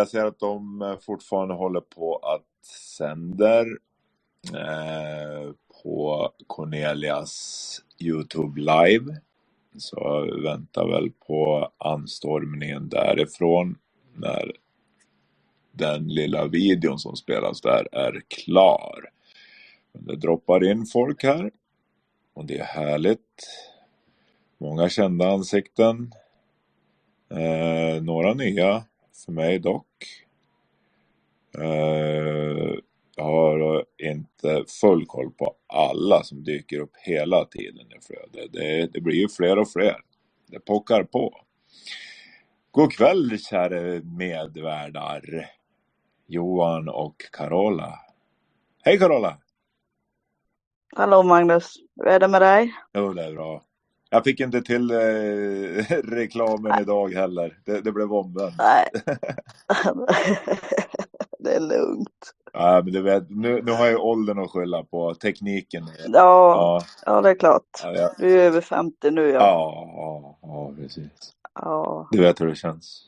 Jag ser att de fortfarande håller på att sänder på Cornelias YouTube live. Så jag väntar väl på anstormningen därifrån när den lilla videon som spelas där är klar. Men det droppar in folk här och det är härligt. Många kända ansikten. Några nya för mig dock. Jag har inte full koll på alla som dyker upp hela tiden i flödet. Det blir ju fler och fler. Det pockar på. God kväll kära medvärdar. Johan och Carola. Hej Carola! Hallå Magnus, hur är det med dig? Jo, det är bra. Jag fick inte till reklamen idag heller. Det blev omvänt. Nej. Det är lugnt. Ja, men du vet, nu har jag åldern att skylla på. Tekniken. Ja, det är klart. Ja. Du är över 50 nu, ja. Ja, precis. Ja. Du vet hur det känns.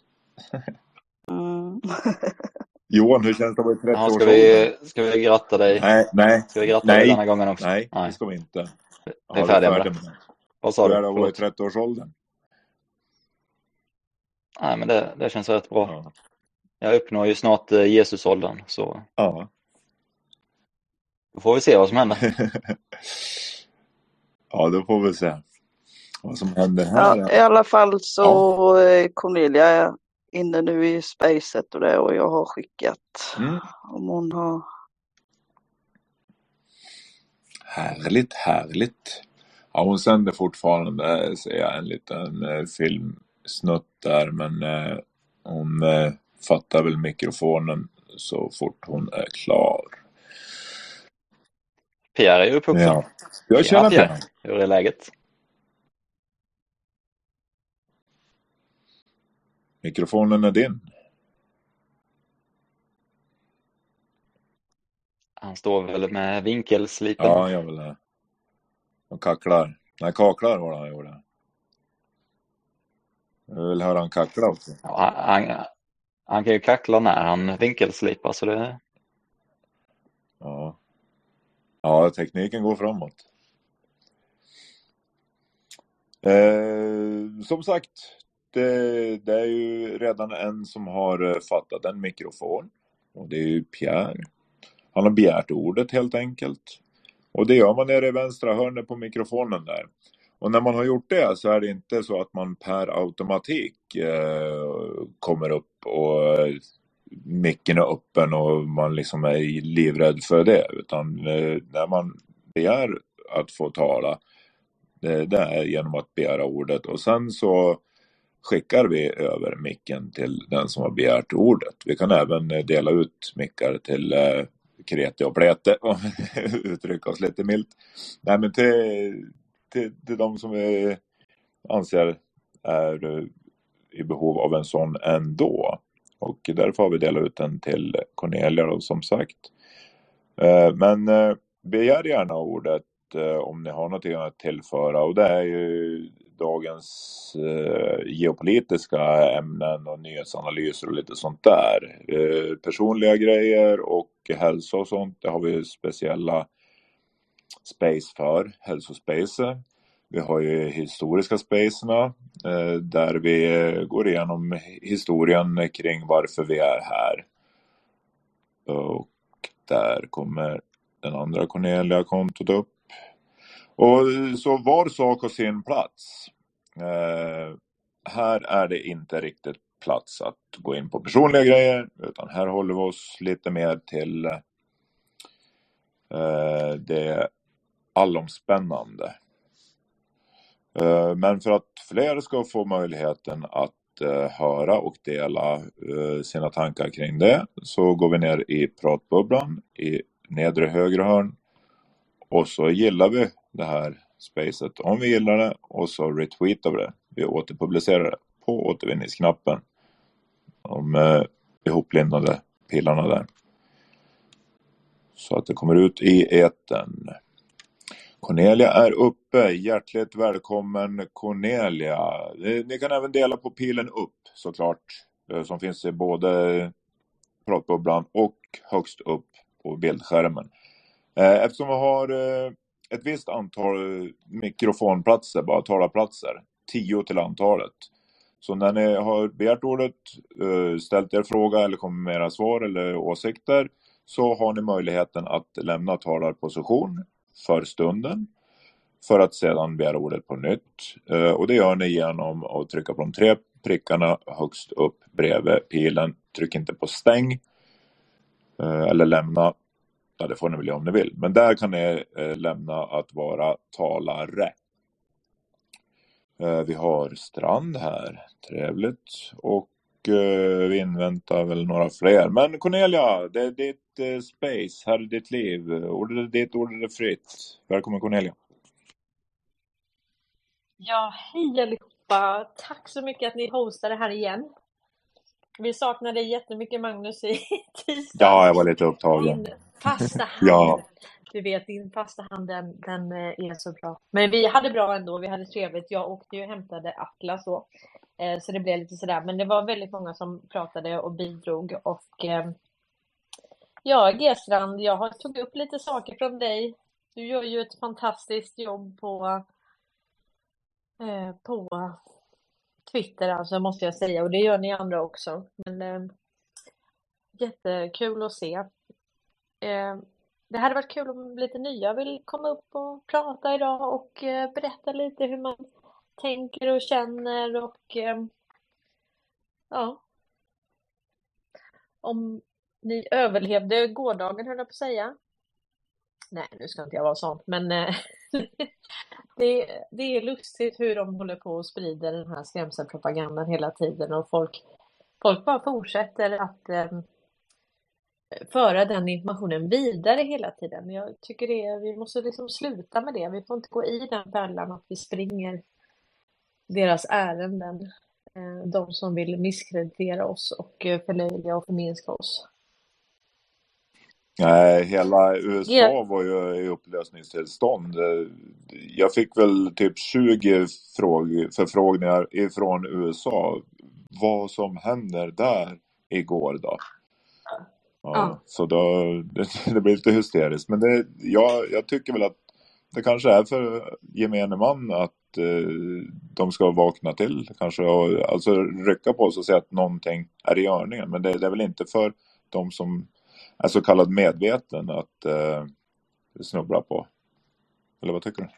Johan, hur känns det att vara i 30-årsåldern? Ska vi gratta dig? Nej. Ska vi gratta dig denna gången också? Nej, det ska vi inte. Vi är färdiga med det. Vad sa du? Hur är det att vara i 30-årsåldern? Nej, men det känns rätt bra. Ja. Jag uppnår ju snart Jesusåldern, så ja. Då får vi se vad som händer. Ja, då får vi se vad som händer här. Ja, i alla fall så Cornelia är inne nu i spacet och det, och jag har skickat om hon har. Härligt. Ja, hon sänder fortfarande, ser jag, en liten filmsnutt där, men hon fattar väl mikrofonen så fort hon är klar. Pierre är uppvuxen. Ja. Jag känner Pierre. Hur är läget? Mikrofonen är din. Han står väl med vinkelslipen. Ja, jag vill det. Och kacklar. Nej, kaklar var det han gjorde. Jag vill höra han kackla också. Ja, han kan ju kackla när han vinkelslipar, så det. Ja, tekniken går framåt. Som sagt, det är ju redan en som har fattat en mikrofon. Och det är ju Pierre. Han har begärt ordet helt enkelt. Och det gör man nere i vänstra hörnet på mikrofonen där. Och när man har gjort det så är det inte så att man per automatik kommer upp och micken är öppen och man liksom är livrädd för det. Utan när man begär att få tala, det är genom att begära ordet. Och sen så skickar vi över micken till den som har begärt ordet. Vi kan även dela ut mickar till krete och plete och uttrycka oss lite milt. Nej, men till de som vi anser är i behov av en sån ändå. Och därför har vi delat ut den till Cornelia då, som sagt. Men begär gärna ordet om ni har något att tillföra. Och det är ju dagens geopolitiska ämnen och nyhetsanalyser och lite sånt där. Personliga grejer och hälsa och sånt. Det har vi speciella space för, hälsospace. Vi har ju historiska spacerna där vi går igenom historien kring varför vi är här. Och där kommer den andra Cornelia-kontot upp. Och så var sak och sin plats. Här är det inte riktigt plats att gå in på personliga grejer, utan här håller vi oss lite mer till det allomspännande. Men för att fler ska få möjligheten att höra och dela sina tankar kring det, så går vi ner i pratbubblan i nedre högra hörn och så gillar vi det här spacet om vi gillar det, och så retweetar vi det. Vi återpublicerar det på återvinningsknappen, de ihoplindade pilarna där, så att det kommer ut i etern. Cornelia är uppe. Hjärtligt välkommen Cornelia. Ni kan även dela på pilen upp såklart, som finns i både pratbubblan och högst upp på bildskärmen. Eftersom vi har ett visst antal mikrofonplatser, bara talarplatser, 10 till antalet. Så när ni har begärt ordet, ställt er fråga eller kommer med era svar eller åsikter, så har ni möjligheten att lämna talarposition för stunden för att sedan begära ordet på nytt. Och det gör ni genom att trycka på de 3 prickarna högst upp bredvid pilen. Tryck inte på stäng eller lämna. Ja, det får ni väl om ni vill. Men där kan ni lämna att vara talare. Vi har Strand här. Trevligt. Och vi inväntar väl några fler. Men Cornelia, det är ditt space. Här är ditt liv. Ditt ord är fritt. Välkommen Cornelia. Ja, hej allihopa. Tack så mycket att ni hostade här igen. Vi saknade jättemycket Magnus i tisdags. Ja, jag var lite upptagen. Din fasta hand. Ja. Du vet, din fasta hand, den är så bra. Men vi hade bra ändå, vi hade trevligt. Jag åkte ju och hämtade Atlas då. Så det blev lite sådär. Men det var väldigt många som pratade och bidrog. Och ja, G-strand, jag har tagit upp lite saker från dig. Du gör ju ett fantastiskt jobb på Twitter, alltså, måste jag säga. Och det gör ni andra också. Men jättekul att se. Det hade varit kul om lite nya vill komma upp och prata idag och berätta lite hur man tänker och känner och ja, om ni överlevde gårdagen, höll jag på att säga. Nej, nu ska inte jag vara sånt, men det är lustigt hur de håller på och sprider den här skrämselpropagandan hela tiden och folk bara fortsätter att föra den informationen vidare hela tiden. Jag tycker vi måste liksom sluta med det. Vi får inte gå i den fällan att vi springer deras ärenden. De som vill misskreditera oss och förlöjliga och förminska oss. Nej, hela USA var ju i upplösningstillstånd. Jag fick väl typ 20 förfrågningar ifrån USA. Vad som händer där igår då. Ja. Så det blir lite hysteriskt. Men jag tycker väl att det kanske är för gemene man att de ska vakna till. Kanske alltså rycka på sig och säga att någonting är i görningen. Men det är väl inte för de som är så kallad medveten att snubbla på. Eller vad tycker du?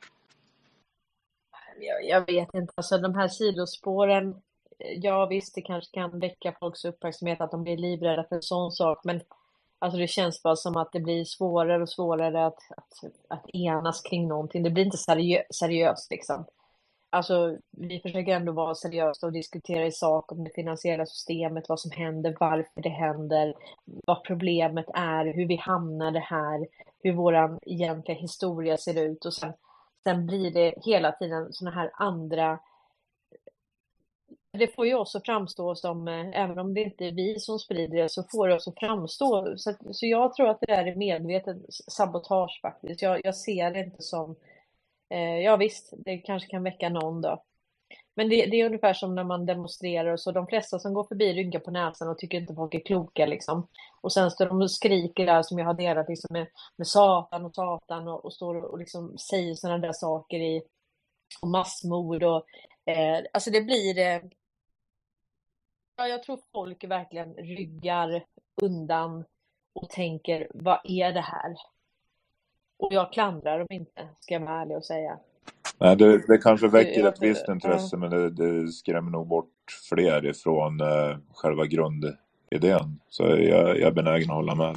Jag vet inte. Alltså de här sidospåren. Ja visst, det kanske kan väcka folks uppmärksamhet att de blir livrädda för en sån sak. Men alltså det känns bara som att det blir svårare och svårare att enas kring någonting. Det blir inte seriöst liksom. Alltså vi försöker ändå vara seriösa och diskutera i sak om det finansiella systemet, vad som händer, varför det händer, vad problemet är, hur vi hamnade här, hur våran egentliga historia ser ut. Och sen blir det hela tiden såna här andra. Det får ju också framstå som, även om det inte är vi som sprider det, så får det också framstå. Så jag tror att det där är medveten sabotage faktiskt. Jag ser det inte som, ja visst, det kanske kan väcka någon då. Men det är ungefär som när man demonstrerar och så. De flesta som går förbi ryggar på näsan och tycker inte folk är kloka liksom. Och sen står de och skriker där som jag har delat liksom med Satan och står och liksom säger sådana där saker och massmord och alltså det blir ja, jag tror folk verkligen ryggar undan och tänker, vad är det här? Och jag klandrar dem inte, ska jag vara ärlig och säga. Nej, det kanske väcker ett visst intresse, men det skrämmer nog bort fler ifrån själva grundidén. Så jag är benägen att hålla med.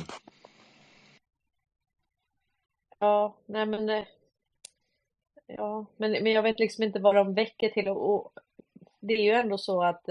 Ja, nej men ja, men jag vet liksom inte vad de väcker till och det är ju ändå så att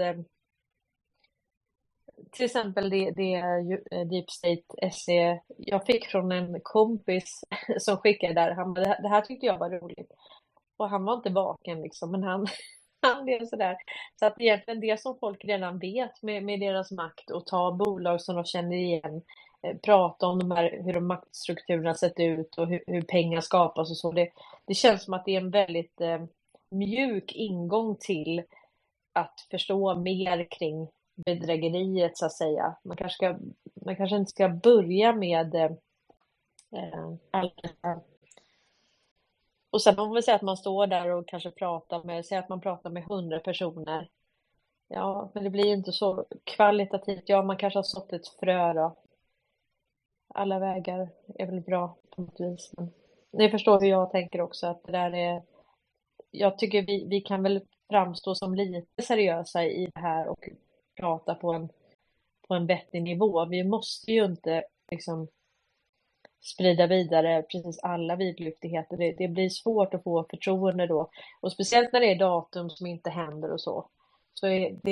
till exempel det Deep State SE jag fick från en kompis som skickade där. Han bara, det här tyckte jag var roligt. Och han var inte vaken liksom, men han blev sådär. Så att egentligen det som folk redan vet med deras makt och ta bolag som de känner igen, prata om hur de maktstrukturerna sett ut och hur pengar skapas och så. Det känns som att det är en väldigt mjuk ingång till att förstå mer kring bedrägeriet så att säga. Man kanske inte ska börja med allt det här. Och sen om man vill säga att man står där och kanske säger att man pratar med 100 personer. Ja, men det blir inte så kvalitativt. Ja, man kanske har sått ett frö då. Alla vägar är väl bra på något vis. Men ni förstår hur jag tänker också, att det där är... Jag tycker vi kan väl framstå som lite seriösa i det här och prata på en vettig nivå. Vi måste ju inte liksom sprida vidare precis alla vidlyftigheter. Det blir svårt att få förtroende då. Och speciellt när det är datum som inte händer och så. Så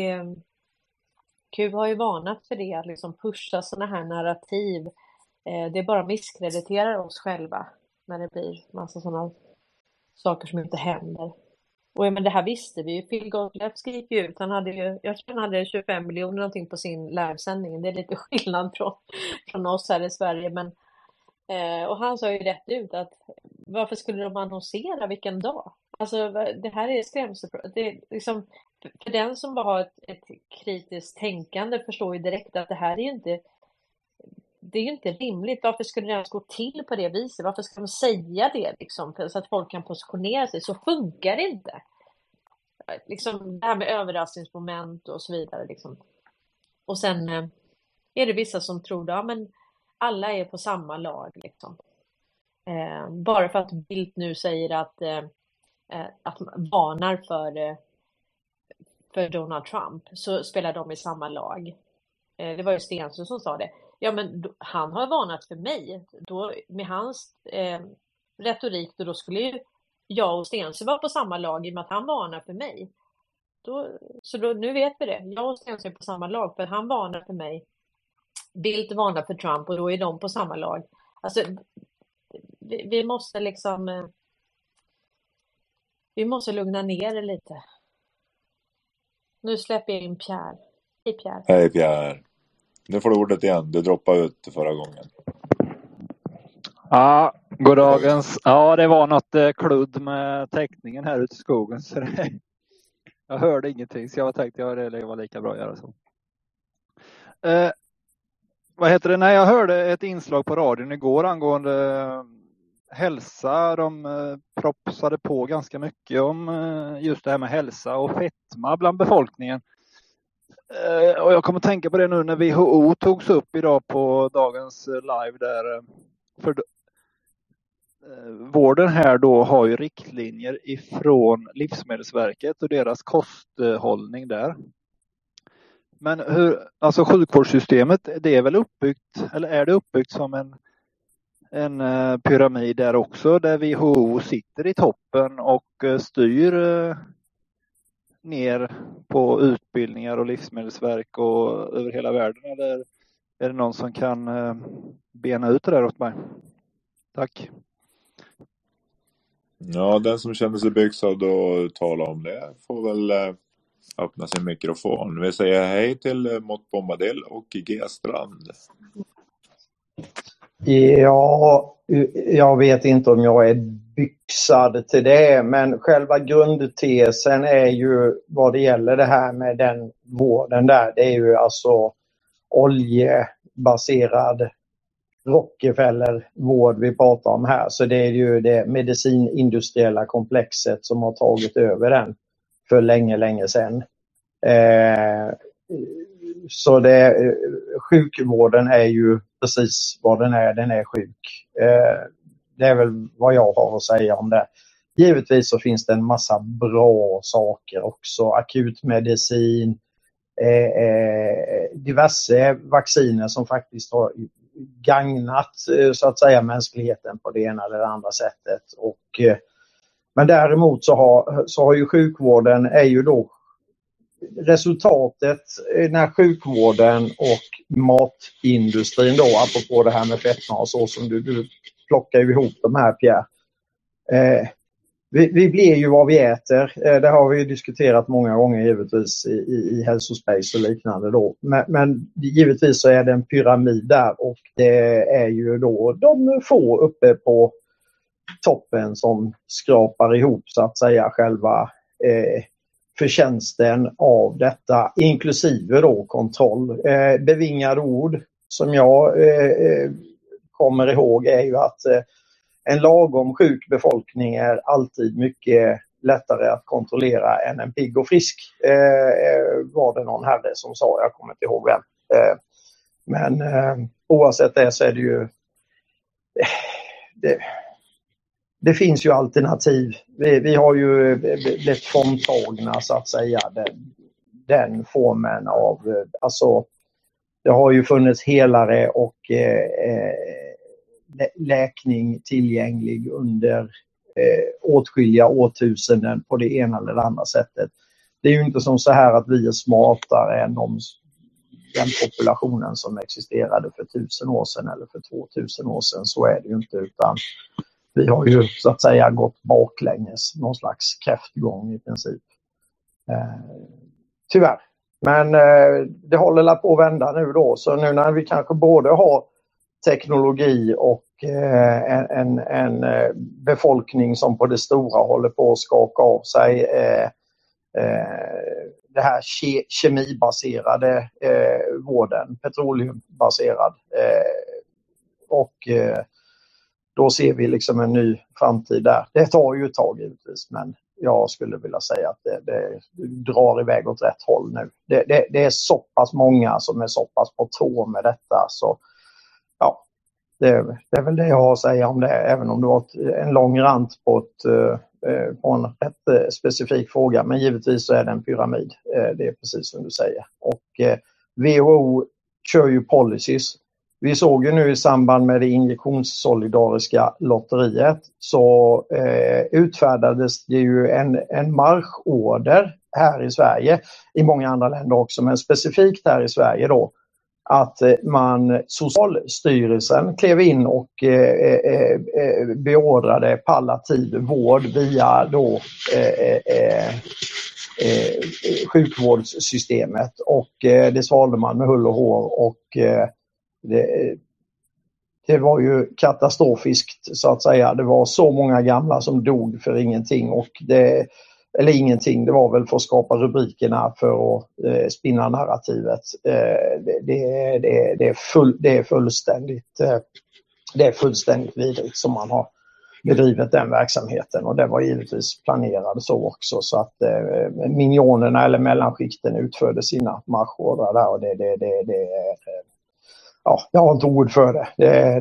Q har ju varnat för det, att liksom pusha sådana här narrativ. Det bara misskrediterar oss själva när det blir massa sådana saker som inte händer. Och men det här visste vi ju. Phil Gottlieb gick ju ut. Jag tror han hade 25 miljoner någonting på sin livesändning. Det är lite skillnad från oss här i Sverige. Men, och han sa ju rätt ut att varför skulle de annonsera vilken dag? Alltså det här är skrämsel. Det är liksom, för den som bara har ett kritiskt tänkande förstår ju direkt att det här är ju inte... Det är ju inte rimligt. Varför skulle det ens gå till på det viset? Varför ska de säga det liksom? Så att folk kan positionera sig. Så funkar det inte. Liksom det här med överraskningsmoment och så vidare. Liksom. Och sen är det vissa som tror att men alla är på samma lag. Liksom. Bara för att Bildt nu säger att man varnar för Donald Trump, så spelar de i samma lag. Det var ju Stensson som sa det. Ja, men han har varnat för mig. Då, med hans retorik, då skulle ju jag och Stensson vara på samma lag i och med att han varnar för mig. Nu vet vi det. Jag och Stensson är på samma lag för han varnar för mig. Bildt varnar för Trump och då är de på samma lag. Alltså, vi måste liksom... Vi måste lugna ner det lite. Nu släpper jag in Pierre. Hej Pierre. Hej Pierre. Nu får du ordet igen. Du droppade ut förra gången. Ja, goddagens. Ja, det var något kludd med täckningen här ute i skogen. Så jag hörde ingenting, så jag tänkte att det var lika bra att göra så. Vad heter det? Nej, jag hörde ett inslag på radion igår angående hälsa. De propsade på ganska mycket om just det här med hälsa och fetma bland befolkningen. Och jag kommer att tänka på det nu när WHO togs upp idag på dagens live där. För vården här då har ju riktlinjer ifrån Livsmedelsverket och deras kosthållning där. Men alltså sjukvårdssystemet, det är väl uppbyggt, eller är det uppbyggt som en pyramid där också, där WHO sitter i toppen och styr ner på utbildningar och livsmedelsverk och över hela världen, eller är det någon som kan bena ut det där åt mig? Tack. Ja, den som känner sig byxad och tala om det får väl öppna sin mikrofon. Vi säger hej till Mott Bombadil och G-strand. Ja, jag vet inte om jag är byxad till det, men själva grundtesen är ju vad det gäller det här med den vården där. Det är ju alltså oljebaserad Rockefeller-vård vi pratar om här. Så det är ju det medicinindustriella komplexet som har tagit över den för länge sedan. Så sjukvården är ju precis vad den är sjuk. Det är väl vad jag har att säga om det. Givetvis så finns det en massa bra saker också. Akutmedicin, diverse vacciner som faktiskt har gagnat så att säga mänskligheten på det ena eller det andra sättet. Men däremot så har ju sjukvården är ju då resultatet när sjukvården och matindustrin då, apropå det här med fetma och så som du plockar ihop de här, Pierre. Vi blir ju vad vi äter. Det har vi ju diskuterat många gånger givetvis i hälsospace och liknande då. Men givetvis så är det en pyramid där och det är ju då de få uppe på toppen som skrapar ihop så att säga själva förtjänsten av detta, inklusive då kontroll. Bevingade ord som jag kommer ihåg är ju att en lagom sjuk befolkning är alltid mycket lättare att kontrollera än en pigg och frisk, var det någon herre som sa, jag kommer inte ihåg vem. Men oavsett det så är det ju det finns ju alternativ. Vi har ju blivit fråntagna så att säga den formen av, alltså det har ju funnits helare och läkning tillgänglig under åtskilliga årtusenden på det ena eller det andra sättet. Det är ju inte som så här att vi är smartare än den populationen som existerade för 1000 år sedan eller för 2000 år sedan. Så är det ju inte, utan vi har ju så att säga gått baklänges, någon slags kräftgång i princip. Tyvärr. Men det håller på att vända nu då. Så nu när vi kanske både har teknologi och en befolkning som på det stora håller på att skaka av sig det här kemibaserade vården, petroleumbaserad, och då ser vi liksom en ny framtid där. Det tar ju ett tag givetvis, men jag skulle vilja säga att det drar iväg åt rätt håll nu. Det är så pass många som är så pass på tå med detta, så ja, det är väl det jag har att säga om det, även om det var en lång rant på en rätt specifik fråga. Men givetvis så är det en pyramid, det är precis som du säger. Och WHO kör ju policies. Vi såg ju nu i samband med det injektionssolidariska lotteriet så utfärdades det ju en marschorder här i Sverige, i många andra länder också, men specifikt här i Sverige då, att Socialstyrelsen klev in och beordrade palliativ vård via då sjukvårdssystemet, och det svalde man med hull och hår, och det var ju katastrofiskt så att säga. Det var så många gamla som dog för ingenting, och det var väl för att skapa rubrikerna, för att spinna narrativet. Det är fullständigt vidrigt som man har bedrivit den verksamheten, och det var givetvis planerad så också, så att minionerna eller mellanskikten utförde sina marschordrar där, och ja, jag har inte ord för det.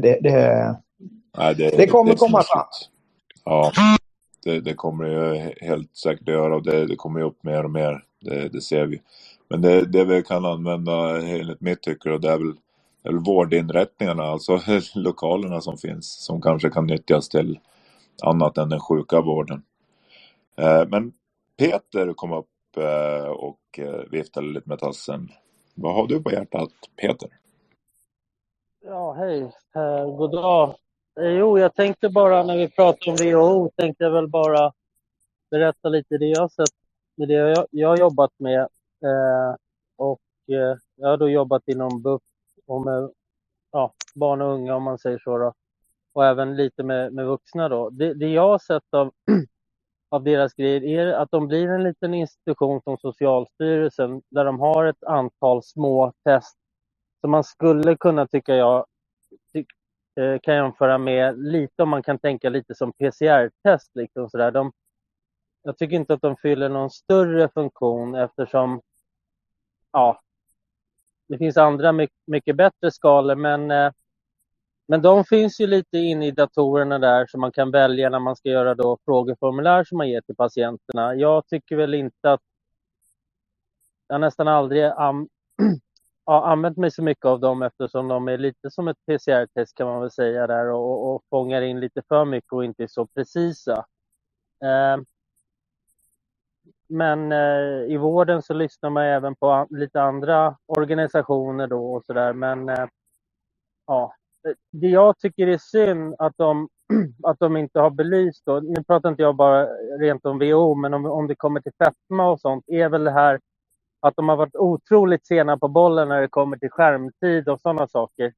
Det kommer komma fram. Ja, det kommer ju helt säkert att göra, och det kommer ju upp mer och mer. Det ser vi. Men det vi kan använda enligt mitt tycker, och det är väl vårdinrättningarna, alltså lokalerna som finns, som kanske kan nyttjas till annat än den sjuka vården. Men Peter kom upp och viftade lite med tassen. Vad har du på hjärtat, Peter? Ja, hej. God dag. Jo, jag tänkte bara, när vi pratar om WHO, tänkte jag väl bara berätta lite det jag har sett med det jag har jobbat med. Och jag har då jobbat inom BUP och med barn och unga, om man säger så då. Och även lite med vuxna då. Det jag har sett av deras grejer är att de blir en liten institution som Socialstyrelsen, där de har ett antal små test som man skulle kunna, tycka jag, kan jämföra med lite, om man kan tänka lite som PCR-test liksom sådär. Jag tycker inte att de fyller någon större funktion, eftersom det finns andra mycket bättre skalor, men de finns ju lite in i datorerna där, som man kan välja när man ska göra då frågeformulär som man ger till patienterna. Jag tycker väl inte att jag nästan aldrig använt mig så mycket av dem, eftersom de är lite som ett PCR-test, kan man väl säga där, och fångar in lite för mycket och inte är så precisa. Men i vården så lyssnar man även på lite andra organisationer då och sådär. Men det jag tycker är synd att de inte har belyst då, nu pratar inte jag bara rent om WHO, men om det kommer till fetma och sånt, är väl det här att de har varit otroligt sena på bollen när det kommer till skärmtid och sådana saker.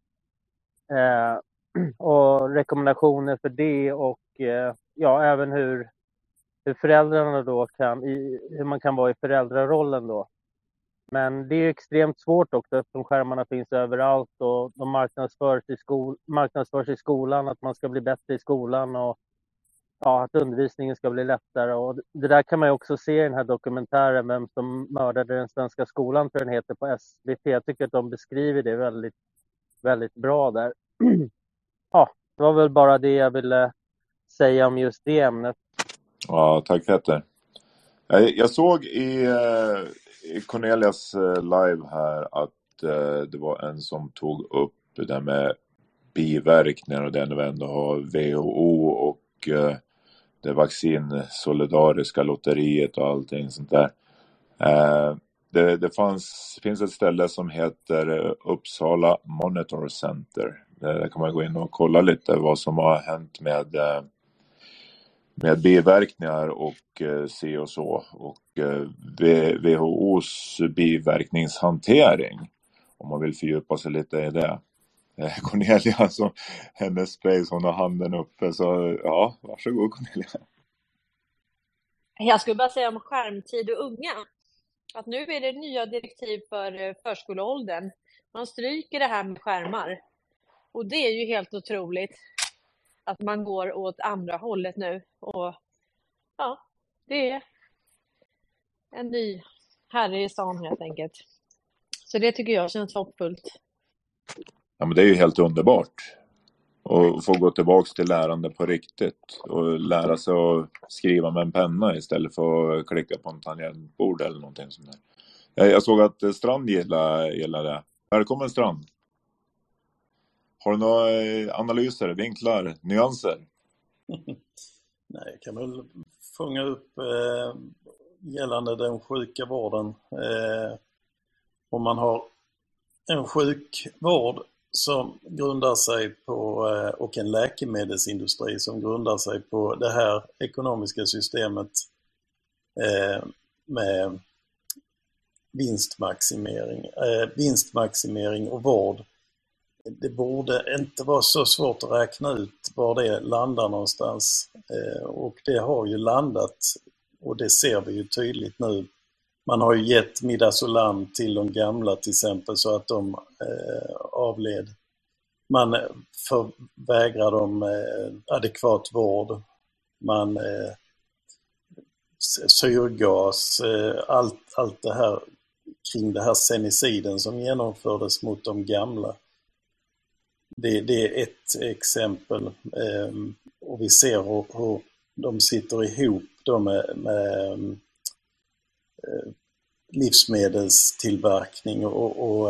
Och rekommendationer för det, och även hur hur föräldrarna då hur man kan vara i föräldrarollen då. Men det är extremt svårt också eftersom skärmarna finns överallt och de marknadsförs i skolan, att man ska bli bättre i skolan och att undervisningen ska bli lättare. Och det där kan man ju också se i den här dokumentären Vem som mördade den svenska skolan, för den heter, på SVT. Jag tycker att de beskriver det väldigt, väldigt bra där. Ja, det var väl bara det jag ville säga om just det ämnet. Ja, tack Peter. Jag såg i Cornelias live här att det var en som tog upp det där med biverkningar och det när vi ändå har WHO och det vaccinsolidariska lotteriet och allting sånt där. Det finns ett ställe som heter Uppsala Monitor Center. Där kan man gå in och kolla lite vad som har hänt med biverkningar och se och så. Och WHOs biverkningshantering, om man vill fördjupa sig lite i det. Cornelia, som hennes space, hon har handen uppe, så ja, varsågod Cornelia. Jag skulle bara säga om skärmtid och unga, att nu är det nya direktiv för förskoleåldern. Man stryker det här med skärmar. Och det är ju helt otroligt att man går åt andra hållet nu. Och ja, det är en ny herre i stan helt enkelt. Så det tycker jag känns hoppfullt. Ja, men det är ju helt underbart. Och få gå tillbaka till lärande på riktigt. Och lära sig att skriva med en penna istället för att klicka på en tangentbord eller någonting sånt där. Jag såg att Strand gillar det. Välkommen Strand. Har du några analyser, vinklar, nyanser? Nej, jag kan väl fånga upp gällande den sjuka vården. Om man har en sjukvård som grundar sig på, och en läkemedelsindustri som grundar sig på det här ekonomiska systemet med vinstmaximering och vård. Det borde inte vara så svårt att räkna ut var det landar någonstans. Och det har ju landat, och det ser vi ju tydligt nu. Man har ju gett Midazolam till de gamla till exempel så att de avled. Man förvägrar dem adekvat vård. Man syrgas, allt det här kring det här seniciden som genomfördes mot de gamla. Det är ett exempel. Och vi ser hur de sitter ihop med livsmedelstillverkning och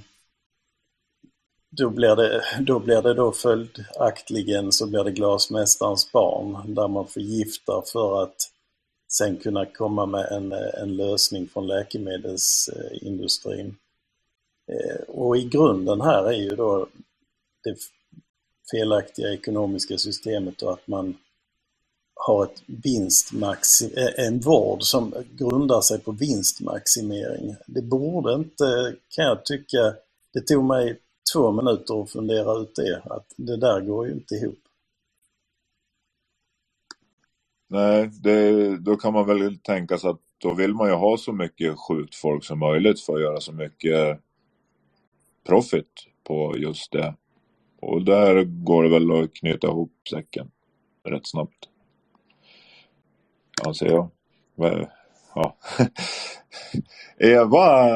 då blir det då följaktligen så blir det glasmästarens barn där man förgiftar för att sen kunna komma med en lösning från läkemedelsindustrin. Och i grunden här är ju då det felaktiga ekonomiska systemet och att man har en vård som grundar sig på vinstmaximering. Det borde inte, kan jag tycka, det tog mig 2 minuter att fundera ut det, att det där går ju inte ihop. Nej, då kan man väl tänka sig att då vill man ju ha så mycket sjukt folk som möjligt för att göra så mycket profit på just det. Och där går det väl att knyta ihop säcken rätt snabbt. Anser jag. Ja. Eva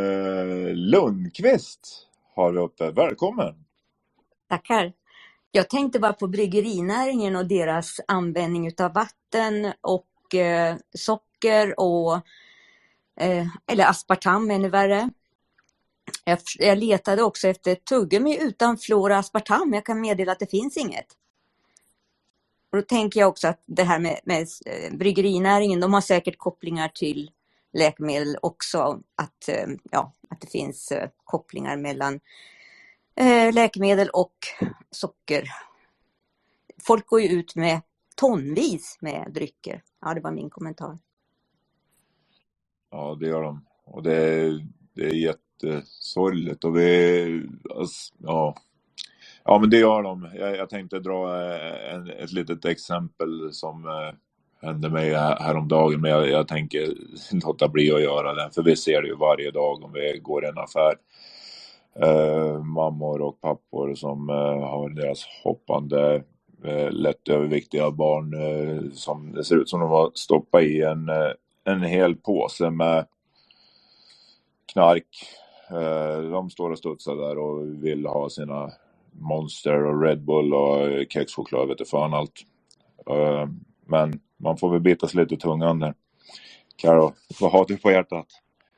Lundqvist har vi uppe. Välkommen! Tackar. Jag tänkte bara på bryggerinäringen och deras användning av vatten och socker och eller aspartam ännu värre. Jag letade också efter tuggummi utan fluor och aspartam. Jag kan meddela att det finns inget. Och då tänker jag också att det här med bryggerinäringen, de har säkert kopplingar till läkemedel också. Att det finns kopplingar mellan läkemedel och socker. Folk går ju ut med tonvis med drycker. Ja, det var min kommentar. Ja, det gör de. Och det är jättesorgligt. Och ja, men det gör de. Jag tänkte dra ett litet exempel som hände mig häromdagen, men jag tänker låta bli att göra det, för vi ser det ju varje dag om vi går i en affär. Mammor och pappor som har deras hoppande lätt överviktiga barn som det ser ut som de har stoppat i en hel påse med knark. De står och studsar där och vill ha sina Monster och Red Bull och kexchoklad, vet du fan allt. Men man får väl bita sig lite i tungan där. Karo, vad har du på hjärtat?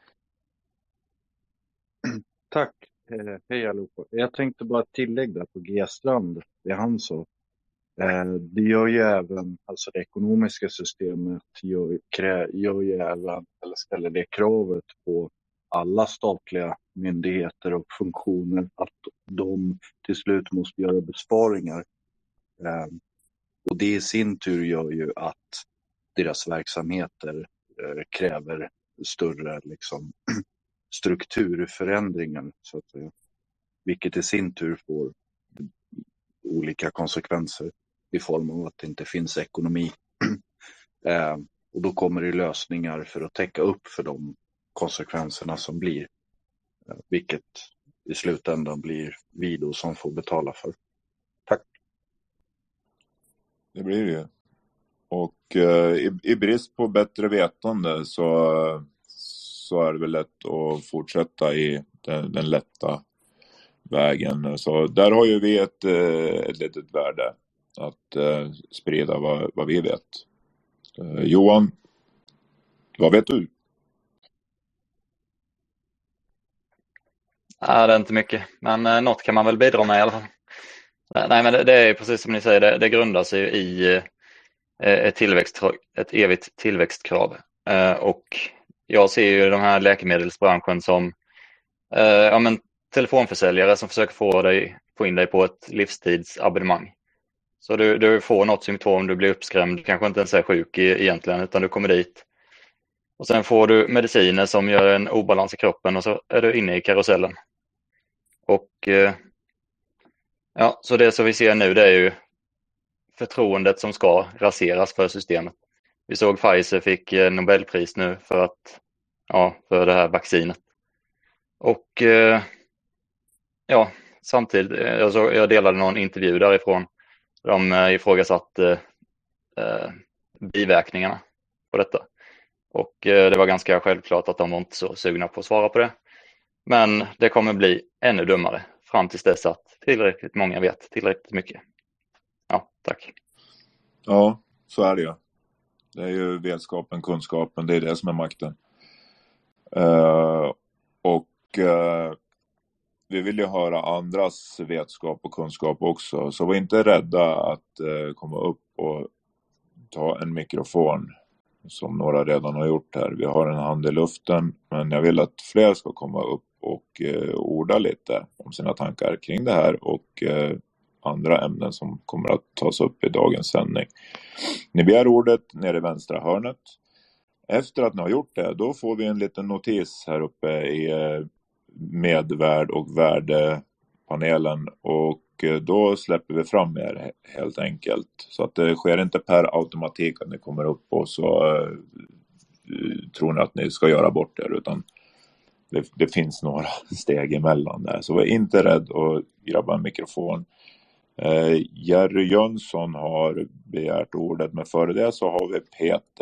Tack. Hej allihopa. Jag tänkte bara tillägga på G-strand, det han sa. Det gör ju även, alltså det ekonomiska systemet gör ju även, eller ställer det kravet på alla statliga myndigheter och funktioner att de till slut måste göra besparingar. Och det i sin tur gör ju att deras verksamheter kräver större liksom, strukturförändringar, så att säga. Vilket i sin tur får olika konsekvenser i form av att det inte finns ekonomi. Och då kommer det lösningar för att täcka upp för de konsekvenserna som blir. Vilket i slutändan blir vi då som får betala för. Tack. Det blir det ju. Och i brist på bättre vetande så är det väl lätt att fortsätta i den lätta vägen. Så där har ju vi ett litet värde att sprida vad vi vet. Johan, vad vet du? Ja, det är inte mycket, men något kan man väl bidra med i alla fall. Nej, men det är precis som ni säger, det grundar sig i ett evigt tillväxtkrav. Och jag ser ju den här läkemedelsbranschen som telefonförsäljare som försöker få in dig på ett livstidsabonnemang. Så du får något symptom, du blir uppskrämd, kanske inte ens är sjuk egentligen, utan du kommer dit. Och sen får du mediciner som gör en obalans i kroppen och så är du inne i karusellen. Och så det som vi ser nu, det är ju förtroendet som ska raseras för systemet. Vi såg Pfizer fick Nobelpris nu för det här vaccinet. Och samtidigt, jag delade någon intervju därifrån. De ifrågasatte biverkningarna på detta. Och det var ganska självklart att de var inte så sugna på att svara på det. Men det kommer bli ännu dummare fram tills dess att tillräckligt många vet tillräckligt mycket. Ja, tack. Ja, så är det ju. Det är ju vetskapen, kunskapen, det är det som är makten. Vi vill ju höra andras vetskap och kunskap också. Så var inte rädda att komma upp och ta en mikrofon som några redan har gjort här. Vi har en hand i luften, men jag vill att fler ska komma upp och orda lite om sina tankar kring det här och andra ämnen som kommer att tas upp i dagens sändning. Ni begär ordet nere i vänstra hörnet. Efter att ni har gjort det, då får vi en liten notis här uppe i medvärd och värdepanelen och då släpper vi fram er helt enkelt. Så att det sker inte per automatik att ni kommer upp och så tror ni att ni ska göra bort er, utan det finns några steg emellan där. Så var inte rädd att grabba en mikrofon. Jerry Jönsson har begärt ordet, men före det så har vi Peter.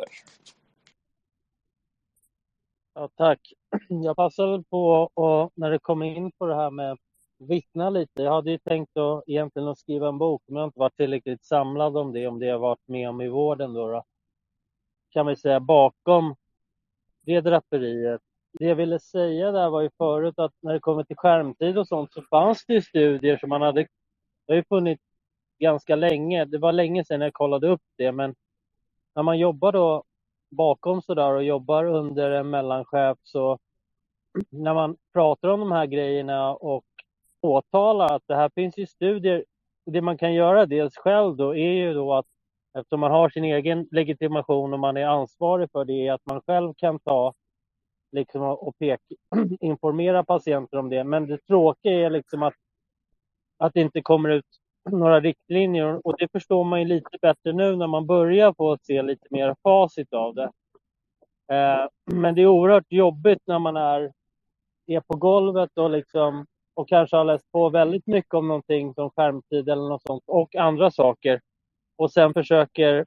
Ja, tack. Jag passar väl på och när det kommer in på det här med vittna lite. Jag hade ju tänkt att egentligen att skriva en bok, men jag har inte varit tillräckligt samlad om det jag varit med om i vården då. Kan vi säga bakom det draperiet. Det jag ville säga där var ju förut att när det kommer till skärmtid och sånt så fanns det ju studier som det har ju funnits ganska länge. Det var länge sedan jag kollade upp det, men när man jobbar då bakom sådär och jobbar under en mellanchef, så när man pratar om de här grejerna och påtalar att det här finns ju studier, det man kan göra dels själv då är ju då att eftersom man har sin egen legitimation och man är ansvarig för det, att man själv kan ta liksom och informera patienter om det. Men det tråkiga är liksom att det inte kommer ut några riktlinjer, och det förstår man ju lite bättre nu när man börjar få se lite mer facit av det. Men det är oerhört jobbigt när man är på golvet och liksom, och kanske har läst på väldigt mycket om någonting som skärmtid eller något sånt och andra saker, och sen försöker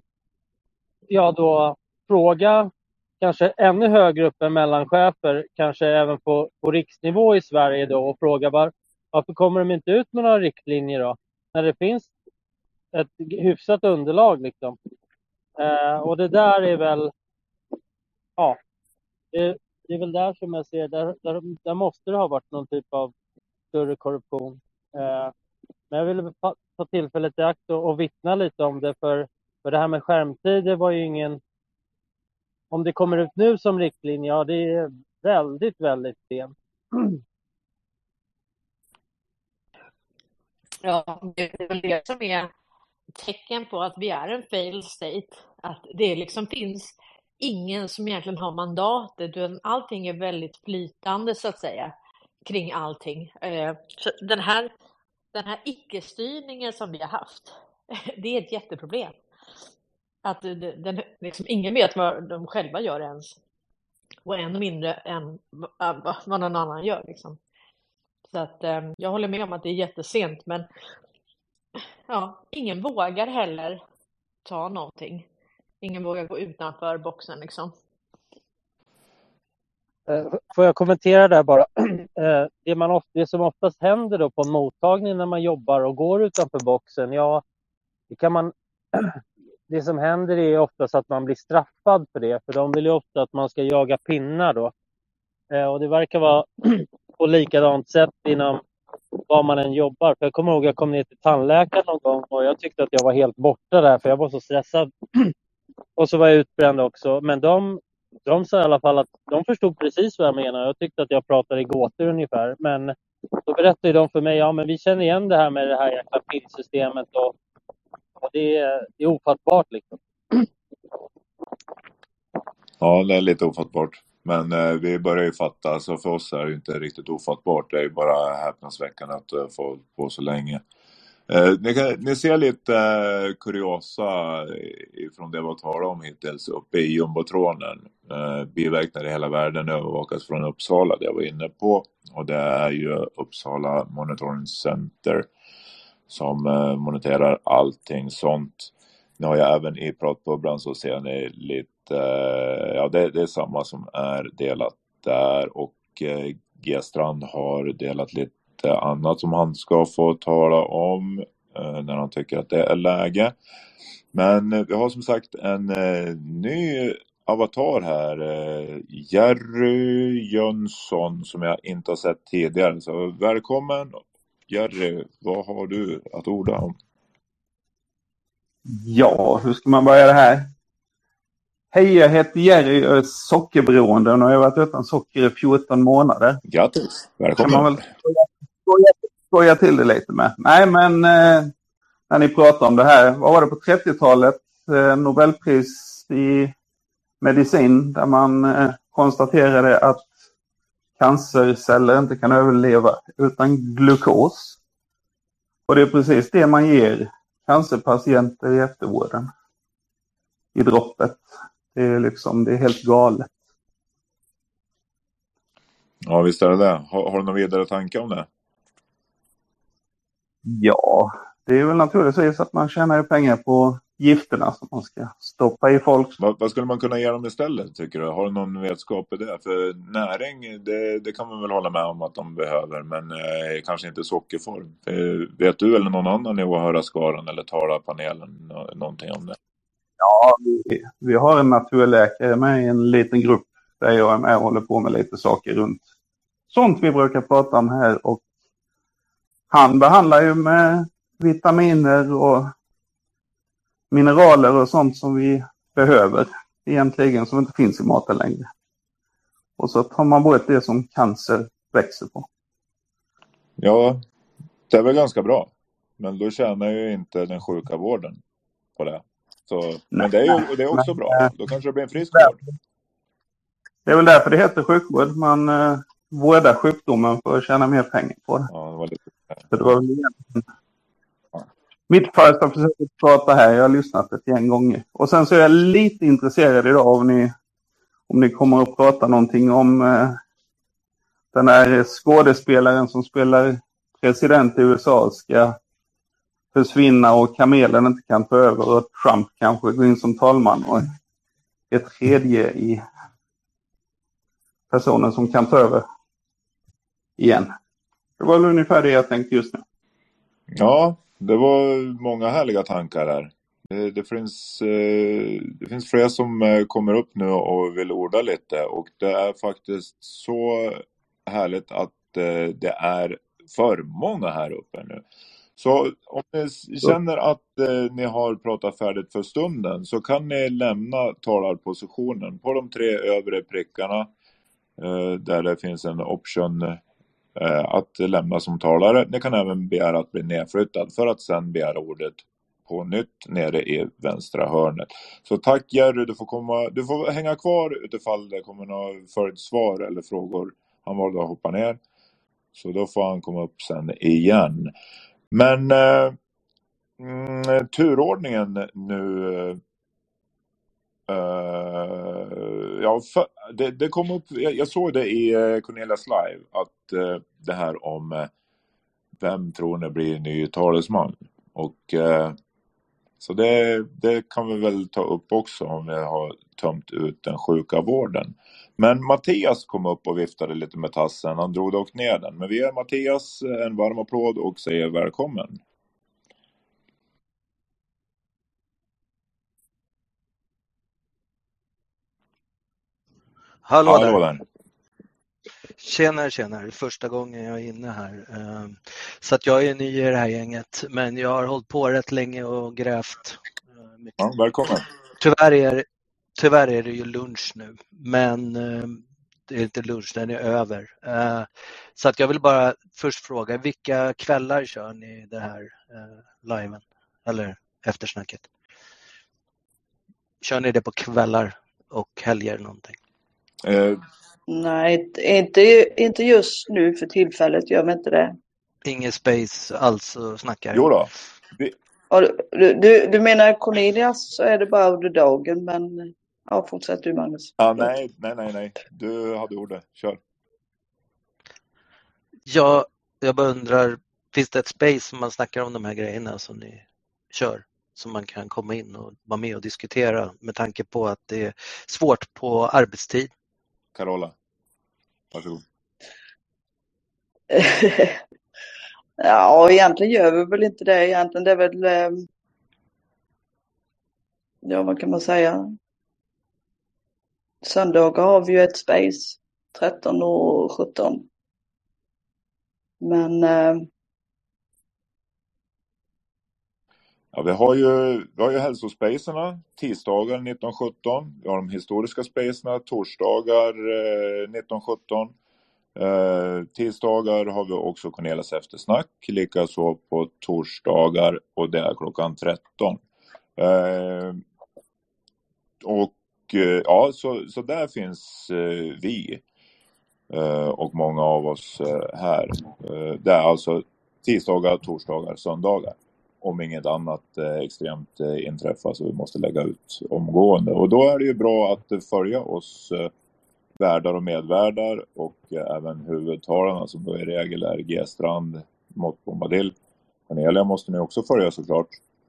då fråga kanske ännu högre upp än mellanchefer, kanske även på riksnivå i Sverige då, och fråga varför kommer de inte ut med några riktlinjer då, när det finns ett hyfsat underlag liksom. Och det där är väl, det är väl där som jag ser, där måste det ha varit någon typ av större korruption. Men jag ville ta tillfället i akt och vittna lite om det, för det här med skärmtid, det var ju ingen, om det kommer ut nu som riktlinje, det är väldigt, väldigt sent. Ja, det är väl det som är tecken på att vi är en failed state. Att det liksom finns ingen som egentligen har mandatet. Allting är väldigt flytande så att säga kring allting. Så den här icke-styrningen som vi har haft, det är ett jätteproblem. Att liksom, ingen vet vad de själva gör ens. Och än mindre än vad någon annan gör liksom. Så att jag håller med om att det är jättesent, men ingen vågar heller ta någonting. Ingen vågar gå utanför boxen liksom. Får jag kommentera där bara? Det som oftast händer då på en mottagning när man jobbar och går utanför boxen, det som händer är oftast att man blir straffad för det, för de vill ju ofta att man ska jaga pinnar då. Och det verkar vara på likadant sätt inom var man än jobbar. För jag kommer ihåg att jag kom ner till tandläkaren någon gång och jag tyckte att jag var helt borta där, för jag var så stressad. Och så var jag utbränd också. Men de sa i alla fall att de förstod precis vad jag menar. Jag tyckte att jag pratade i gåtor ungefär. Men då berättade de för mig, men vi känner igen det här med det här jäkla pinsystemet och det är ofattbart liksom. Ja, det är lite ofattbart. Men vi börjar ju fatta, så för oss är det inte riktigt ofattbart. Det är ju bara häpnadsväckande att få på så länge. Ni ser lite kuriosa från det vi har talat om hittills uppe i jumbotronen. Biverkningar i hela världen övervakas från Uppsala, det jag var inne på. Och det är ju Uppsala Monitoring Center som moniterar allting sånt. Nu har jag även i pratbubblan så ser ni lite, det är samma som är delat där, och G-strand har delat lite annat som han ska få tala om när han tycker att det är läge. Men vi har som sagt en ny avatar här, Jerry Jönsson, som jag inte har sett tidigare. Så välkommen Jerry, vad har du att orda om? Ja, hur ska man börja det här? Hej, jag heter Jerry, jag är sockerberoende och nu har jag varit utan socker i 14 månader. Grattis, välkommen. Kan man väl skoja till det lite med. Nej, men när ni pratar om det här, vad var det på 30-talet? Nobelpris i medicin där man konstaterade att cancerceller inte kan överleva utan glukos. Och det är precis det man ger cancerpatienter i eftervården. I droppet. Det är helt galet. Ja, visst är det det. Har du någon vidare tanke om det? Ja, det är väl naturligtvis att man tjänar pengar på gifterna som man ska stoppa i folk. Vad skulle man kunna göra dem istället, tycker du? Har du någon vetskap i det? För näring, det kan man väl hålla med om att de behöver, men kanske inte sockerform. Vet du eller någon annan i åhörarskaran eller talarpanelen någonting om det? Ja, vi har en naturläkare med i en liten grupp där jag är med och håller på med lite saker runt sånt vi brukar prata om här, och han behandlar ju med vitaminer och mineraler och sånt som vi behöver egentligen, som inte finns i maten längre. Och så tar man bort det som cancer växer på. Ja, det är väl ganska bra. Men då tjänar ju inte den sjuka vården på det. Så, men det är också bra. Då kanske det blir en frisk vård. Det är väl därför det heter sjukvård. Man vårdar sjukdomen för att tjäna mer pengar på det. Ja, det var lite... Så det var väl egentligen mitt första försök att prata här. Jag har lyssnat ett gäng gånger. Och sen så är jag lite intresserad idag om ni kommer att prata någonting om den här skådespelaren som spelar president i USA ska försvinna och kamelen inte kan ta över och Trump kanske går in som talman och ett tredje i personen som kan ta över igen. Det var ungefär det jag tänkte just nu. Ja, det var många härliga tankar här. Det finns flera som kommer upp nu och vill orda lite, och det är faktiskt så härligt att det är för många här uppe nu. Så om ni känner att ni har pratat färdigt för stunden så kan ni lämna talarpositionen på de 3 övre prickarna där det finns en option att lämna som talare. Ni kan även begära att bli nedflyttad för att sen begära ordet på nytt nere i vänstra hörnet. Så tack Jerry, du får hänga kvar utifall det kommer några följdsvar eller frågor. Han valde att hoppa ner, så då får han komma upp sen igen. Men turordningen nu, det kom upp, jag såg det i Cornelias live att det här om vem tror ni blir ny talesman, och så det kan vi väl ta upp också om vi har tömt ut den sjuka vården. Men Mattias kom upp och viftade lite med tassen. Han drog dock ner den. Men vi ger Mattias en varm applåd och säger välkommen. Hallå där. där. Tjenare. Första gången jag är inne här. Så att jag är ny i det här gänget. Men jag har hållit på rätt länge och grävt mycket. Ja, välkommen. Tyvärr är det ju lunch nu. Men det är inte lunch, den är över. Så att jag vill bara först fråga, vilka kvällar kör ni det här liven? Eller eftersnacket? Kör ni det på kvällar och helger någonting? Nej, inte just nu för tillfället gör vi inte det. Ingen space alls att snacka? Jo då. Du menar Cornelias, så är det bara under dagen, men ja, fortsätt du Magnus. Ja, nej. Du hade ordet. Kör. Ja, jag bara undrar, finns det ett space som man snackar om de här grejerna som ni kör? Som man kan komma in och vara med och diskutera med tanke på att det är svårt på arbetstid. Carola, varsågod. Ja, egentligen gör vi väl inte det. Egentligen det är väl, ja vad kan man säga? Söndagar har vi ju ett space, 13 och 17. Men ja, vi har ju hälsospacerna tisdagar 19:17. Vi har de historiska spacerna torsdagar 19:17. Tisdagar har vi också Cornelias eftersnack, likaså på torsdagar, och det är klockan 13. Och ja, så där finns vi och många av oss här. Det är alltså tisdagar, torsdagar, söndagar. Om inget annat extremt inträffar så vi måste lägga ut omgående. Och då är det ju bra att följa oss värdar och medvärdar, och även huvudtalarna som då i regel är G-Strand, Mått Bombadil. Cornelia måste ni också följa såklart.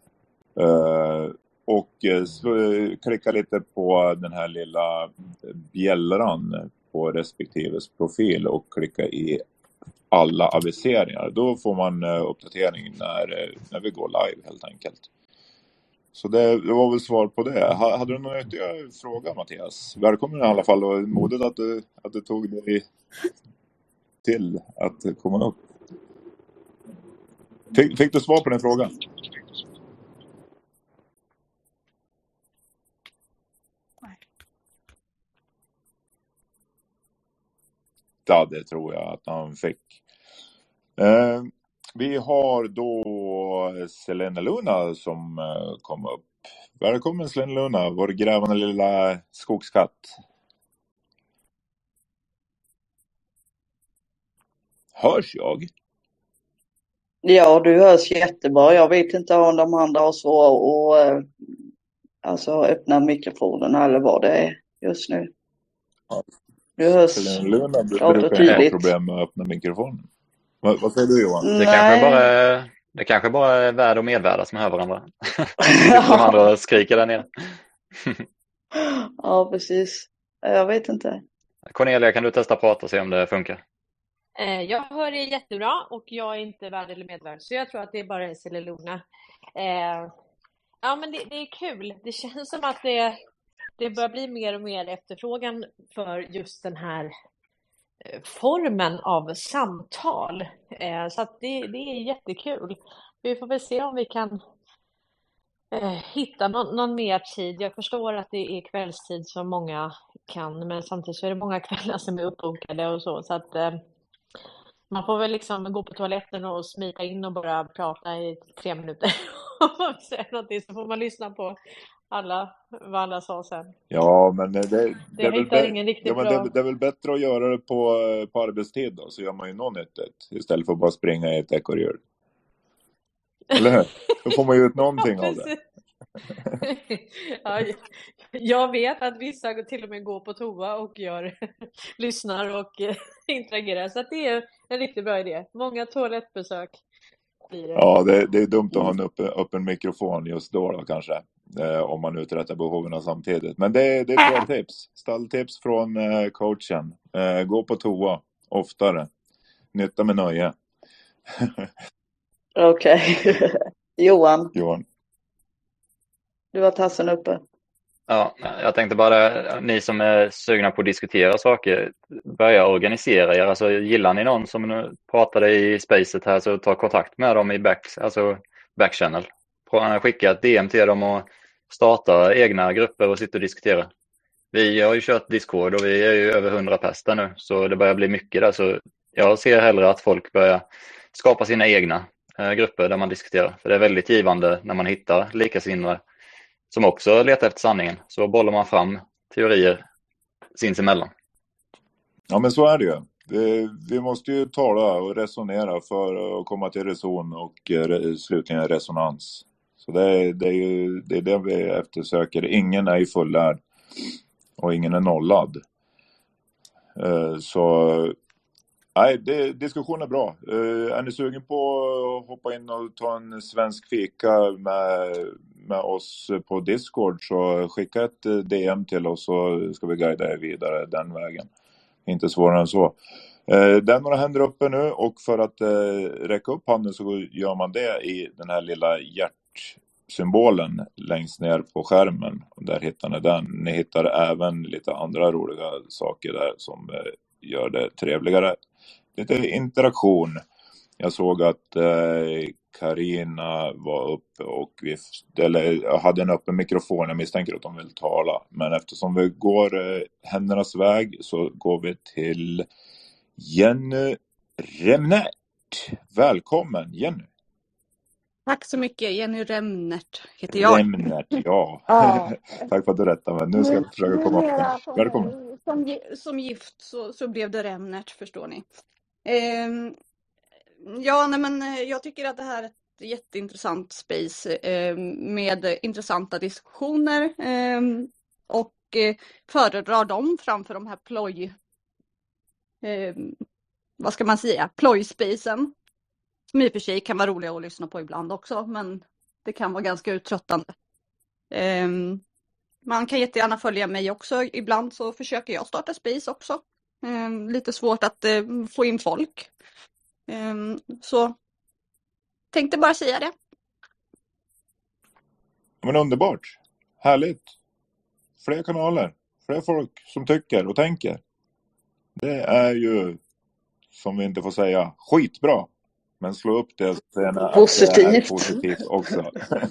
Och klicka lite på den här lilla bjällran på respektives profil och klicka i alla aviseringar. Då får man uppdatering när vi går live helt enkelt. Så det var väl svar på det. Hade du någon ytterligare fråga, Mattias? Välkommen i alla fall, och modigt att du tog dig till att komma upp. Fick du svar på den frågan? Ja, det tror jag att han fick. Vi har då Selena Luna som kom upp. Välkommen Selena Luna, vår grävande lilla skogskatt. Hörs jag? Ja, du hörs jättebra. Jag vet inte om de andra har svårt att alltså öppna mikrofonerna eller vad det är just nu. Ja. Du hörs Luna klart och brukar ha tydligt. problem med att öppna mikrofonen. Vad säger du, Johan? Det kanske bara är värd och medvärda som hör varandra. De andra skriker där nere. Ja, precis. Jag vet inte. Cornelia, kan du testa prata och se om det funkar? Jag hör det jättebra och jag är inte värd eller medvärd. Så jag tror att det är bara en Luna. Ja, men det är kul. Det känns som att det börjar bli mer och mer efterfrågan för just den här formen av samtal. Så att det är jättekul. Vi får väl se om vi kan hitta någon mer tid. Jag förstår att det är kvällstid som många kan, men samtidigt så är det många kvällar som är uppbokade och så att man får väl liksom gå på toaletten och smita in och bara prata i 3 minuter och säga någonting, så får man lyssna på vad alla sa sen. Ja, men det är väl bättre att göra det på arbetstid då, så gör man ju något nyttigt istället för att bara springa i ett ekorrhjul. Eller hur? Då får man ju ut någonting av det. Ja, jag vet att vissa till och med går på toa och lyssnar och interagerar, så att det är en riktigt bra idé. Många toalettbesök blir det. Ja, det är dumt att ha en öppen mikrofon just då kanske, om man uträttar behoven samtidigt. Men det är ett bra tips. Stalltips från coachen. Gå på toa oftare. Nytta med nöje. Okej. Johan. Du har tassen uppe. Ja, jag tänkte bara, ni som är sugna på att diskutera saker, börja organisera er. Alltså, gillar ni någon som pratade i spacet här, så ta kontakt med dem i backchannel. Skicka ett DM till dem och starta egna grupper och sitta och diskutera. Vi har ju kört Discord och vi är ju över 100 pers där nu, så det börjar bli mycket där. Så jag ser hellre att folk börjar skapa sina egna grupper där man diskuterar. För det är väldigt givande när man hittar likasinnade som också letar efter sanningen. Så bollar man fram teorier sinsemellan. Ja, men så är det ju. Vi måste ju tala och resonera för att komma till reson och slutligen resonans. Så det är det vi eftersöker. Ingen är ju fullärd och ingen är nollad. Så nej, diskussion är bra. Är ni sugen på att hoppa in och ta en svensk fika med oss på Discord, så skicka ett DM till oss så ska vi guida er vidare den vägen. Inte svårare än så. Den några händer uppe nu, och för att räcka upp handen så gör man det i den här lilla hjärtsymbolen längst ner på skärmen. Där hittar ni den. Ni hittar även lite andra roliga saker där som gör det trevligare. Lite interaktion. Jag såg att Karina var uppe och hade en öppen mikrofon. Jag misstänker att de vill tala. Men eftersom vi går händernas väg så går vi till Jenny Remnert. Välkommen, Jenny. Tack så mycket. Jenny Remnert heter jag. Remnert, ja. Tack för att du rättade mig. Nu ska jag försöka komma upp. Välkommen. Som gift så blev det Remnert, förstår ni. Ja, nej, men jag tycker att det här är ett jätteintressant space med intressanta diskussioner och föredrar dem framför de här vad ska man säga, plojspacen. Som i och för sig kan vara roliga att lyssna på ibland också, men det kan vara ganska uttröttande. Man kan jättegärna följa mig också. Ibland så försöker jag starta space också. Lite svårt att få in folk. Så tänkte bara säga det. Men underbart. Härligt. Fler kanaler. Fler folk som tycker och tänker. Det är ju, som vi inte får säga, skitbra. Men slå upp det och säga positivt. Det är positivt också.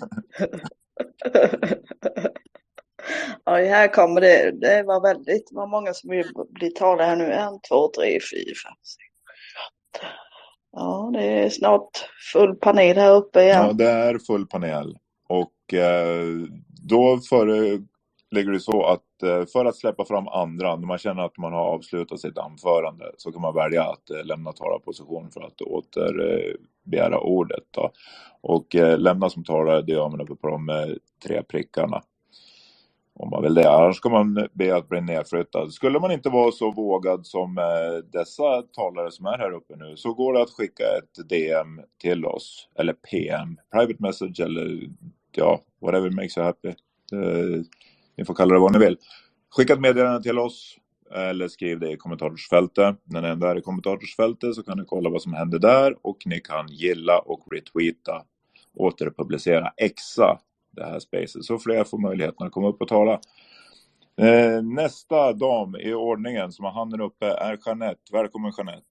Ja, här kommer det. Det var många som vill bli talade här nu. 1, 2, 3, 4, 5, 6, 8. Ja, det är snart full panel här uppe igen. Ja, det är full panel. Och då ligger det så att för att släppa fram andra, när man känner att man har avslutat sitt anförande, så kan man välja att lämna talarposition för att begära ordet då. Och lämna som talare, det gör man uppe på de 3 prickarna. Om man vill det. Annars ska man be att bli nedflyttad. Skulle man inte vara så vågad som dessa talare som är här uppe nu, så går det att skicka ett DM till oss. Eller PM, private message eller whatever makes you happy. Ni får kalla det vad ni vill. Skicka ett meddelande till oss eller skriv det i kommentarsfältet. När ni är där i kommentarsfältet så kan ni kolla vad som händer där, och ni kan gilla och retweeta, återpublicera, exa det här spacet, så fler får möjligheten att komma upp och tala. Nästa dam i ordningen som har handen uppe är Jeanette. Välkommen Jeanette.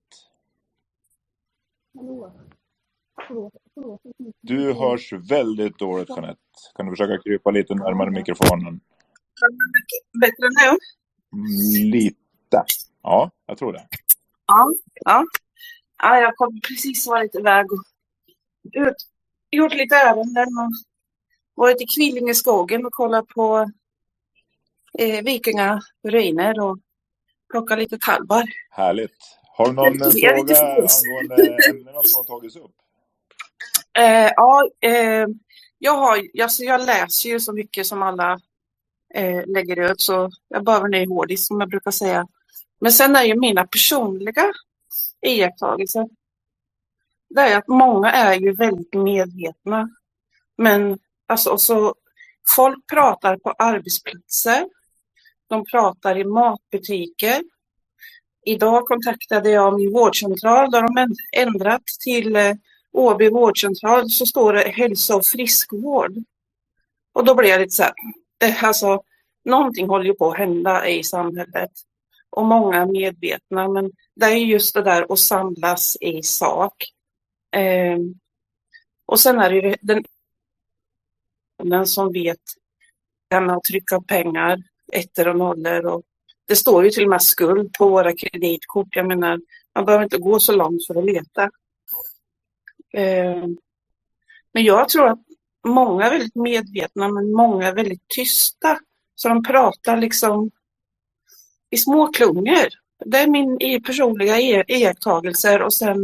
Du hörs väldigt dåligt Jeanette. Kan du försöka krypa lite närmare mikrofonen? Bättre nu? Lite. Ja, jag tror det. Ja, jag kom precis varit iväg och gjort lite ärenden och varit i Kvillingeskogen och kollat på vikingaruiner och plockat lite kalvar. Härligt. Har du någon fråga angående ämnena som har tagits upp? Jag läser ju så mycket som alla lägger ut, så jag behöver en ny hårddisk som jag brukar säga. Men sen är ju mina personliga iakttagelser, det är att många är ju väldigt medvetna. Men alltså, så folk pratar på arbetsplatser, de pratar i matbutiker. Idag kontaktade jag min vårdcentral där de ändrat till Åby vårdcentral, så står det hälso- och friskvård. Och då blir jag lite så här, alltså någonting håller ju på att hända i samhället. Och många är medvetna, men det är just det där att samlas i sak. Och sen är det ju den som vet att trycka pengar, ettor och nollor. Och det står ju till och med skuld på våra kreditkort. Jag menar, man behöver inte gå så långt för att leta. Men jag tror att många är väldigt medvetna, men många är väldigt tysta. Så de pratar liksom i små klungor. Det är min personliga iakttagelser. Och sen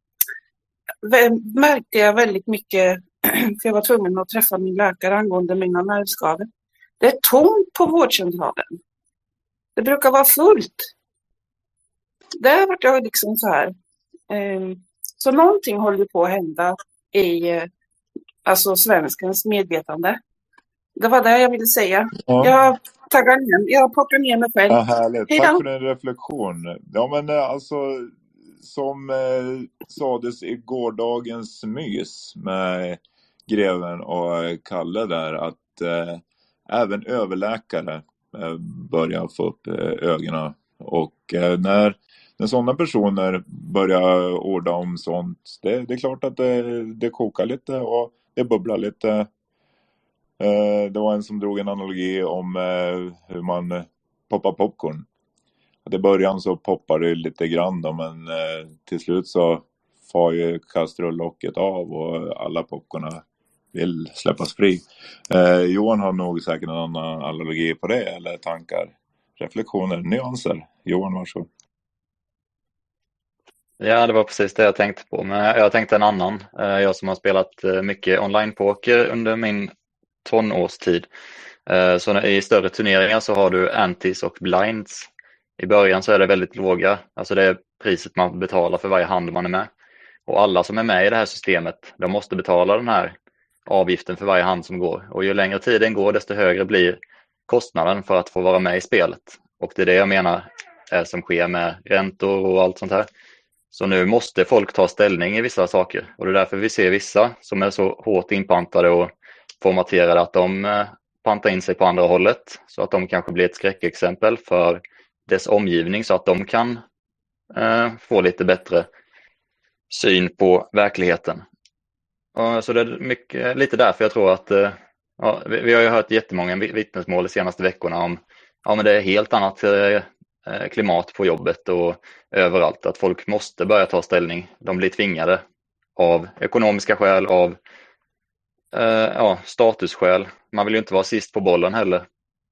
märkte jag väldigt mycket, för jag var tvungen att träffa min läkare angående mina nervskador. Det är tomt på vårdcentralen. Det brukar vara fullt. Där vart jag liksom så här. Så någonting håller på att hända i alltså svenskens medvetande. Det var det jag ville säga. Ja. Jag plockar ner mig själv. Ja, härligt. Hejdå. Tack för din reflektion. Ja, men alltså som sades i gårdagens mys med greven och Kalle där, att även överläkare börjar få upp ögonen. Och när sådana personer börjar orda om sånt, det är klart att det kokar lite och det bubblar lite. Det var en som drog en analogi om hur man poppar popcorn. Att i början så poppar det lite grann då, men till slut så får ju kastrullocket av och alla popcorna vill släppas fri. Johan har nog säkert en annan analogi på det, eller tankar, reflektioner, nyanser. Johan, varsågod. Ja, det var precis det jag tänkte på. Men jag tänkte en annan. Jag som har spelat mycket online-poker under min tonårstid. Så i större turneringar så har du antis och blinds. I början så är det väldigt låga. Alltså det är priset man betalar för varje hand man är med. Och alla som är med i det här systemet, de måste betala den här avgiften för varje hand som går. Och ju längre tiden går, desto högre blir kostnaden för att få vara med i spelet. Och det är det jag menar som sker med räntor och allt sånt här. Så nu måste folk ta ställning i vissa saker. Och det är därför vi ser vissa som är så hårt inpantade och formaterade att de pantar in sig på andra hållet. Så att de kanske blir ett skräckexempel för dess omgivning, så att de kan få lite bättre syn på verkligheten. Så det är lite därför jag tror att vi har ju hört jättemånga vittnesmål de senaste veckorna om men det är helt annat klimat på jobbet och överallt, att folk måste börja ta ställning. De blir tvingade av ekonomiska skäl, av statusskäl. Man vill ju inte vara sist på bollen heller.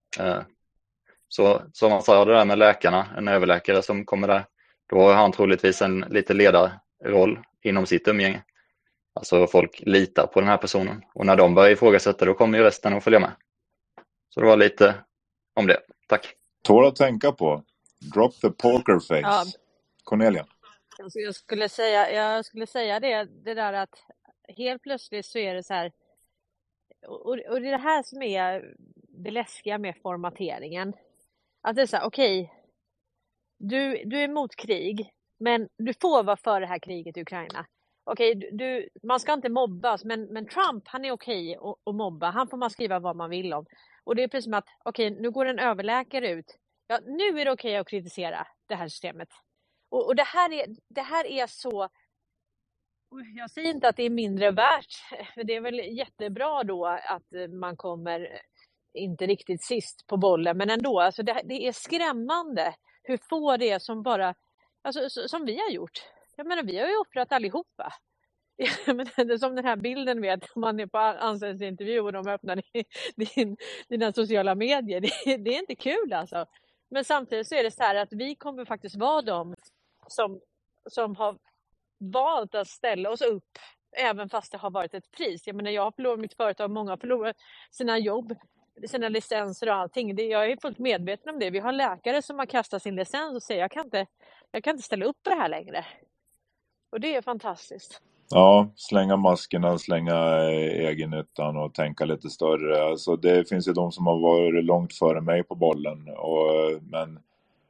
Så som man sa det där med läkarna, en överläkare som kommer där, då har han troligtvis en lite ledarroll inom sitt umgänge. Alltså folk litar på den här personen. Och när de börjar ifrågasätta, då kommer ju resten att följa med. Så det var lite om det. Tack. Tål att tänka på. Drop the poker face. Ja. Cornelia. Jag skulle säga det där att helt plötsligt så är det så här, och det är det här som är det läskiga med formateringen. Att det är så här, okej, du är emot krig, men du får vara för det här kriget i Ukraina. Okej, man ska inte mobbas, men Trump, han är okej att mobba. Han får man skriva vad man vill om. Och det är precis som att, okej, nu går en överläkare ut. Ja, nu är det okej att kritisera det här systemet. Och det här är så... Jag säger inte att det är mindre värt. För det är väl jättebra då att man kommer inte riktigt sist på bollen. Men ändå, alltså det är skrämmande hur få det är som bara... Alltså som vi har gjort. Jag menar, vi har ju offrat allihopa. Det är som den här bilden vet, om man är på anställningsintervju och de öppnar dina sociala medier. Det är inte kul alltså. Men samtidigt så är det så här att vi kommer faktiskt vara de som har valt att ställa oss upp även fast det har varit ett pris. Jag menar, jag har förlorat mitt företag, många har förlorat sina jobb, sina licenser och allting. Jag är fullt medveten om det. Vi har läkare som har kastat sin licens och säger jag kan inte ställa upp på det här längre. Och det är fantastiskt. Ja, slänga maskerna, slänga egennyttan och tänka lite större. Alltså det finns ju de som har varit långt före mig på bollen. Men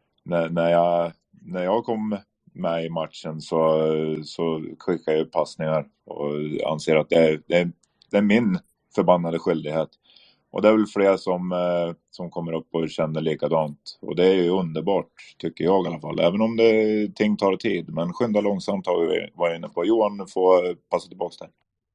när jag kom med i matchen så skickar jag passningar och anser att det är min förbannade skyldighet. Och det är väl fler som kommer upp och känner likadant. Och det är ju underbart, tycker jag i alla fall. Även om ting tar tid. Men skynda långsamt har vi varit inne på. Johan får passa tillbaka där.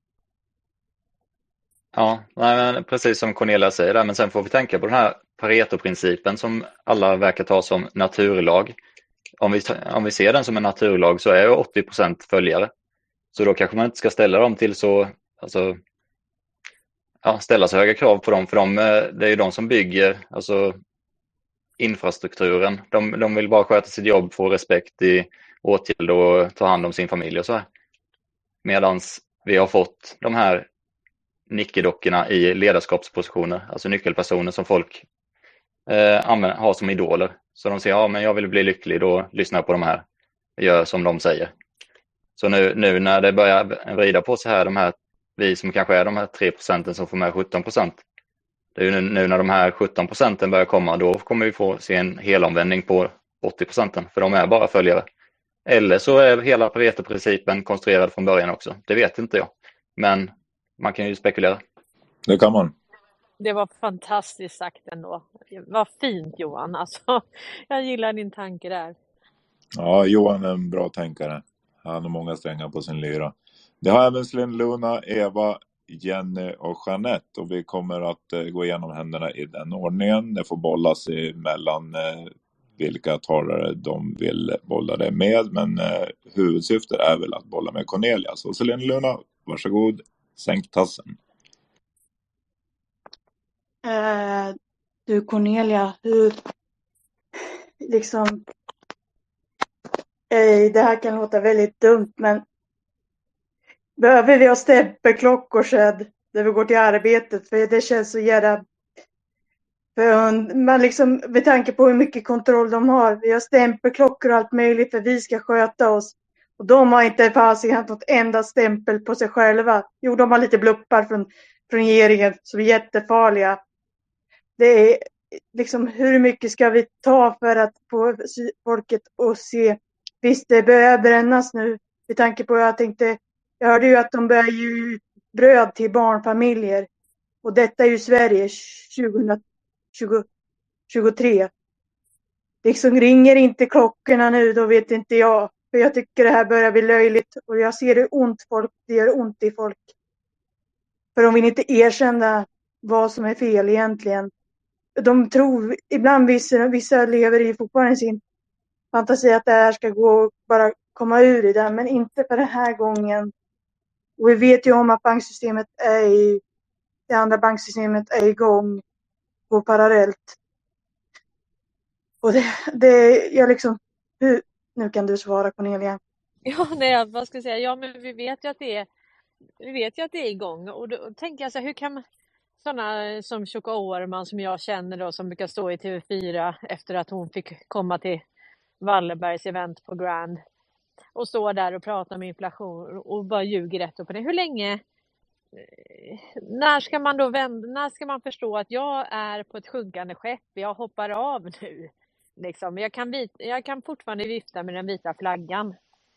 Ja, men precis som Cornelia säger där. Men sen får vi tänka på den här Pareto-principen som alla verkar ta som naturlag. Om vi ser den som en naturlag så är 80% följare. Så då kanske man inte ska ställa dem till så... Alltså, ställa så höga krav på dem, för det är ju de som bygger alltså, infrastrukturen. De vill bara sköta sitt jobb, få respekt i åtgärd och ta hand om sin familj och så här. Medans vi har fått de här nickedockorna i ledarskapspositioner, alltså nyckelpersoner som folk har som idoler. Så de säger, men jag vill bli lycklig, då lyssnar jag på de här, gör som de säger. Så nu när det börjar vrida på så här, de här vi som kanske är de här 3% som får med 17%. Det är ju nu när de här 17% börjar komma, då kommer vi få se en helomvändning på 80%, för de är bara följare. Eller så är hela Pareto-principen konstruerad från början också. Det vet inte jag. Men man kan ju spekulera. Det kan man. Det var fantastiskt sagt ändå. Vad fint Johan. Alltså, jag gillar din tanke där. Ja, Johan är en bra tänkare. Han har många strängar på sin lyra. Det har även Slen, Luna, Eva, Jenny och Jeanette. Och vi kommer att gå igenom händerna i den ordningen. Det får bollas mellan vilka talare de vill bolla det med. Men huvudsyftet är väl att bolla med Cornelia. Så Slen, Luna, varsågod. Sänk tassen. Du Cornelia, hur liksom... det här kan låta väldigt dumt, men behöver vi ha stämpelklockor så där vi går till arbetet? För det känns så jävla... För man liksom, med tanke på hur mycket kontroll de har. Vi har stämpelklockor och allt möjligt för vi ska sköta oss. Och de har inte haft något enda stämpel på sig själva. Jo, de har lite bluppar från regeringen som är jättefarliga. Det är liksom, hur mycket ska vi ta för att få folket att se? Visst, det börjar brännas nu. Med tanke på att jag hörde ju att de börjar ge bröd till barnfamiljer. Och detta är ju Sverige 2023. Liksom ringer inte klockorna nu, då vet inte jag. För jag tycker det här börjar bli löjligt. Och jag ser hur det gör ont i folk. För de vill inte erkänna vad som är fel egentligen. De tror, ibland vissa lever i fortfarande sin fantasi att det här ska gå bara komma ur i det. Men inte för den här gången. Och vi vet ju om att det andra banksystemet är igång. går parallellt. Och jag liksom, nu kan du svara, Cornelia. Ja, nej, vad ska jag säga? Ja, men vi vet ju att det är igång. Och då tänker jag så här, hur kan man, sådana som Tjocka Årman som jag känner då, som brukar stå i TV4 efter att hon fick komma till Wallenbergs event på Grand och stå där och prata om inflation och bara ljuger rätt upp på det. Hur länge, när ska man då när ska man förstå att jag är på ett sjunkande skepp, jag hoppar av nu? Liksom. Jag kan fortfarande vifta med den vita flaggan.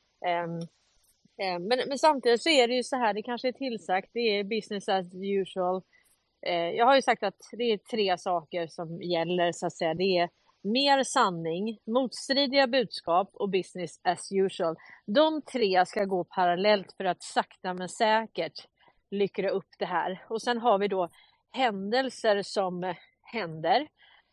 Men samtidigt så är det ju så här, det kanske är tillsagt, det är business as usual. Jag har ju sagt att det är 3 saker som gäller, så att säga. Det är mer sanning, motstridiga budskap och business as usual. De 3 ska gå parallellt för att sakta men säkert lyckra upp det här. Och sen har vi då händelser som händer,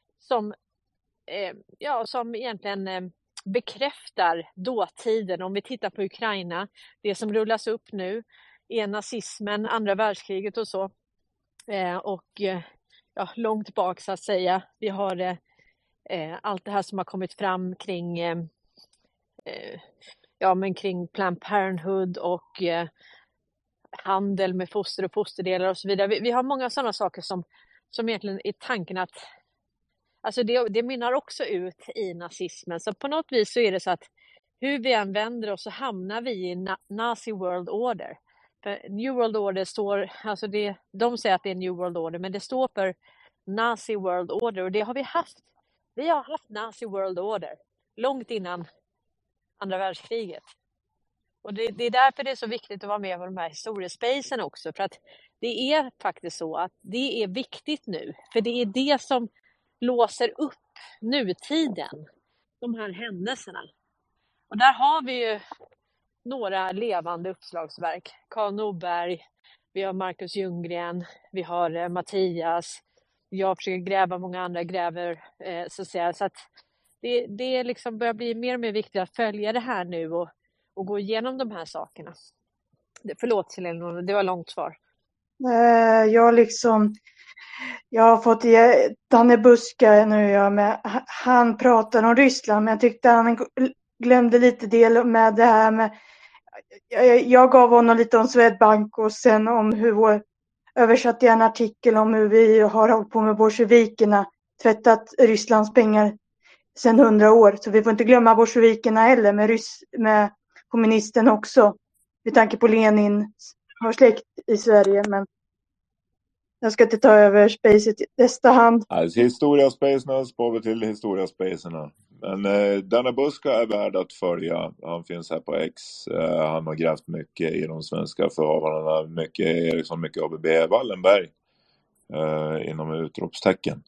som egentligen bekräftar dåtiden. Om vi tittar på Ukraina, det som rullas upp nu är nazismen, andra världskriget och så. Långt bak, så att säga. Vi har allt det här som har kommit fram kring kring Planned Parenthood och handel med foster och fosterdelar och så vidare. Vi har många sådana saker som egentligen är tanken att, alltså det mynnar också ut i nazismen. Så på något vis så är det så att hur vi än vänder oss så hamnar vi i Nazi World Order. För New World Order står, alltså de säger att det är New World Order, men det står för Nazi World Order, och det har vi haft. Vi har haft Nazi World Order långt innan andra världskriget. Och det är därför det är så viktigt att vara med på de här historiespacen också. För att det är faktiskt så att det är viktigt nu. För det är det som låser upp nutiden. De här händelserna. Och där har vi ju några levande uppslagsverk. Carl Norberg, vi har Marcus Ljunggren, vi har Mattias. Jag försöker gräva, många andra gräver, så att säga. Så att det liksom börjar bli mer och mer viktigt att följa det här nu och gå igenom de här sakerna. Förlåt Helena, det var långt svar. Jag har fått Danne Buska nu med. Han pratar om Ryssland, men jag tyckte han glömde lite del med det här med. Jag gav honom lite om Swedbank och sen om hur översatte jag en artikel om hur vi har hållit på med bolsjevikerna, tvättat Rysslands pengar sedan 100 år. Så vi får inte glömma bolsjevikerna heller, med kommunisten också. Med tanke på Lenin har släkt i Sverige, men jag ska inte ta över spacet i nästa hand. Alltså historia-spacerna spar vi till historia-spacerna. Men Danne Buska är värd att följa. Han finns här på X. Han har grävt mycket i de svenska förhållandena. Mycket Eriksson, mycket ABB Wallenberg. Inom utropstecken.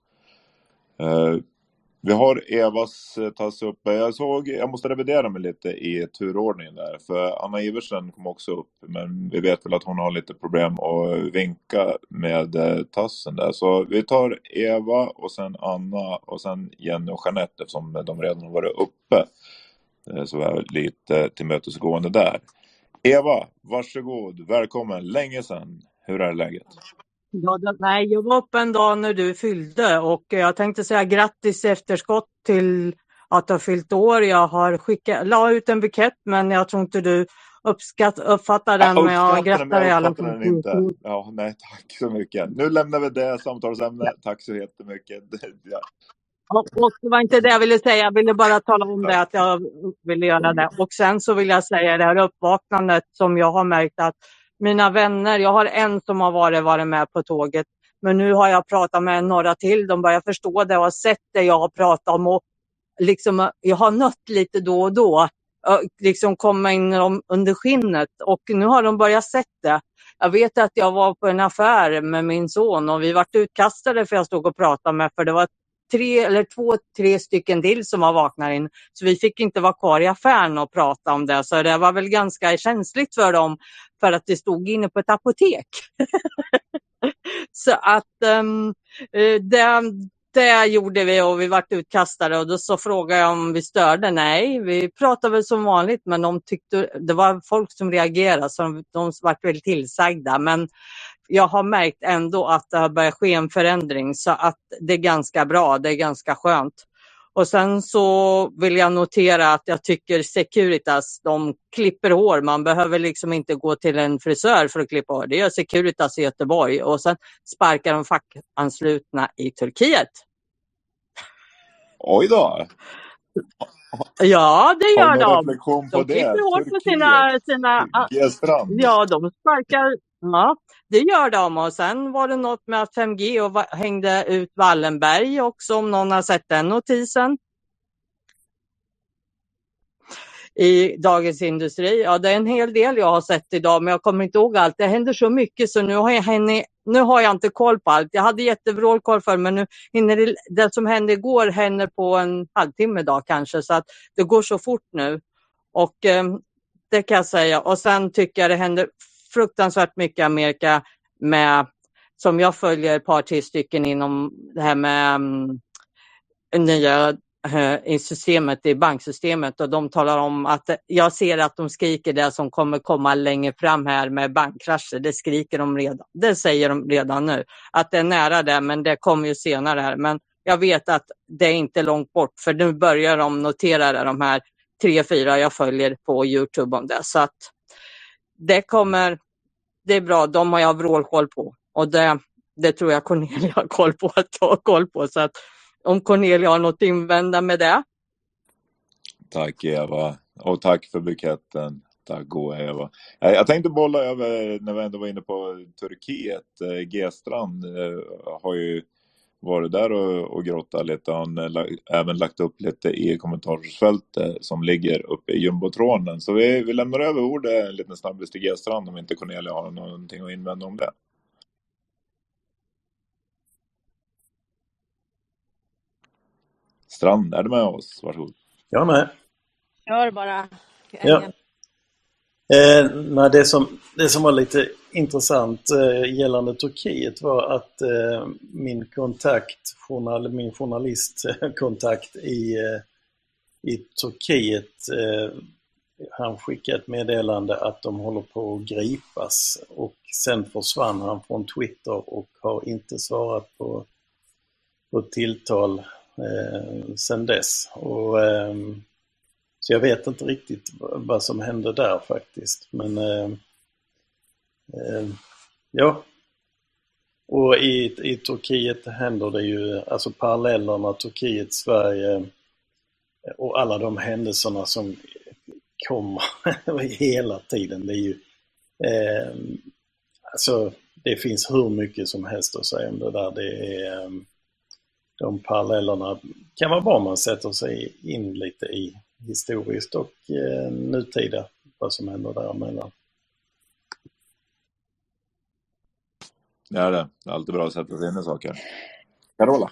Vi har Evas tas upp. Jag måste revidera mig lite i turordningen där. För Anna Iversen kom också upp. Men vi vet väl att hon har lite problem att vinka med tassen där. Så vi tar Eva och sen Anna och sen Jenny och Jeanette, eftersom de redan har varit uppe. Så vi är lite tillmötesgående där. Eva, varsågod. Välkommen. Länge sedan. Hur är läget? Jag var uppe en dag när du fyllde och jag tänkte säga grattis efterskott till att du har fyllt år. Jag har la ut en bukett, men jag tror inte du uppfattar den, men jag grattar i alla fall. Ja, nej, tack så mycket. Nu lämnar vi det samtalsämnet. Tack så jättemycket. Ja. Och det var inte det jag ville säga. Jag ville bara tala om det, att jag ville göra det. Och sen så vill jag säga det här uppvaknandet som jag har märkt att mina vänner, jag har en som har varit med på tåget, men nu har jag pratat med några till. De börjar förstå det och har sett det jag har pratat om, och liksom, jag har nött lite då och då, liksom komma in under skinnet, och nu har de börjat sett det. Jag vet att jag var på en affär med min son och vi vart utkastade för jag stod och pratade med, för det var 2-3 stycken till som var vaknar in. Så vi fick inte vara kvar i affären och prata om det. Så det var väl ganska känsligt för dem, för att det stod inne på ett apotek. Så att det gjorde vi, och vi vart utkastade, och då så frågade jag om vi störde. Nej, vi pratade väl som vanligt, men de tyckte, det var folk som reagerade, så de vart väl tillsagda. Men jag har märkt ändå att det har börjat ske en förändring, så att det är ganska bra, det är ganska skönt. Och sen så vill jag notera att jag tycker Securitas, de klipper hår. Man behöver liksom inte gå till en frisör för att klippa hår. Det gör Securitas i Göteborg. Och sen sparkar de fackanslutna i Turkiet. Oj då! Ja, det Har gör du någon de. reflektion på De det? klipper hår på Turkiet, sina G-strand. ja, de sparkar. Ja, det gör de. Och sen var det något med att 5G och hängde ut Wallenberg också, om någon har sett den notisen. I Dagens Industri. Ja, det är en hel del jag har sett idag, men jag kommer inte ihåg allt. Det händer så mycket så nu har jag inte koll på allt. Jag hade jättebra koll för, men nu hinner det som hände igår händer på en halvtimme idag kanske, så att det går så fort nu. Och det kan jag säga. Och sen tycker jag det händer fruktansvärt mycket i Amerika med, som jag följer ett par till stycken inom det här med nya i systemet, i banksystemet, och de talar om att jag ser att de skriker det som kommer komma längre fram här med bankkrascher. Det skriker de redan. Det säger de redan nu. Att det är nära det, men det kommer ju senare här. Men jag vet att det är inte långt bort, för nu börjar de notera det, de här 3-4 jag följer på YouTube om det. Så att det är bra. De har jag vrålkoll på. Och det tror jag Cornelia har koll på. Så att om Cornelia har något att invända med det. Tack Eva. Och tack för buketten. Tack goa Eva. Jag tänkte bolla över, när vi ändå var inne på Turkiet. G-strand har ju varit där och grottat lite. Han har även lagt upp lite i kommentarsfältet som ligger uppe i jumbotronen. Så vi lämnar över ordet en liten snabbis till G-strand om inte Cornelia har någonting att invända om det. Strand, är du med oss? Varsågod. Jag med. Kör bara. Ja. Nej, det som var lite intressant gällande Turkiet var att min journalistkontakt i Turkiet, han skickade ett meddelande att de håller på att gripas, och sen försvann han från Twitter och har inte svarat på tilltal sen dess. Och så jag vet inte riktigt vad som händer där faktiskt. Men ja. Och i Turkiet händer det ju, alltså parallellerna Turkiet, Sverige och alla de händelserna som kommer hela tiden. Det är ju alltså det finns hur mycket som helst att säga om det där. Det är de parallellerna kan vara bra om man sätter sig in lite i historiskt och nutida, vad som händer däremellan. Ja, det är alltid bra att sätta sig in i saker. Carola?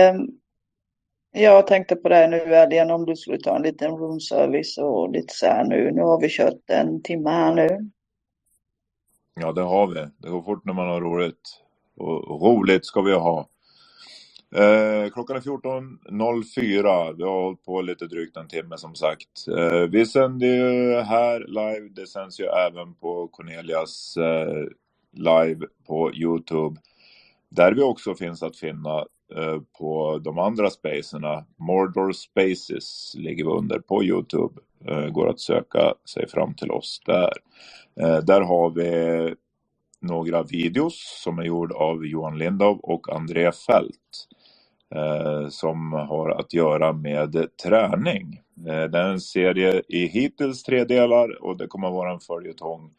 Jag tänkte på det nu, Elian, om du skulle ta en liten room service och lite så här nu. Nu har vi kört en timme här nu. Ja, det har vi. Det går fort när man har roligt. Och roligt ska vi ha. Klockan är 14.04. Vi har hållit på lite drygt en timme som sagt. Vi sänder ju här live. Det sänds ju även på Cornelias live på YouTube. Där vi också finns att finna på de andra spacerna. Mordor Spaces ligger vi under på YouTube. Går att söka sig fram till oss där. Där har vi några videos som är gjord av Johan Lindov och André Fält. Som har att göra med träning. Det är en serie i hittills 3 delar och det kommer att vara en följetong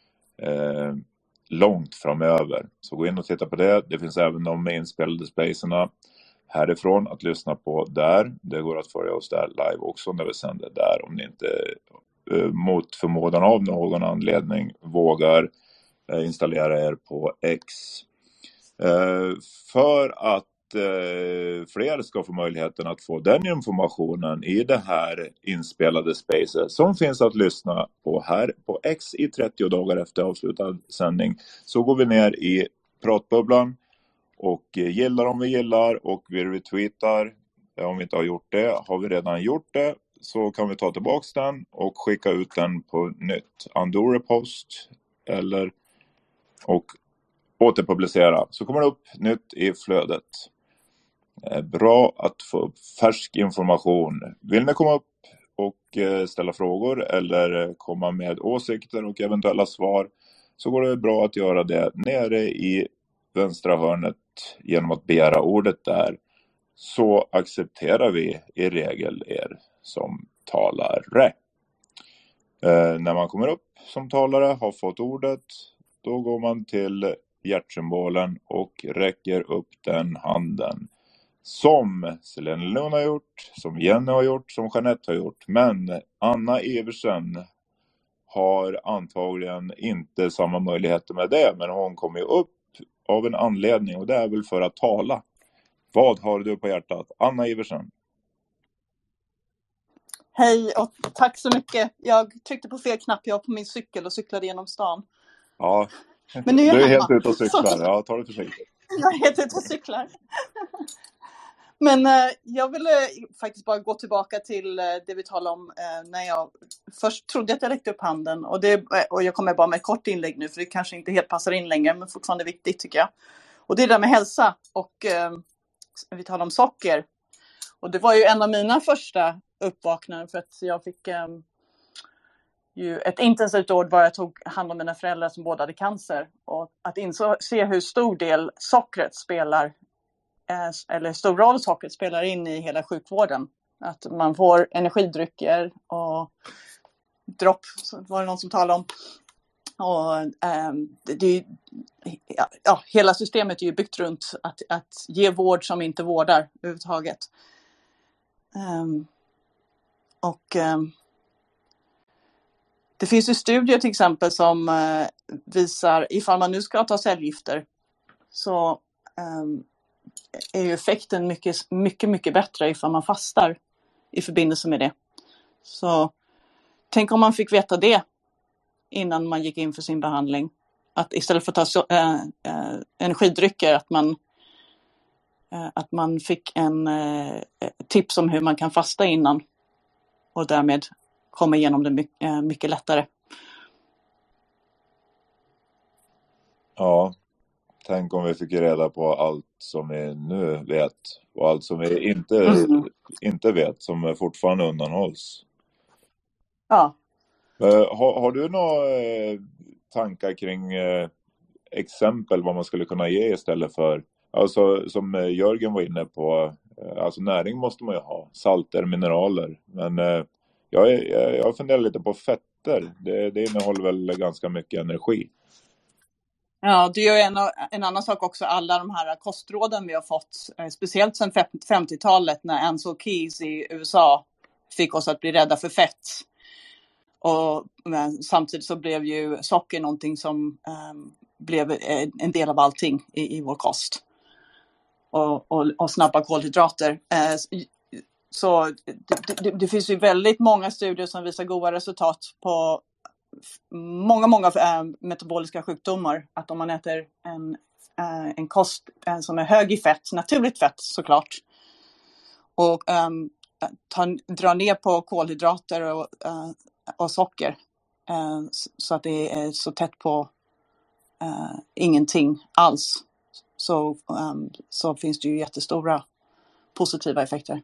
långt framöver. Så gå in och titta på det. Det finns även de inspelade spacerna härifrån att lyssna på där. Det går att följa oss där live också när vi sänder där, om ni inte mot förmodan av någon anledning vågar installera er på X. För att fler ska få möjligheten att få den informationen i det här inspelade spacet som finns att lyssna på här på X i 30 dagar efter avslutad sändning, så går vi ner i pratbubblan och gillar om vi gillar och vi retweetar om vi inte har gjort det. Har vi redan gjort det så kan vi ta tillbaka den och skicka ut den på nytt. Undo repost eller och återpublicera så kommer det upp nytt i flödet. Bra att få upp färsk information. Vill ni komma upp och ställa frågor eller komma med åsikter och eventuella svar så går det bra att göra det nere i vänstra hörnet genom att begära ordet där. Så accepterar vi i regel er som talare. När man kommer upp som talare, har fått ordet, då går man till hjärtsymbolen och räcker upp den handen. Som Selene Lund har gjort, som Jenny har gjort, som Jeanette har gjort. Men Anna Eversen har antagligen inte samma möjligheter med det. Men hon kommer ju upp av en anledning och det är väl för att tala. Vad har du på hjärtat? Anna Eversen. Hej och tack så mycket. Jag tryckte på fel knapp. Jag var på min cykel och cyklade genom stan. Ja, Men nu är jag du är hemma. helt ute och cyklar. Så- Ja, ta det försiktigt. Jag är helt ute och cyklar. Men jag ville faktiskt bara gå tillbaka till det vi talade om när jag först trodde att jag räckte upp handen. Och jag kommer bara med ett kort inlägg nu för det kanske inte helt passar in längre men fortfarande viktigt tycker jag. Och det är det där med hälsa och vi talar om socker. Och det var ju en av mina första uppvaknanden för att jag fick ju ett intensivt år var jag tog hand om mina föräldrar som båda hade cancer. Och att se hur stor del sockret spelar eller stor roll sockret spelar in i hela sjukvården. Att man får energidrycker och dropp, var det någon som talade om. Och hela systemet är ju byggt runt att ge vård som inte vårdar överhuvudtaget. Det finns ju studier till exempel som visar ifall man nu ska ta cellgifter så är ju effekten mycket bättre ifall man fastar i förbindelse med det. Så tänk om man fick veta det innan man gick in för sin behandling. Att istället för att ta energidrycker att man fick en tips om hur man kan fasta innan och därmed komma igenom det mycket lättare. Ja, tänk om vi fick reda på allt som vi nu vet och allt som vi inte vet som fortfarande undanhålls. Ja. Har du några tankar kring exempel vad man skulle kunna ge istället för, alltså som Jörgen var inne på, alltså näring måste man ju ha, salter, mineraler, men jag funderar lite på fetter, det innehåller väl ganska mycket energi. Ja, det är ju en annan sak också, alla de här kostråden vi har fått, speciellt sedan 50-talet när Ancel Keys i USA fick oss att bli rädda för fett. Men samtidigt så blev ju socker någonting som blev en del av allting i vår kost. Och snabba kolhydrater. Så det finns ju väldigt många studier som visar goda resultat på många metaboliska sjukdomar. Att om man äter en kost som är hög i fett, naturligt fett såklart. Och dra ner på kolhydrater och socker. Så att det är så tätt på ingenting alls. Så finns det ju jättestora positiva effekter.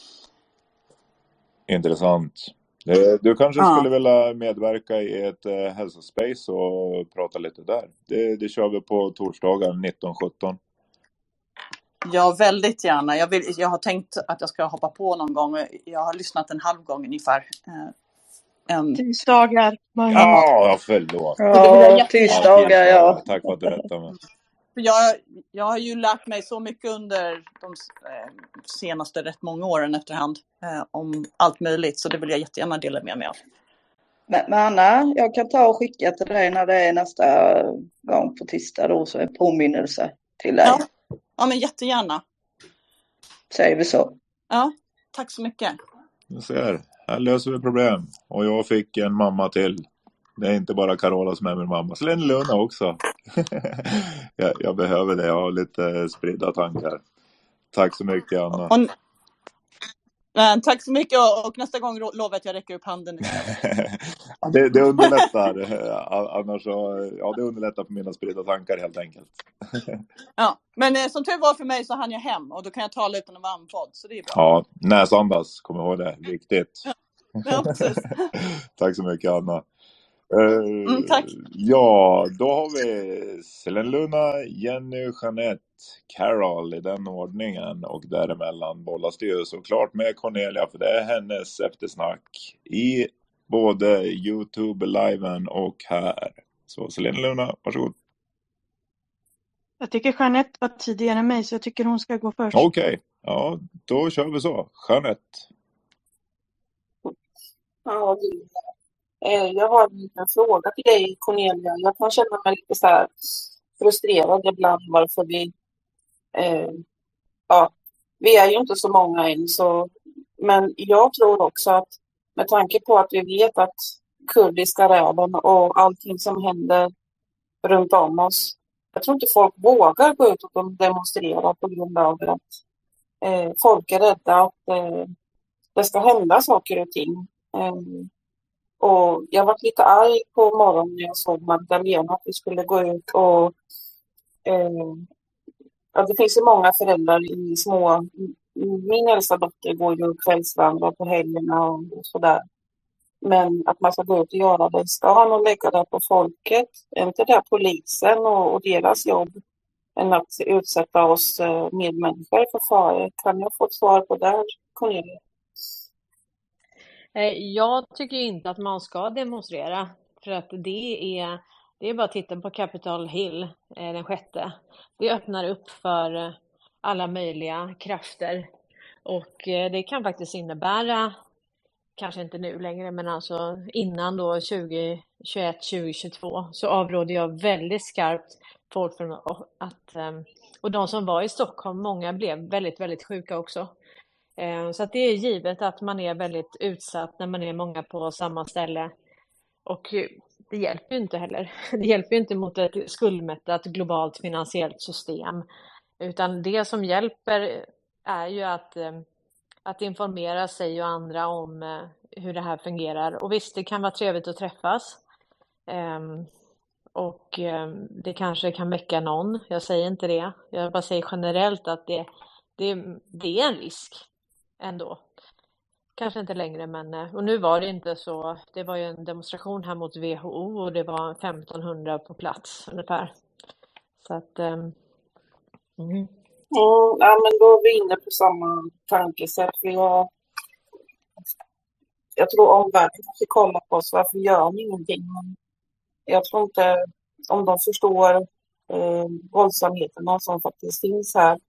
Intressant. Du kanske skulle vilja medverka i ett hälsospace och prata lite där. Det kör vi på torsdagar 19:17. Ja, väldigt gärna. Jag har tänkt att jag ska hoppa på någon gång. Jag har lyssnat en halv gång ungefär. Tisdagar. Ja, förlåt. Ja, tisdagar, ja. Tack för att du rättade mig. Jag har ju lärt mig så mycket under de senaste rätt många åren efterhand om allt möjligt. Så det vill jag jättegärna dela med mig av. Men Anna, jag kan ta och skicka till dig när det är nästa gång på tisdag då, så är påminnelse till dig. Ja, men jättegärna. Säger vi så. Ja, tack så mycket. Du ser, här löser vi problem. Och jag fick en mamma till. Det är inte bara Carola som är min mamma. Selene Lund också. jag behöver det. Jag har lite spridda tankar. Tack så mycket, Anna. Tack så mycket och nästa gång lovar jag att jag räcker upp handen. Ja, det underlättar. Annars så, ja, det underlättar för mina spridda tankar helt enkelt. Ja, men som tur var för mig så hann jag hem och då kan jag tala utan att vara andfådd, så det är bra. Ja, näsandas, kom ihåg det. Viktigt. Ja, precis. Tack så mycket, Anna. Tack. Ja, då har vi Selene Luna, Jenny, Jeanette, Carol i den ordningen, och däremellan bollas det ju såklart med Cornelia, för det är hennes eftersnack i både YouTube-liven och här. Så Selene Luna, varsågod. Jag tycker Jeanette var tidigare än mig, så jag tycker hon ska gå först. Okej, ja, då kör vi så. Jeanette. Ja, jag har en liten fråga till dig, Cornelia. Jag kan känna mig lite så här frustrerad ibland varför vi är ju inte så många än, så, men jag tror också att med tanke på att vi vet att kurdiska räden och allting som händer runt om oss, jag tror inte folk vågar gå ut och demonstrera på grund av att folk är rädda att det ska hända saker och ting. Och jag var lite arg på morgonen när jag såg Magdalena att vi skulle gå ut och det finns ju många föräldrar i min äldsta dotter går ju kvällsvandrar på helgerna och sådär. Men att man ska gå ut och göra det i stan och lägga det på folket, är inte det polisen och deras jobb än att utsätta oss medmänniskor för fara? Kan jag få ett svar på det, Cornelia? Jag tycker inte att man ska demonstrera, för att det är bara att titta på Capitol Hill den 6:e. Det öppnar upp för alla möjliga krafter, och det kan faktiskt innebära, kanske inte nu längre, men alltså innan då 2021, 2022, så avråder jag väldigt skarpt folk från att, och de som var i Stockholm, många blev väldigt, väldigt sjuka också. Så att det är givet att man är väldigt utsatt när man är många på samma ställe. Och det hjälper ju inte heller. Det hjälper ju inte mot ett skuldmättat globalt finansiellt system. Utan det som hjälper är ju att informera sig och andra om hur det här fungerar. Och visst, det kan vara trevligt att träffas. Och det kanske kan väcka någon. Jag säger inte det. Jag bara säger generellt att det är en risk ändå. Kanske inte längre, men och nu var det inte så. Det var ju en demonstration här mot WHO och det var 1500 på plats ungefär. Så att ja, men då är vi inne på samma tankesätt. För jag tror omvärlden måste kolla på oss. Varför gör ni ingenting? Men jag tror inte om de förstår våldsamheterna som faktiskt finns här.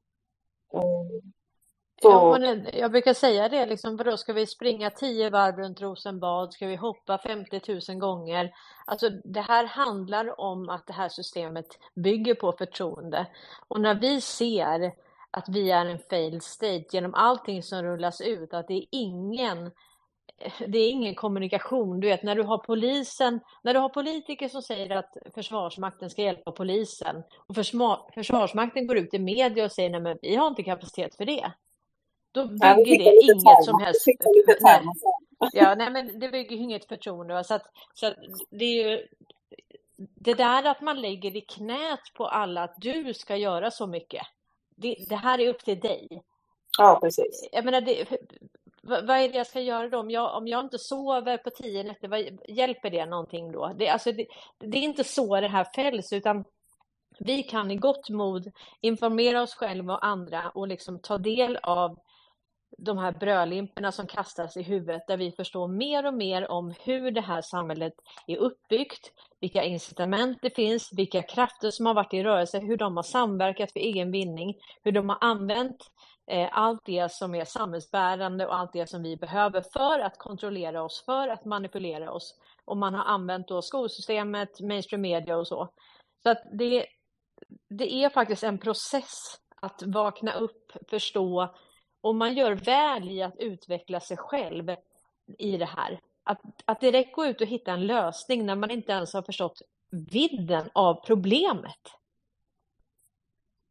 Ja, men jag brukar säga det, liksom, vadå, ska vi springa 10 varv runt Rosenbad? Ska vi hoppa 50 000 gånger? Alltså, det här handlar om att det här systemet bygger på förtroende. Och när vi ser att vi är en failed state genom allting som rullas ut, att det är ingen kommunikation. Du vet, när du har politiker som säger att Försvarsmakten ska hjälpa polisen, och Försvarsmakten går ut i media och säger nej, men vi har inte kapacitet för det. Då bygger det inget som helst. Nej, men det bygger inget förtroende. Så det är ju det där att man lägger i knät på alla att du ska göra så mycket. Det här är upp till dig. Ja, precis. Jag menar, vad är det jag ska göra då? Om jag inte sover på 10 nätter, vad hjälper det någonting då? Det är inte så det här fälls, utan vi kan i gott mod informera oss själva och andra och liksom ta del av de här brödlimporna som kastas i huvudet, där vi förstår mer och mer om hur det här samhället är uppbyggt, vilka incitament det finns, vilka krafter som har varit i rörelse, hur de har samverkat för egen vinning, hur de har använt allt det som är samhällsbärande och allt det som vi behöver för att kontrollera oss, för att manipulera oss. Och man har använt då skolsystemet, mainstream media och så. Så att det är faktiskt en process att vakna upp, förstå, och man gör väl i att utveckla sig själv i det här. Att direkt gå ut och hitta en lösning när man inte ens har förstått vidden av problemet.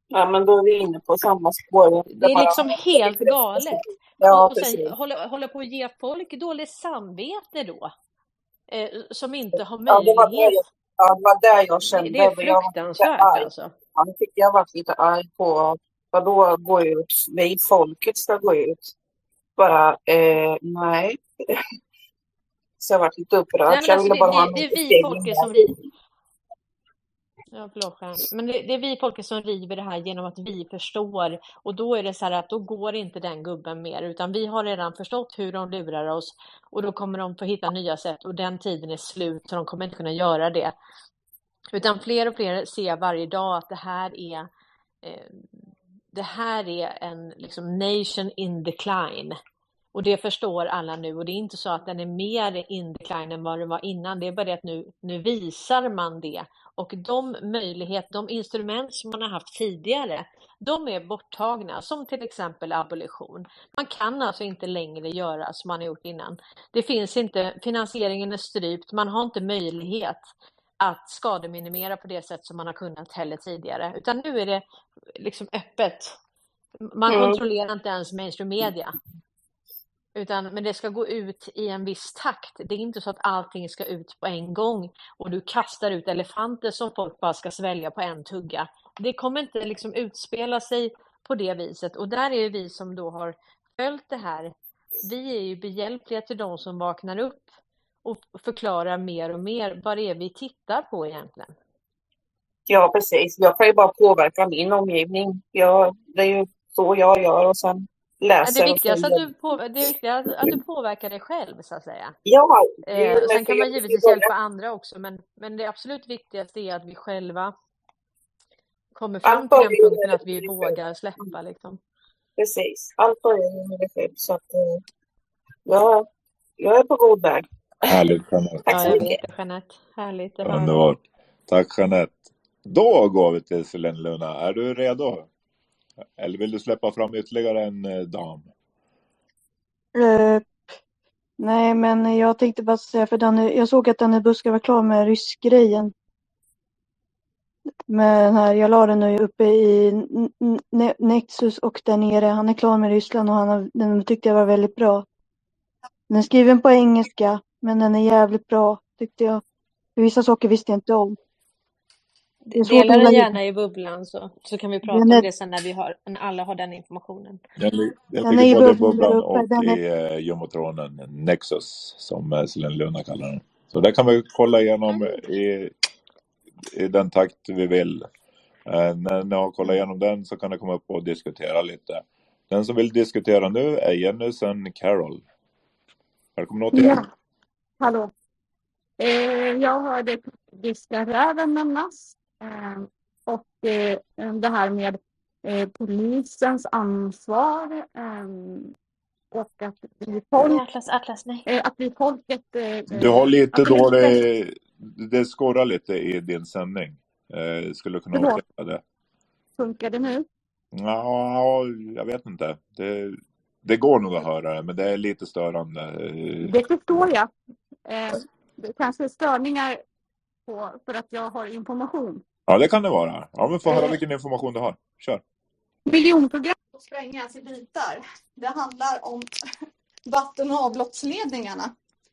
Ja, men då är vi inne på samma spår. Det är liksom helt galet. Ja, Och sen precis. hålla på att ge folk dåligt samvete då. Som inte har Ja, det möjlighet. var där jag kände. Det är Jag var lite fruktansvärt arg. alltså. Jag var lite arg på vad då gå ut. Vi folket ska gå ut. Bara, nej. Så jag var lite upprörd. Nej, men alltså, det är vi folket som river. Ja, förlåt. Men det är vi folket som river det här genom att vi förstår. Och då är det så här att då går inte den gubben mer. Utan vi har redan förstått hur de lurar oss. Och då kommer de få hitta nya sätt. Och den tiden är slut så de kommer inte kunna göra det. Utan fler och fler ser varje dag att det här är en liksom nation in decline. Och det förstår alla nu. Och det är inte så att den är mer in decline än vad det var innan. Det är bara det att nu visar man det. Och de instrument som man har haft tidigare, de är borttagna. Som till exempel abolition. Man kan alltså inte längre göra som man har gjort innan. Det finns inte, finansieringen är strypt. Man har inte möjlighet att skademinimera på det sätt som man har kunnat heller tidigare. Utan nu är det liksom öppet. Man kontrollerar inte ens mainstream media. Men det ska gå ut i en viss takt. Det är inte så att allting ska ut på en gång. Och du kastar ut elefanter som folk bara ska svälja på en tugga. Det kommer inte liksom utspela sig på det viset. Och där är vi som då har följt det här. Vi är ju behjälpliga till de som vaknar upp. Och förklarar mer och mer vad det är vi tittar på egentligen. Ja, precis. Jag kan ju bara påverka min omgivning. Det är ju så jag gör och sen läser. Det viktigaste att du påverkar dig själv så att säga. Ja. Sen kan man givetvis hjälpa andra också. Men det absolut viktigaste är att vi själva kommer fram till den punkten att vi vågar släppa liksom. Precis. Allt börjar med dig själv. Så att jag är på god väg. Härligt, Jeanette. Tack så mycket. Jeanette. Härligt. Underbart. Tack, Jeanette. Då går vi till Selene Luna. Är du redo? Eller vill du släppa fram ytterligare en dam? Nej, men jag tänkte bara säga för jag såg att Danne Buskar var klar med ryskgrejen. Med den här, jag la den nu uppe i Nexus och där nere. Han är klar med Ryssland och den tyckte jag var väldigt bra. Den är skriven på engelska, men den är jävligt bra tyckte jag. För vissa saker visste jag inte om. Dela den gärna i bubblan så kan vi prata om det sen när alla har den informationen. Jag ligger både i bubblan och i Jumotronen Nexus som Selene Luna kallar den. Så där kan vi kolla igenom i den takt vi vill. När ni har kollat igenom den så kan ni komma upp och diskutera lite. Den som vill diskutera nu är Jenny sen Carol. Välkommen åt igen. Ja, hallå. Jag hörde Diska räven nämnas. Och det här med polisens ansvar. Och att vi Atlas, nej. Att vi folket... Du har lite dålig... Det skorrar lite i din sändning. Skulle kunna åtgärda det. Funkar det nu? Ja, jag vet inte. Det går nog att höra det, men det är lite störande. Det förstår jag. Det kanske är störningar för att jag har information. Ja, det kan det vara. Ja, men få höra vilken information du har. Kör. Miljonprogram sprängas i bitar. Det handlar om vatten- och avloppsledningarna.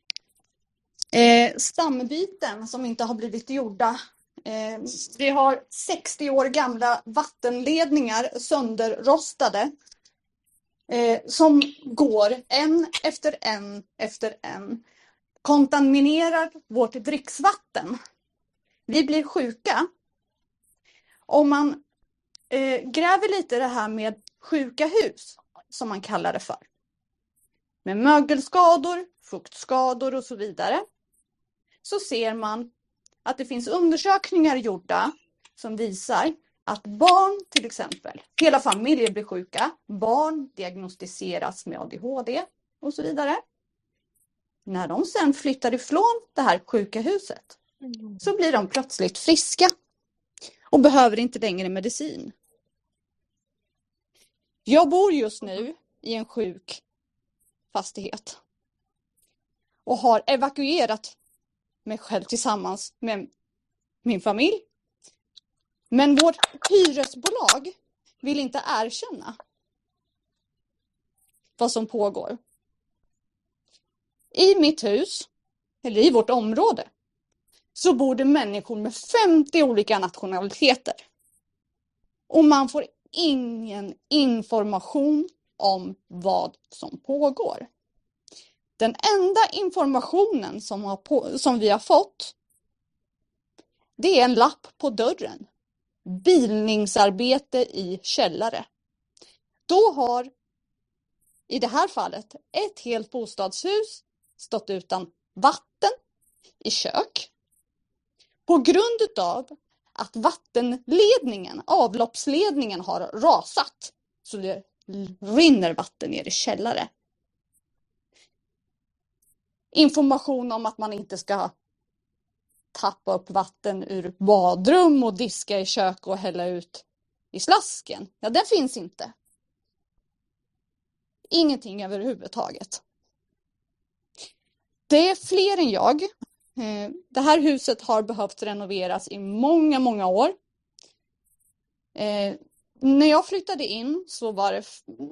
Stambyten som inte har blivit gjorda. Vi har 60 år gamla vattenledningar sönderrostade. Som går en efter en. Kontaminerar vårt dricksvatten. Vi blir sjuka. Om man gräver lite det här med sjuka hus, som man kallar det för. Med mögelskador, fuktskador och så vidare. Så ser man att det finns undersökningar gjorda som visar att barn till exempel, hela familjer blir sjuka. Barn diagnostiseras med ADHD och så vidare. När de sen flyttar ifrån det här sjuka huset så blir de plötsligt friska och behöver inte längre medicin. Jag bor just nu i en sjuk fastighet och har evakuerat mig själv tillsammans med min familj. Men vårt hyresbolag vill inte erkänna vad som pågår. I mitt hus, eller i vårt område, så bor det människor med 50 olika nationaliteter. Och man får ingen information om vad som pågår. Den enda informationen som vi har fått, det är en lapp på dörren. Bildningsarbete i källare. Då har, i det här fallet, ett helt bostadshus stått utan vatten i kök. På grund av att vattenledningen, avloppsledningen har rasat. Så det rinner vatten ner i källare. Information om att man inte ska tappa upp vatten ur badrum och diska i kök och hälla ut i slasken. Ja, den finns inte. Ingenting överhuvudtaget. Det är fler än jag. Det här huset har behövt renoveras i många, många år. När jag flyttade in så var det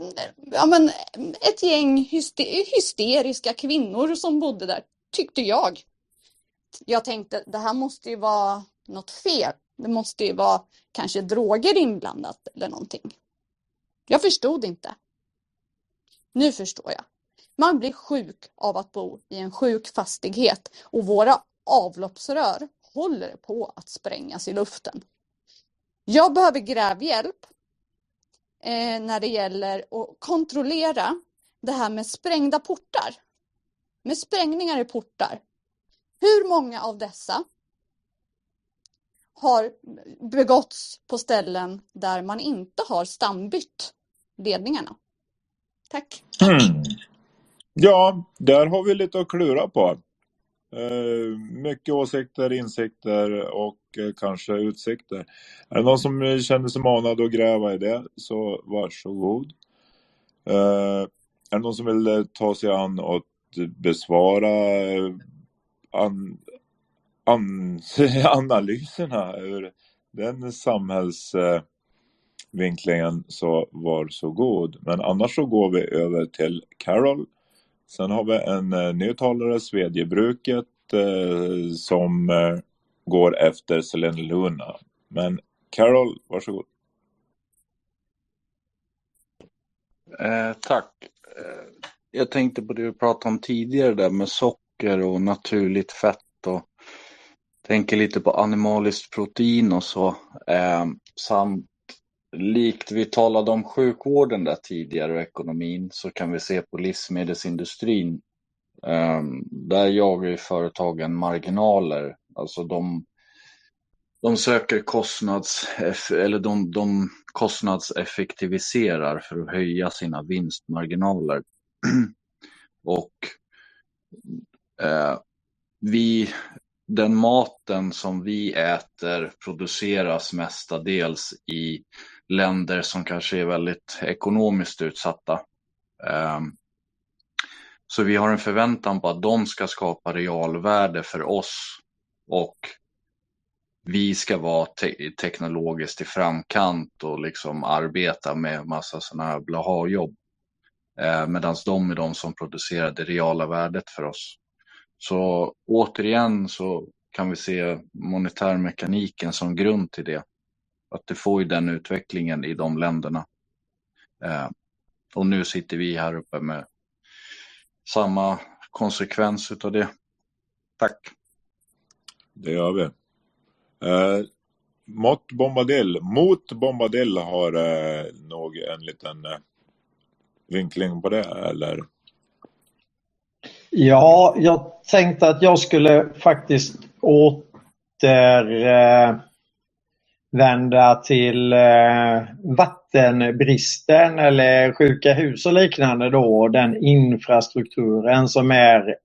ett gäng hysteriska kvinnor som bodde där, tyckte jag. Jag tänkte, det här måste ju vara något fel. Det måste ju vara kanske droger inblandat eller någonting. Jag förstod inte. Nu förstår jag. Man blir sjuk av att bo i en sjuk fastighet och våra avloppsrör håller på att sprängas i luften. Jag behöver grävhjälp när det gäller att kontrollera det här med sprängda portar. Med sprängningar i portar. Hur många av dessa har begåtts på ställen där man inte har stambytt ledningarna? Tack. Ja, där har vi lite att klura på. Mycket åsikter, insikter och kanske utsikter. Är det någon som känner sig manad att gräva i det, så varsågod. Är det någon som vill ta sig an och besvara analyserna ur den samhällsvinklingen, så varsågod. Men annars så går vi över till Carol. Sen har vi en ny talare, Svedjebruket, som går efter Selene Luna. Men Carol, varsågod. Tack. Jag tänkte på det vi pratade om tidigare där med socker och naturligt fett, och tänker lite på animaliskt protein och så. Samt likt vi talade om sjukvården där tidigare och ekonomin, så kan vi se på livsmedelsindustrin. Där jagar ju företagen marginaler. Alltså de söker de kostnadseffektiviserar för att höja sina vinstmarginaler. Och den maten som vi äter produceras mestadels i länder som kanske är väldigt ekonomiskt utsatta. Så vi har en förväntan på att de ska skapa realvärde för oss, och vi ska vara teknologiskt i framkant och liksom arbeta med massa sådana här blaha-jobb. Medan de är de som producerar det reala värdet för oss. Så återigen så kan vi se monetärmekaniken som grund till det. Att det får ju den utvecklingen i de länderna. Och nu sitter vi här uppe med samma konsekvens utav det. Tack. Det gör vi. Mot Bombadil har nog en liten vinkling på det, eller? Ja, jag tänkte att jag skulle faktiskt återvända till vattenbristen eller sjuka hus och liknande då. Den infrastrukturen som är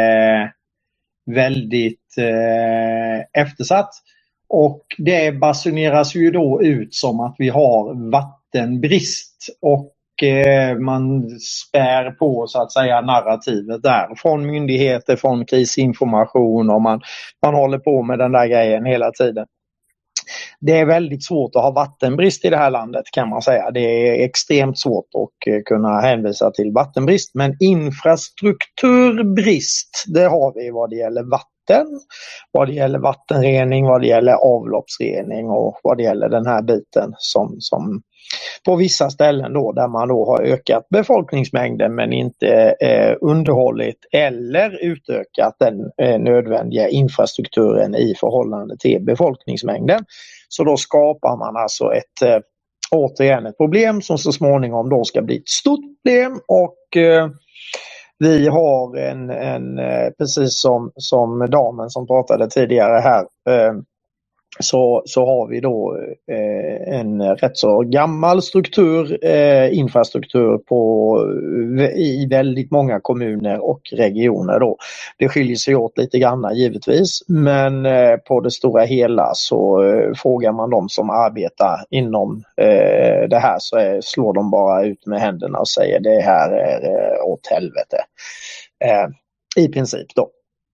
väldigt eftersatt. Och det basuneras ju då ut som att vi har vattenbrist, och man spär på så att säga narrativet där från myndigheter, från krisinformation, och man håller på med den där grejen hela tiden. det är väldigt svårt att ha vattenbrist i det här landet kan man säga. Det är extremt svårt att kunna hänvisa till vattenbrist. Men infrastrukturbrist, det har vi vad det gäller vatten, vad det gäller vattenrening, vad det gäller avloppsrening och vad det gäller den här biten som på vissa ställen då där man då har ökat befolkningsmängden men inte underhållit eller utökat den nödvändiga infrastrukturen i förhållande till befolkningsmängden. Så då skapar man alltså återigen ett problem som så småningom då ska bli ett stort problem och vi har precis som damen som pratade tidigare här så har vi då en rätt så gammal infrastruktur i väldigt många kommuner och regioner då. Det skiljer sig åt lite grann givetvis, men på det stora hela så frågar man dem som arbetar inom det här så slår de bara ut med händerna och säger det här är åt helvete. I princip då.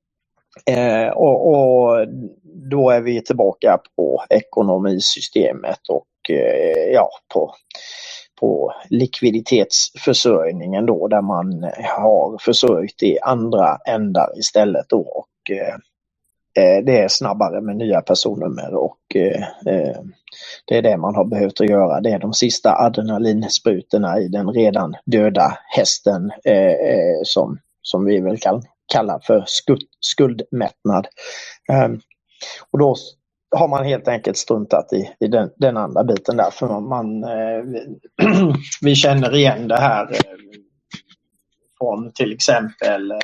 Och då är vi tillbaka på ekonomisystemet och på likviditetsförsörjningen då där man har försörjt i andra ändar istället då och det är snabbare med nya personnummer och det är det man har behövt att göra. Det är de sista adrenalinsprutorna i den redan döda hästen som vi väl kan kalla för skuldmättnad. Och då har man helt enkelt struntat i den andra biten där. För vi känner igen det här från till exempel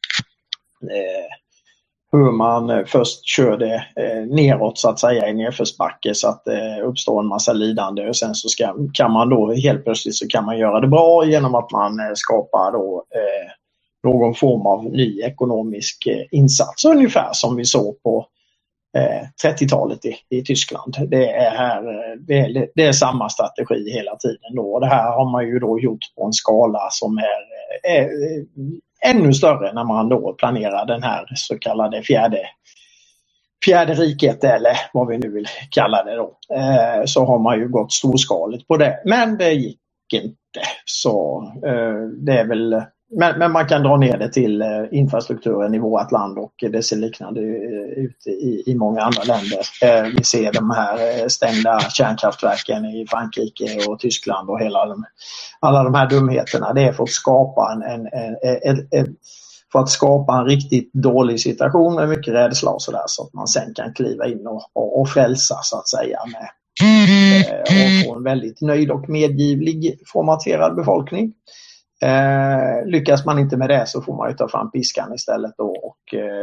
hur man först körde neråt så att säga i nedförsbacke så att det uppstår en massa lidande och sen så kan man då helt plötsligt så kan man göra det bra genom att man skapar då någon form av ny ekonomisk insats ungefär som vi såg på 30-talet i Tyskland. Det är samma strategi hela tiden då. Och det här har man ju då gjort på en skala som är ännu större när man då planerar den här så kallade fjärde riket eller vad vi nu vill kalla det då. Så har man ju gått storskaligt på det. Men det gick inte. Så det är väl men man kan dra ner det till infrastrukturen i vårt land och det ser liknande ut i många andra länder. Vi ser de här stängda kärnkraftverken i Frankrike och Tyskland och alla de här dumheterna. Det är för att skapa en riktigt dålig situation med mycket rädsla och sådär så att man sen kan kliva in och frälsa så att säga och få en väldigt nöjd och medgivlig formaterad befolkning. Lyckas man inte med det så får man ju ta fram piskan istället då och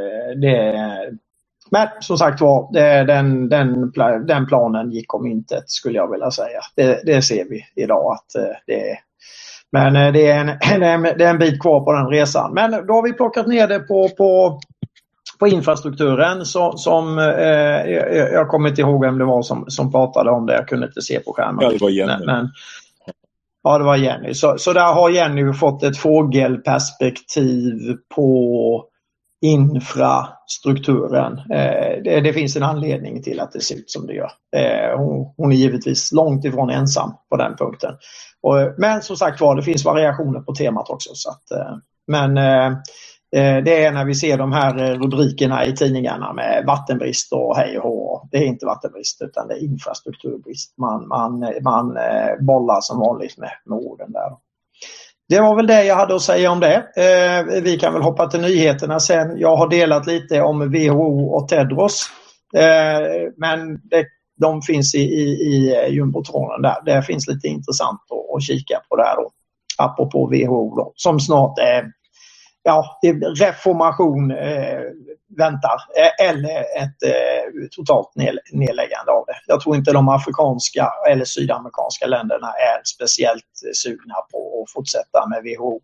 men som sagt var den planen gick om intet skulle jag vilja säga. Det ser vi idag att det är. Men det är en bit kvar på den resan. Men då har vi plockat ner det på infrastrukturen som jag kommer inte ihåg vem det var som pratade om det. Jag kunde inte se på skärmen. Ja, det var Jenny. Ja, det var Jenny. Så där har Jenny fått ett fågelperspektiv på infrastrukturen. Det finns en anledning till att det ser ut som det gör. Hon är givetvis långt ifrån ensam på den punkten. Men som sagt var, det finns variationer på temat också. Så att, det är när vi ser de här rubrikerna i tidningarna med vattenbrist och hej och hå. Det är inte vattenbrist utan det är infrastrukturbrist. Man bollar som vanligt med orden där. Det var väl det jag hade att säga om det. Vi kan väl hoppa till nyheterna sen. Jag har delat lite om WHO och Tedros. Men de finns i jumbotronen där. Det finns lite intressant att kika på där då. Apropå WHO då, som snart är reformation väntar eller ett totalt nedläggande av det. Jag tror inte de afrikanska eller sydamerikanska länderna är speciellt sugna på att fortsätta med WHO.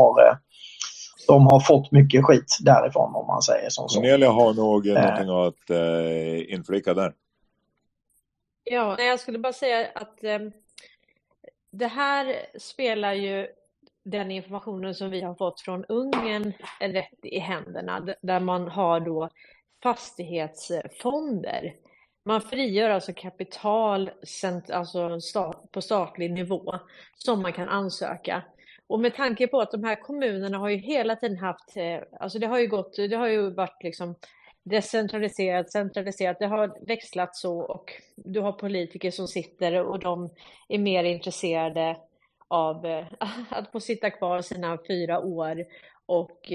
De har fått mycket skit därifrån om man säger som så. Cornelia har nog någonting att inflika där. Ja, jag skulle bara säga att det här spelar ju den informationen som vi har fått från Ungern rätt i händerna där man har då fastighetsfonder Man frigör alltså kapital på statlig nivå som man kan ansöka. Och med tanke på att de här kommunerna har ju hela tiden haft, alltså det har ju varit liksom decentraliserat, centraliserat, det har växlat så, och du har politiker som sitter och de är mer intresserade av att få sitta kvar sina 4 år, och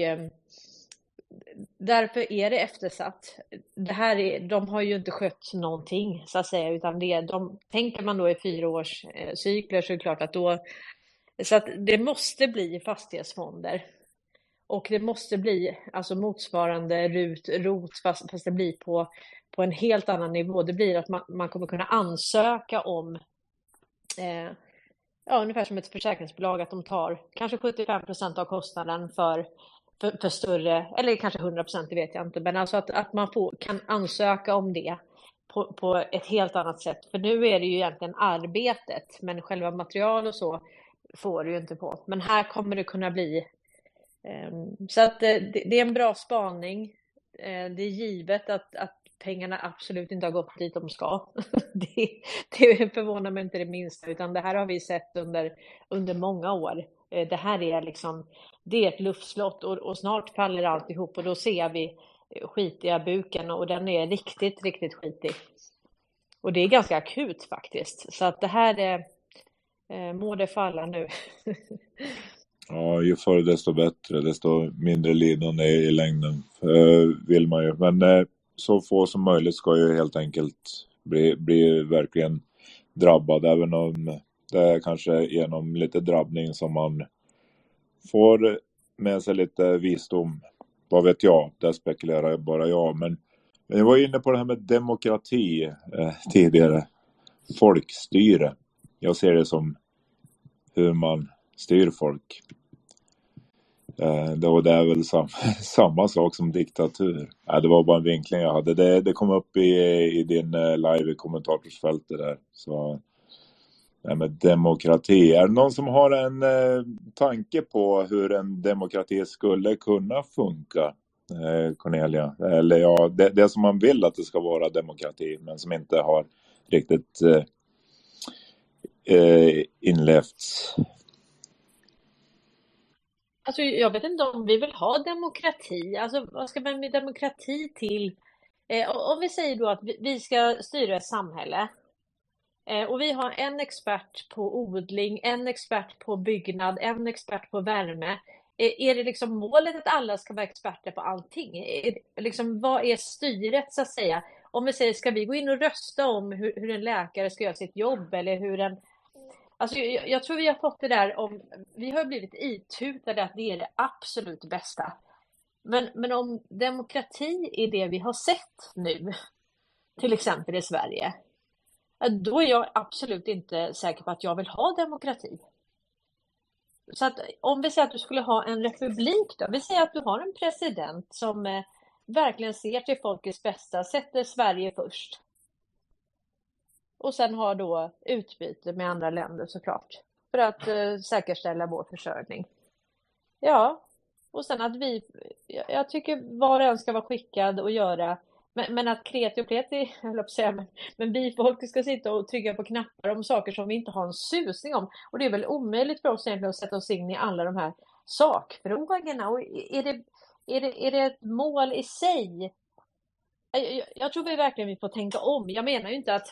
därför är det eftersatt. De har ju inte skött någonting så att säga, utan tänker man då i 4 års cykler, så är det klart att då, så att det måste bli fastighetsfonder. Och det måste bli alltså motsvarande ROT, fast det blir på en helt annan nivå. Det blir att man kommer kunna ansöka om, ungefär som ett försäkringsbolag, att de tar kanske 75% av kostnaden för större, eller kanske 100%, det vet jag inte. Men alltså att man kan ansöka om det på ett helt annat sätt. För nu är det ju egentligen arbetet, men själva material och så får du ju inte på. Men här kommer det kunna bli. Så att det är en bra spaning. Det är givet att pengarna absolut inte har gått dit de ska. Det förvånar mig inte det minsta, utan det här har vi sett under många år. Det här är liksom, det är ett luftslott, och snart faller alltihop, och då ser vi skitiga buken, och den är riktigt, riktigt skitig. Och det är ganska akut faktiskt. Så att det här är, må det falla nu. Ja, ju förr desto bättre, desto mindre lidande i längden vill man ju. Men så få som möjligt ska ju helt enkelt bli verkligen drabbad, även om det är kanske genom lite drabbning som man får med sig lite visdom. Vad vet jag, det spekulerar bara jag. Men jag var inne på det här med demokrati tidigare. Folkstyre. Jag ser det som hur man styr folk. Det är väl samma sak som diktatur. Det var bara en vinkling jag hade. Det kom upp i din live i kommentatorsfältet där. Så med demokrati. Är det någon som har en tanke på hur en demokrati skulle kunna funka, Cornelia? Eller ja, det som man vill att det ska vara demokrati, men som inte har riktigt inlevts. Alltså, jag vet inte om vi vill ha demokrati. Alltså, vad ska man med demokrati till? Om vi säger då att vi ska styra ett samhälle. Och vi har en expert på odling, en expert på byggnad, en expert på värme. Är det liksom målet att alla ska vara experter på allting? Liksom, vad är styret så att säga? Om vi säger, ska vi gå in och rösta om hur en läkare ska göra sitt jobb, eller hur en... Alltså, jag tror vi har fått det där vi har blivit itutade att det är det absolut bästa. Men om demokrati är det vi har sett nu, till exempel i Sverige, då är jag absolut inte säker på att jag vill ha demokrati. Så att om vi säger att du skulle ha en republik då, vi säger att du har en president som verkligen ser till folkets bästa, sätter Sverige först. Och sen har då utbyte med andra länder såklart. För att säkerställa vår försörjning. Ja, och sen att jag tycker var och en ska vara skickad att göra. Men att kreti och pleti, men vi folk ska sitta och trycka på knappar om saker som vi inte har en susning om. Och det är väl omöjligt för oss egentligen att sätta oss in i alla de här sakfrågorna. Och är det ett mål i sig? Jag tror vi får tänka om. Jag menar ju inte att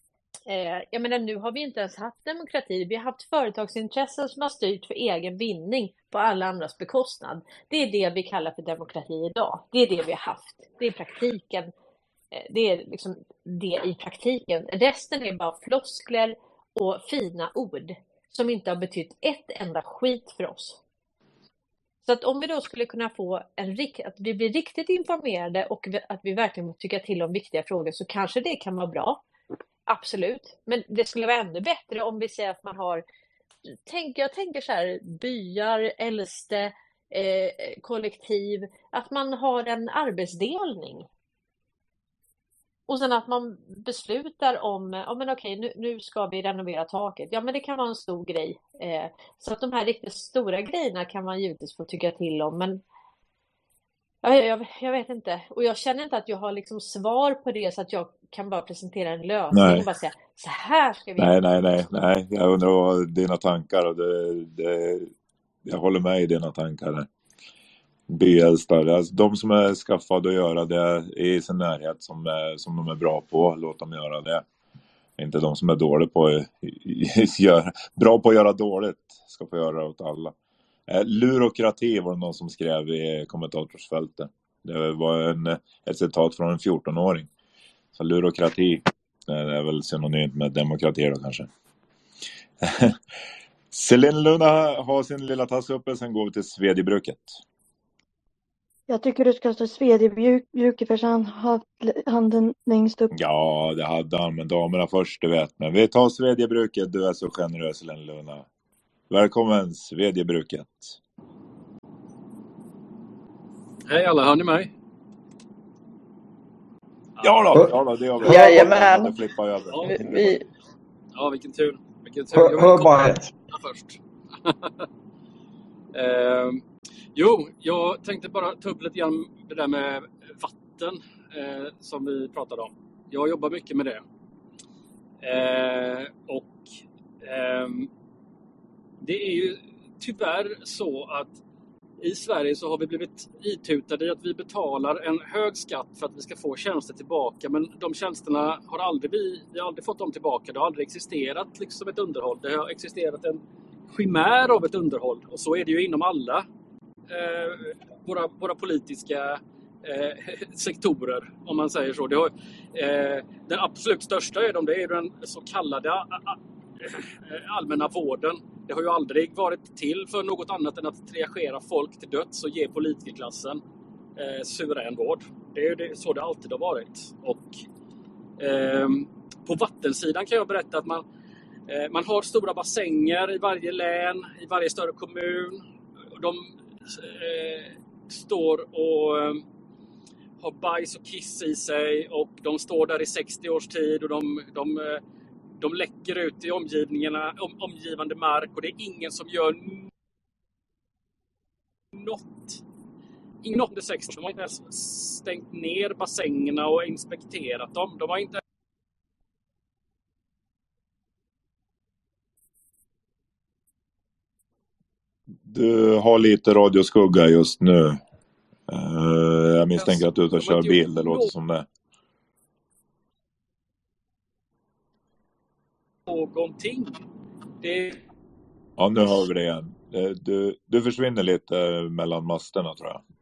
nu har vi inte ens haft demokrati. Vi har haft företagsintressen som har styrt för egen vinning på alla andras bekostnad. Det är det vi kallar för demokrati idag. Det är det vi har haft. Det är praktiken. Det är liksom det i praktiken. Resten är bara floskler och fina ord som inte har betytt ett enda skit för oss. Så att om vi då skulle kunna få att vi blir riktigt informerade och att vi verkligen tycker till om viktiga frågor, så kanske det kan vara bra. Absolut. Men det skulle vara ännu bättre om vi säger att man har, jag tänker så här, byar, äldste, kollektiv, att man har en arbetsdelning. Och sen att man beslutar men okej, nu ska vi renovera taket. Ja, men det kan vara en stor grej. Så att de här riktigt stora grejerna kan man givetvis få tycka till om. Men Jag vet inte. Och jag känner inte att jag har liksom svar på det så att jag kan bara presentera en lösning Nej. och bara säga så här ska vi Nej. Jag undrar vad dina tankar. Och jag håller med i dina tankar där. Byälstar. Alltså, de som är skaffade att göra det i sin närhet som de är bra på, låt dem göra det. Inte de som är dåliga på bra på att göra dåligt ska få göra det åt alla. Lurokrati var det någon som skrev i kommentatorsfältet. Det var ett citat från en 14-åring. Så lurokrati är väl synonymt med demokrati då kanske. Celine Luna har sin lilla tass uppe, sen går vi till Svedjebruket. Jag tycker du ska stå Svedjebruket för han har handen längst upp. Ja, det hade han, men damerna först, du vet. Men vi tar Svedjebruket, du är så generös, Celine Luna. Välkommen, Svedjebruket. Hej alla, hör ni mig? Ja då, det gör vi. Jajamän. Flippa över. Ja, vilken tur. Hörbarhet. Först. Jag tänkte bara ta upp lite grann det där med vatten som vi pratade om. Jag jobbar mycket med det. Det är ju tyvärr så att i Sverige så har vi blivit itutade i att vi betalar en hög skatt för att vi ska få tjänster tillbaka. Men de tjänsterna har vi har aldrig fått dem tillbaka. Det har aldrig existerat liksom ett underhåll. Det har existerat en chimär av ett underhåll. Och så är det ju inom alla våra politiska sektorer, om man säger så. Den absolut största det är den så kallade allmänna vården. Det har ju aldrig varit till för något annat än att triagera folk till döds och ge politikerklassen suverän vård. Det är ju så det alltid har varit. Och på vattensidan kan jag berätta att man har stora bassänger i varje län, i varje större kommun. De står och har bajs och kiss i sig och de står där i 60 års tid och de läcker ut i omgivande mark och det är ingen som gör något. Ingen under 60 år. De har inte ens stängt ner bassängerna och inspekterat dem. De har inte. Du har lite radioskugga just nu. Jag misstänker att du ute och kör bil. Det låter som det. Någonting. Ja, nu hör vi det igen. Du försvinner lite mellan masterna, tror jag.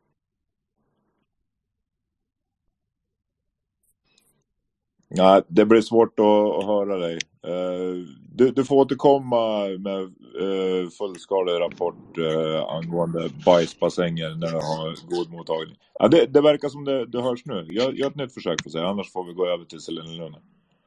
Nej, det blir svårt att höra dig. Du får återkomma med fullskalig rapport angående bajsbassänger när du har god mottagning. Ja, det verkar som det hörs nu. Gör ett nytt försök för sig, annars får vi gå över till Celine Luna.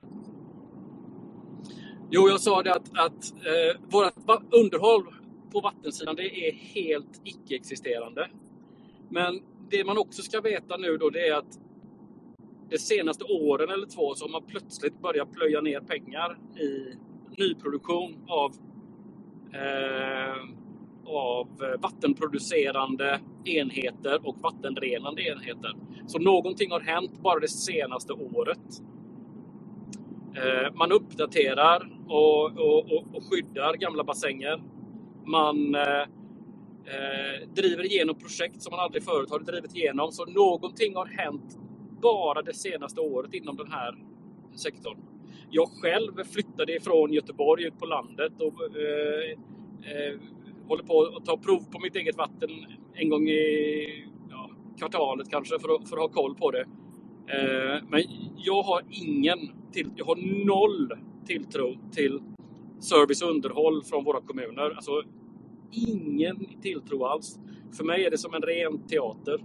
Jo, jag sa det att vårt underhåll på vattensidan det är helt icke-existerande. Men det man också ska veta nu då det är att de senaste åren eller 2 så har man plötsligt börjat plöja ner pengar i nyproduktion av vattenproducerande enheter och vattenrenande enheter. Så någonting har hänt bara det senaste året. Man uppdaterar och skyddar gamla bassänger. Man driver igenom projekt som man aldrig förut har drivit igenom. Så någonting har hänt bara det senaste året inom den här sektorn. Jag själv flyttade ifrån Göteborg ut på landet och håller på att ta prov på mitt eget vatten en gång i kvartalet kanske för att ha koll på det. Men jag har noll tilltro till service och underhåll från våra kommuner. Alltså ingen tilltro alls. För mig är det som en ren teater.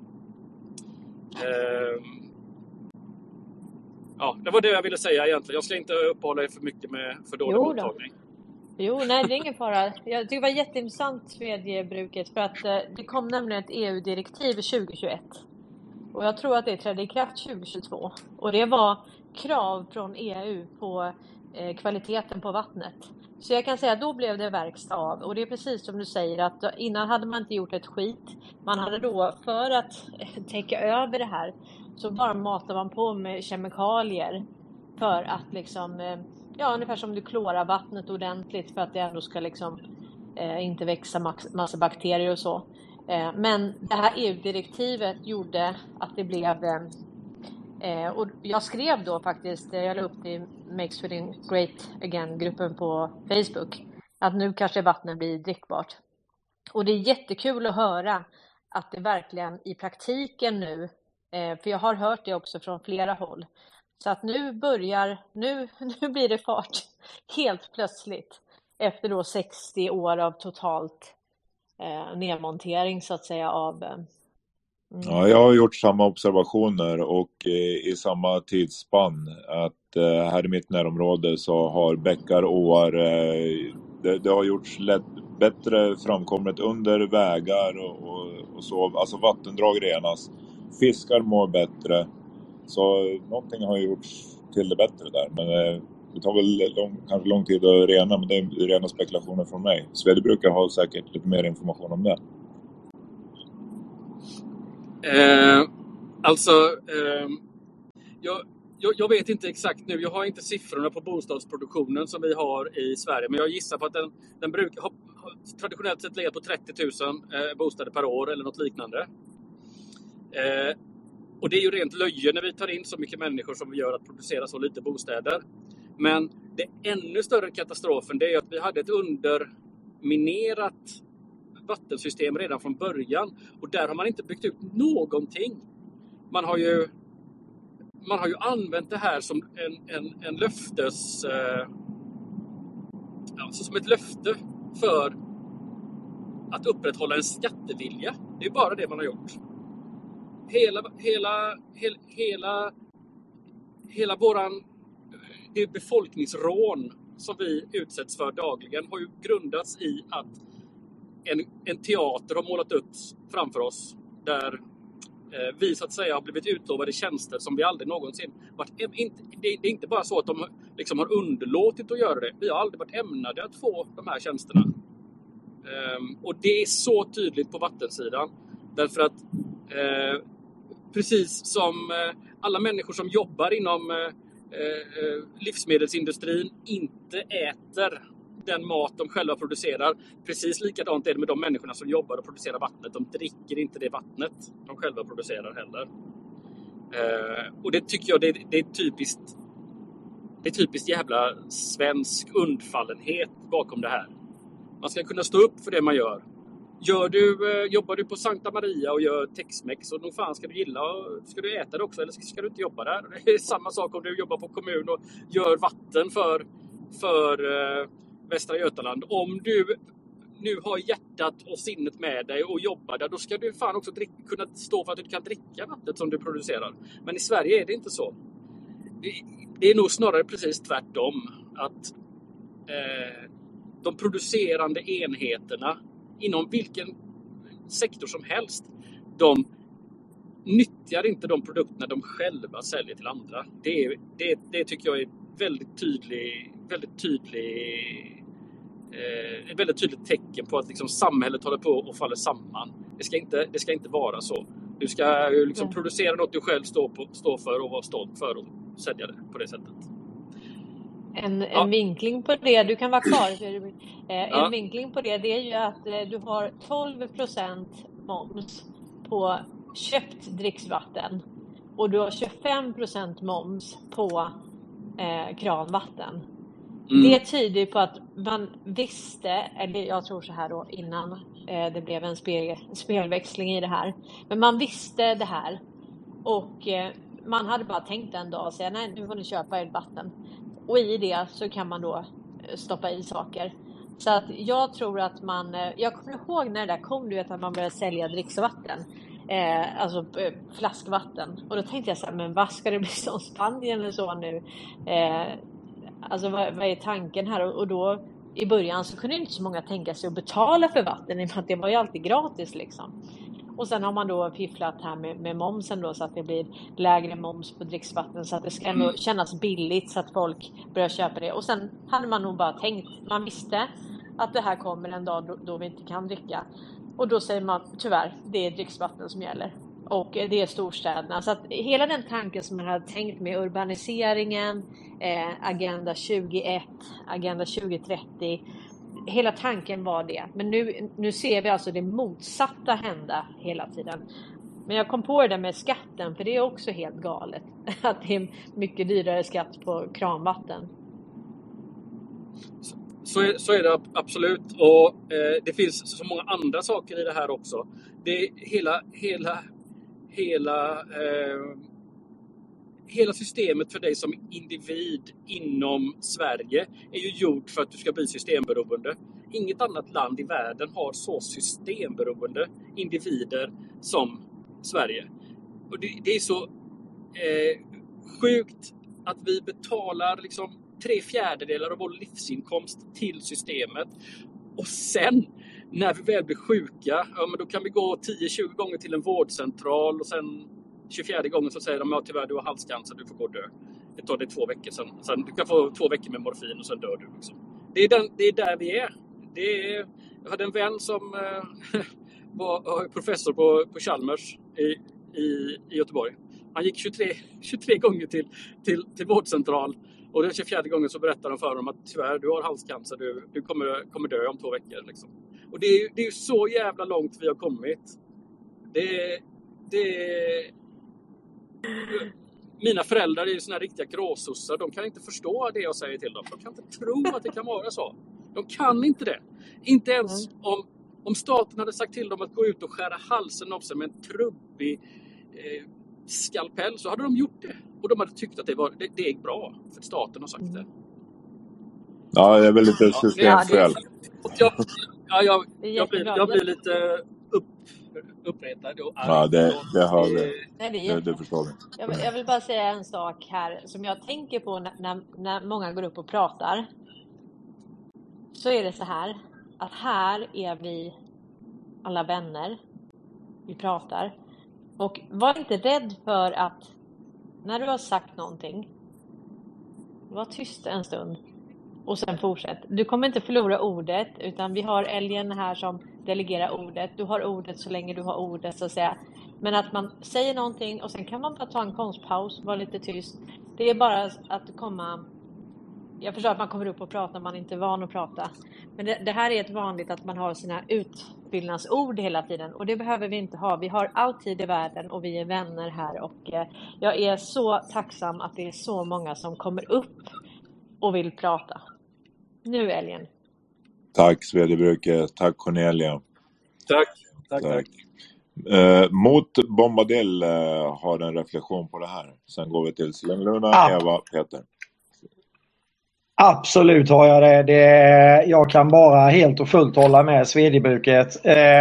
Det var det jag ville säga egentligen. Jag ska inte uppehålla er för mycket med för dålig mottagning. Jo, nej, det är ingen fara. Jag tycker det var jätteintressant Svedjebruket för att det kom nämligen ett EU-direktiv 2021. Och jag tror att det trädde i kraft 2022. Och det var krav från EU på kvaliteten på vattnet. Så jag kan säga att då blev det verkstad av. Och det är precis som du säger att innan hade man inte gjort ett skit. Man hade då, för att täcka över det här, så bara matar man på med kemikalier. För att liksom, ja, ungefär som du klorar vattnet ordentligt för att det ändå ska liksom inte växa massa bakterier och så. Men det här EU-direktivet gjorde att det blev, och jag skrev då faktiskt, jag la upp det i Make Sweden Great Again-gruppen på Facebook, att nu kanske vattnet blir drickbart. Och det är jättekul att höra att det verkligen i praktiken nu, för jag har hört det också från flera håll, så att nu blir det fart helt plötsligt efter då 60 år av totalt nedmontering så att säga av... Ja, jag har gjort samma observationer och i samma tidsspann att här i mitt närområde så har bäckar, åar, det har gjorts bättre framkomligt under vägar och så, alltså vattendrag renas, fiskar mår bättre, så någonting har gjorts till det bättre där, men det tar väl kanske lång tid att rena, men det är rena spekulationer från mig. Sverige brukar ha säkert lite mer information om det. Jag vet inte exakt nu. Jag har inte siffrorna på bostadsproduktionen som vi har i Sverige. Men jag gissar på att den brukar ha traditionellt sett legat på 30 000 bostäder per år eller något liknande. Och det är ju rent löje när vi tar in så mycket människor som vi gör att producera så lite bostäder. Men det ännu större katastrofen, det är att vi hade ett underminerat vattensystem redan från början. Och där har man inte byggt ut någonting. Man har ju använt det här som en löftes... alltså som ett löfte för att upprätthålla en skattevilja. Det är bara det man har gjort. Hela våran... Det befolkningsrån som vi utsätts för dagligen har ju grundats i att en teater har målat upp framför oss där vi så att säga har blivit utlovade tjänster som vi aldrig någonsin varit. Det är inte bara så att de liksom har underlåtit att göra det. Vi har aldrig varit ämnade att få de här tjänsterna. Och det är så tydligt på vattensidan. Därför att precis som alla människor som jobbar inom livsmedelsindustrin inte äter den mat de själva producerar. Precis likadant är det med de människorna som jobbar och producerar vattnet. De dricker inte det vattnet de själva producerar heller. Och det tycker jag det är typiskt jävla svensk undfallenhet bakom det här. Man ska kunna stå upp för det man gör. Jobbar du på Santa Maria och gör Tex-Mex, och nog fan ska du gilla, ska du äta det också eller ska du inte jobba där? Det är samma sak om du jobbar på kommun och gör vatten för Västra Götaland. Om du nu har hjärtat och sinnet med dig och jobbar där, då ska du fan också kunna stå för att du kan dricka vattnet som du producerar. Men i Sverige är det inte så. Det är nog snarare precis tvärtom. Att de producerande enheterna inom vilken sektor som helst, de nyttjar inte de produkterna de själva säljer till andra. Det tycker jag är ett väldigt tydligt tecken på att liksom samhället håller på att falla samman. Det ska inte vara så. Du ska liksom producera något du själv står för och vara stolt för och sälja det på det sättet. En vinkling på det, du kan vara kvar. En vinkling på det är ju att du har 12% moms på köpt dricksvatten och du har 25% moms på kranvatten. Det tyder på att man visste, eller jag tror så här då innan det blev en spelväxling i det här, men man visste det här och man hade bara tänkt en dag och säga nej, nu får ni köpa ert vatten. Och i det så kan man då stoppa i saker. Så att jag tror att jag kommer ihåg när det där kom, du vet att man började sälja dricksvatten. Alltså flaskvatten. Och då tänkte jag så här, men vad ska det bli som Spanien eller så nu? Alltså vad är tanken här? Och då i början så kunde inte så många tänka sig att betala för vatten. I och med att det var ju alltid gratis liksom. Och sen har man då fifflat här med momsen då, så att det blir lägre moms på dricksvatten, så att det ska ändå kännas billigt så att folk börjar köpa det. Och sen hade man nog bara tänkt, man visste att det här kommer en dag då vi inte kan dricka. Och då säger man tyvärr, det är dricksvatten som gäller. Och det är storstäderna. Så att hela den tanken som man hade tänkt med urbaniseringen, Agenda 21, Agenda 2030, hela tanken var det. Men nu ser vi alltså det motsatta hända hela tiden. Men jag kom på det där med skatten, för det är också helt galet. Att det är mycket dyrare skatt på kranvatten. Så är det absolut. Och det finns så många andra saker i det här också. Det är hela systemet för dig som individ inom Sverige är ju gjort för att du ska bli systemberoende. Inget annat land i världen har så systemberoende individer som Sverige. Och det är så sjukt att vi betalar liksom 3/4 av vår livsinkomst till systemet. Och sen när vi väl blir sjuka, ja, men då kan vi gå 10-20 gånger till en vårdcentral och sen 24 gången så säger de, ja tyvärr du har halscancer, du får gå och dö. Det tar dig 2 veckor sen du kan få 2 veckor med morfin och sen dör du. Liksom. Det är där vi är. Jag hade en vän som var professor på Chalmers i Göteborg. Han gick 23 gånger till vårdcentral. Och den 24 gången så berättar de för honom att tyvärr du har halscancer, du kommer dö om 2 veckor. Liksom. Och det är ju så jävla långt vi har kommit. Mina föräldrar är ju såna här riktiga gråsossar. De kan inte förstå det jag säger till dem. De kan inte tro att det kan vara så. De kan inte det. Inte ens om staten hade sagt till dem att gå ut och skära halsen av sig med en trubbig skalpell, så hade de gjort det. Och de hade tyckt att det är bra, för att staten har sagt det. Ja, jag är väl lite systemfel. Jag blir lite uppretad. Ja, det har vi. Det förstår vi. Jag vill bara säga en sak här som jag tänker på när många går upp och pratar. Så är det så här, att här är vi alla vänner. Vi pratar. Och var inte rädd för att när du har sagt någonting, var tyst en stund och sen fortsätt. Du kommer inte förlora ordet, utan vi har älgen här som delegerar ordet. Du har ordet så länge du har ordet, så att säga. Men att man säger någonting och sen kan man bara ta en konstpaus, vara lite tyst. Det är bara att komma... Jag förstår att man kommer upp och pratar när man inte är van att prata. Men det här är ett vanligt att man har sina utfyllnadsord hela tiden. Och det behöver vi inte ha. Vi har alltid i världen och vi är vänner här. Och jag är så tacksam att det är så många som kommer upp och vill prata. Nu älgen. Tack Svedebruke. Tack Cornelia. Tack. Mot Bombadil har en reflektion på det här. Sen går vi till Slängluna, Eva, Peter. Absolut har jag det. Jag kan bara helt och fullt hålla med Svedebruket.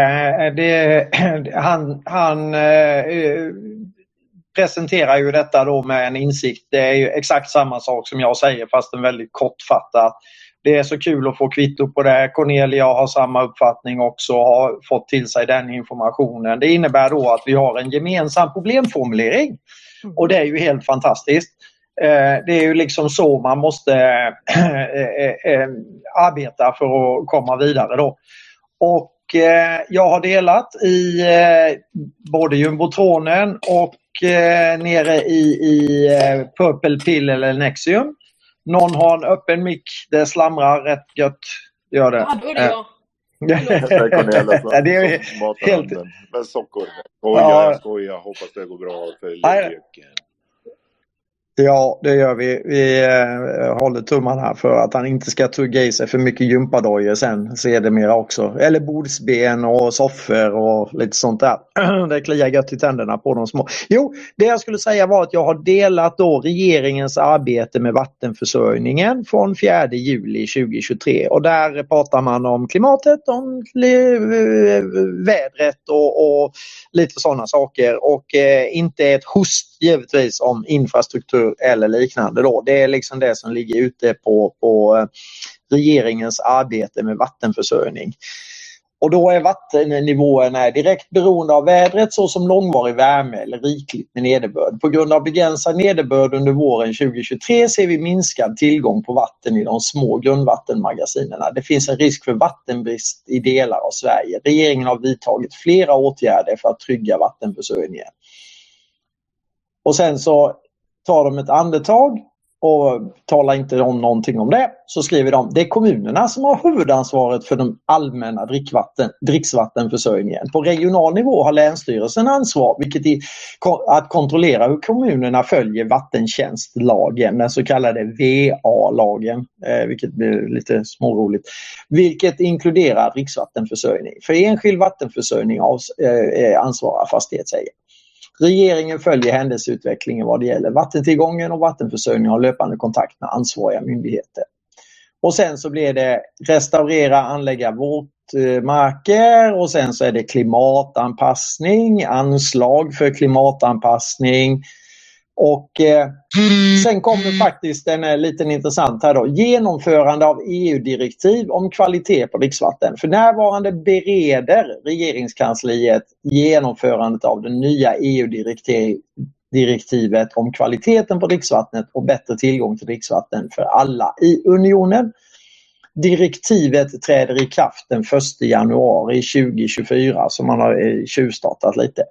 Han presenterar ju detta då med en insikt. Det är ju exakt samma sak som jag säger, fast en väldigt kortfattat. Det är så kul att få kvitto på det. Cornelia har samma uppfattning också, har fått till sig den informationen. Det innebär då att vi har en gemensam problemformulering. Och det är ju helt fantastiskt. Det är ju liksom så man måste arbeta för att komma vidare då. Och jag har delat i både jumbotronen och nere i Purple Pill eller Nexium. Någon har en öppen mick, det slamrar rätt gött. Gör det. Ja, då är det jag. Det är helt... Med sockor. Jag skojar. Hoppas det går bra för Ludvig. Ja, det gör vi. Vi håller tummarna här för att han inte ska tugga i sig för mycket gympadojor sen sedermera också. Eller bordsben och soffor och lite sånt där. Det kliar gött i tänderna på de små. Jo, det jag skulle säga var att jag har delat då regeringens arbete med vattenförsörjningen från 4 juli 2023. Och där pratar man om klimatet, om vädret och lite sådana saker. Och inte ett host givetvis om infrastruktur eller liknande då. Det är liksom det som ligger ute på regeringens arbete med vattenförsörjning. Och då är vattennivåerna direkt beroende av vädret såsom långvarig värme eller rikligt med nederbörd. På grund av begränsad nederbörd under våren 2023 ser vi minskad tillgång på vatten i de små grundvattenmagasinerna. Det finns en risk för vattenbrist i delar av Sverige. Regeringen har vidtagit flera åtgärder för att trygga vattenförsörjningen. Och sen så tar de ett andetag och talar inte om någonting om det. Så skriver de, det är kommunerna som har huvudansvaret för den allmänna dricksvattenförsörjningen. På regional nivå har länsstyrelsen ansvar, vilket är att kontrollera hur kommunerna följer vattentjänstlagen, den så kallade VA-lagen, vilket blir lite småroligt, vilket inkluderar dricksvattenförsörjning. För enskild vattenförsörjning ansvarar fastighetsägare. Regeringen följer händelseutvecklingen vad det gäller vattentillgången och vattenförsörjning och löpande kontakt med ansvariga myndigheter. Och sen så blir det restaurera, anlägga våtmarker och sen så är det klimatanpassning, anslag för klimatanpassning och sen kommer faktiskt en liten intressant här då. Genomförande av EU-direktiv om kvalitet på dricksvatten. För närvarande bereder regeringskansliet genomförandet av det nya EU-direktivet om kvaliteten på dricksvattnet och bättre tillgång till dricksvatten för alla i unionen. Direktivet träder i kraft den 1 januari 2024, så man har tjuvstartat lite.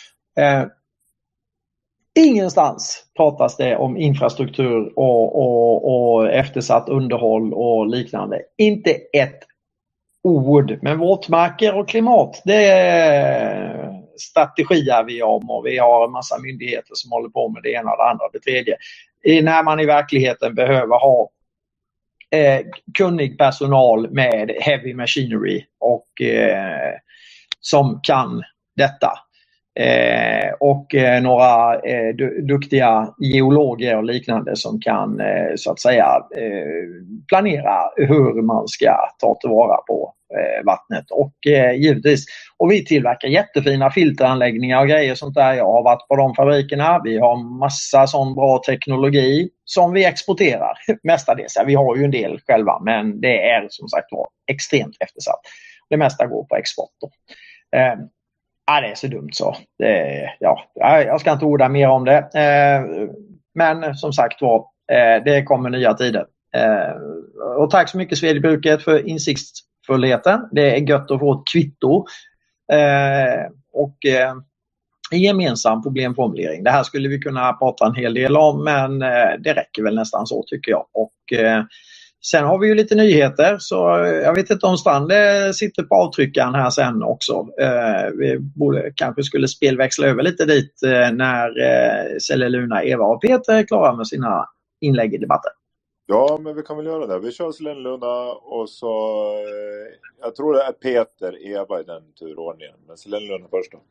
Ingenstans pratas det om infrastruktur och eftersatt underhåll och liknande. Inte ett ord. Men våtmarker och klimat, det strategier vi om och vi har en massa myndigheter som håller på med det ena och det andra och det tredje. När man i verkligheten behöver ha kunnig personal med heavy machinery och som kan detta. Och några duktiga geologer och liknande som kan så att säga planera hur man ska ta tillvara på vattnet och givetvis. Och vi tillverkar jättefina filteranläggningar och grejer sånt där. Jag har varit på de fabrikerna. Vi har massa sån bra teknologi som vi exporterar mestadels. Vi har ju en del själva, men det är som sagt extremt eftersatt. Det mesta går på export då. Det är så dumt så. Jag ska inte orda mer om det. Men som sagt det kommer nya tider. Och tack så mycket Svedbruket för insiktsfullheten. Det är gött att få ett kvitto. Och gemensam problemformulering. Det här skulle vi kunna prata en hel del om, men det räcker väl nästan så tycker jag. Och sen har vi ju lite nyheter, så jag vet inte om Strand sitter på avtryckaren här sen också. Vi kanske skulle spelväxla över lite dit när Celle, Luna, Eva och Peter är klara med sina inlägg i debatten. Ja, men vi kan väl göra det. Vi kör Celle, Luna och så jag tror det är Peter, Eva i den turordningen. Men Celle, Luna först då.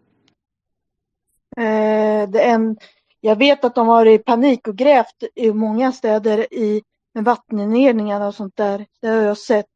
Jag vet att de har i panik och grävt i många städer med vattenledningar och sånt där. Det har jag sett.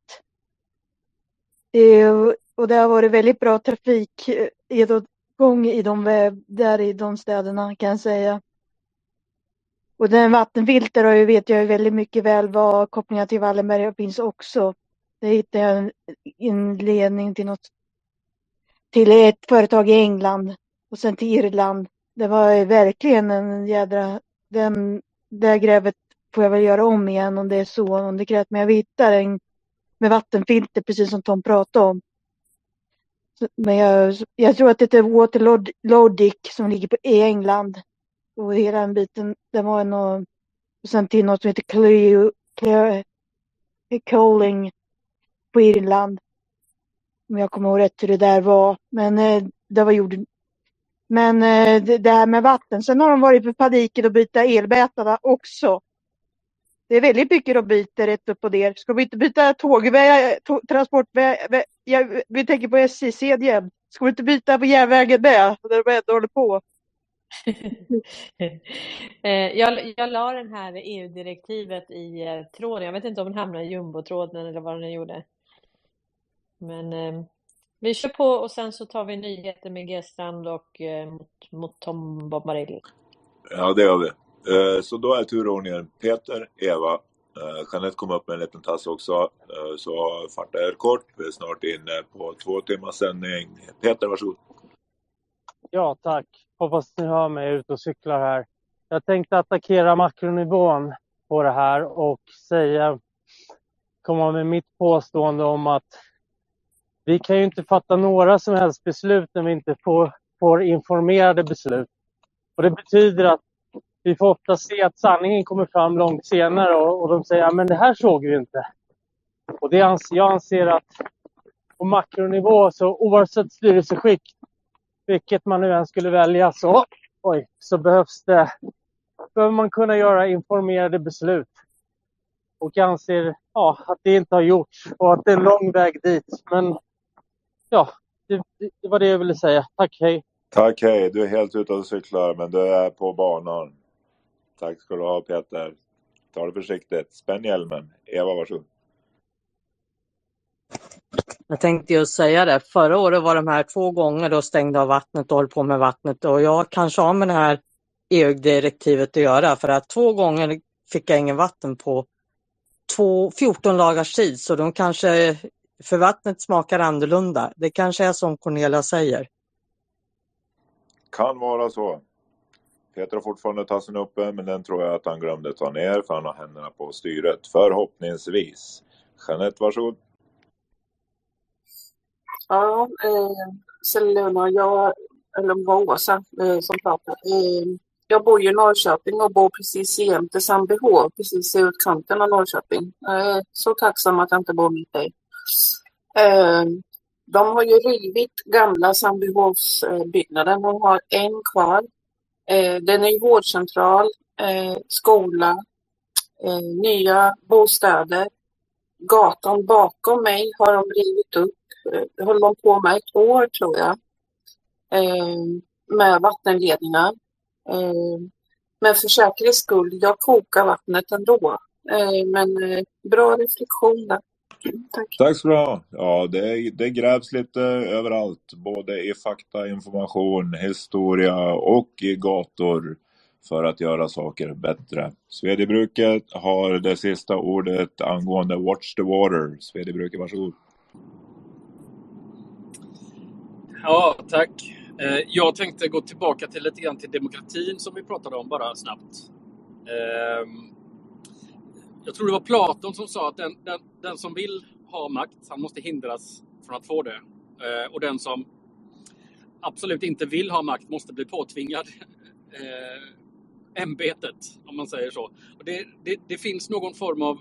Och det har varit väldigt bra trafikgång i de städerna kan jag säga. Och den vattenfilter vet jag väldigt mycket väl vad kopplingar till Wallenberg finns också. Det hittade jag en inledning till ett företag i England och sen till Irland. Det var verkligen en det grävet får jag väl göra om igen om det är så, om det krävs. Men jag hittar en med vattenfilter precis som Tom pratade om. Men jag tror att det är Waterloo som ligger i England. Och hela den biten, det var och sen till något som heter Coling på Irland. Om jag kommer ihåg rätt hur det där var. Men det var gjort. Men det här med vatten. Sen har de varit på paniken och byta elmätarna också. Det är väldigt mycket de byter rätt upp och ner. Ska vi inte byta transportväg? Vi tänker på SJ-sedjen. Ska vi inte byta på järnvägen med? Där de ändå håller på. Jag la den här EU-direktivet i tråden. Jag vet inte om den hamnar i jumbotråden eller vad den gjorde. Men vi kör på och sen så tar vi nyheter med G-strand och mot Tom Bombarill. Ja, det gör vi. Så då är turordningen Peter, Eva, Jeanette kom upp med en liten tass också. Så farta er kort. Vi är snart inne på 2 timmars sändning. Peter, varsågod. Ja, tack. Hoppas ni hör mig ut och cyklar här. Jag tänkte attackera makronivån på det här och komma med mitt påstående om att vi kan ju inte fatta några som helst beslut när vi inte får informerade beslut. Och det betyder att vi får ofta se att sanningen kommer fram långt senare och de säger men det här såg vi inte. Och jag anser att på makronivå, så oavsett styrelseskick, vilket man nu än skulle välja, så behöver man kunna göra informerade beslut. Och jag anser att det inte har gjorts och att det är en lång väg dit. Men ja, det var det jag ville säga. Tack, hej. Tack, hej. Du är helt ute och cyklar, men du är på banan. Tack ska du ha, Peter. Ta det försiktigt. Spänn hjälmen. Eva, varsågod. Jag tänkte ju säga det. Förra året var de här 2 gånger då stängde av vattnet och höll på med vattnet. Och jag kanske har med det här EU-direktivet att göra. För att 2 gånger fick jag ingen vatten på 14 dagars tid. Så de kanske, för vattnet smakar annorlunda. Det kanske är som Cornelia säger. Kan vara så. Peter har fortfarande tassen uppe, men den tror jag att han glömde ta ner för han har händerna på styret. Förhoppningsvis. Jeanette, varsågod. Ja, Selena, eller Åsa som pratar. Jag bor ju i Norrköping och bor precis jämte Sandbyhov, precis i utkanten av Norrköping. Jag är så tacksam att jag inte bor mitt i. De har ju rivit gamla Sandbyhovsbyggnaden och har en kvar. Den är vårdcentral, skola, nya bostäder. Gatan bakom mig har de rivit upp. Höll de på med 1 år tror jag. Med vattenledningar. Men för säkerhets skull, jag kokar vattnet ändå. Men bra reflektion där. Tack. Tack ska du ha. Ja, det grävs lite överallt. Både i fakta, information, historia och i gator för att göra saker bättre. Svedjebruket har det sista ordet angående Watch the Water. Svedjebruket, varsågod. Ja, tack. Jag tänkte gå tillbaka till lite grann till demokratin som vi pratade om bara snabbt. Jag tror det var Platon som sa att den som vill ha makt, han måste hindras från att få det. Och den som absolut inte vill ha makt måste bli påtvingad ämbetet, om man säger så. Och det finns någon form av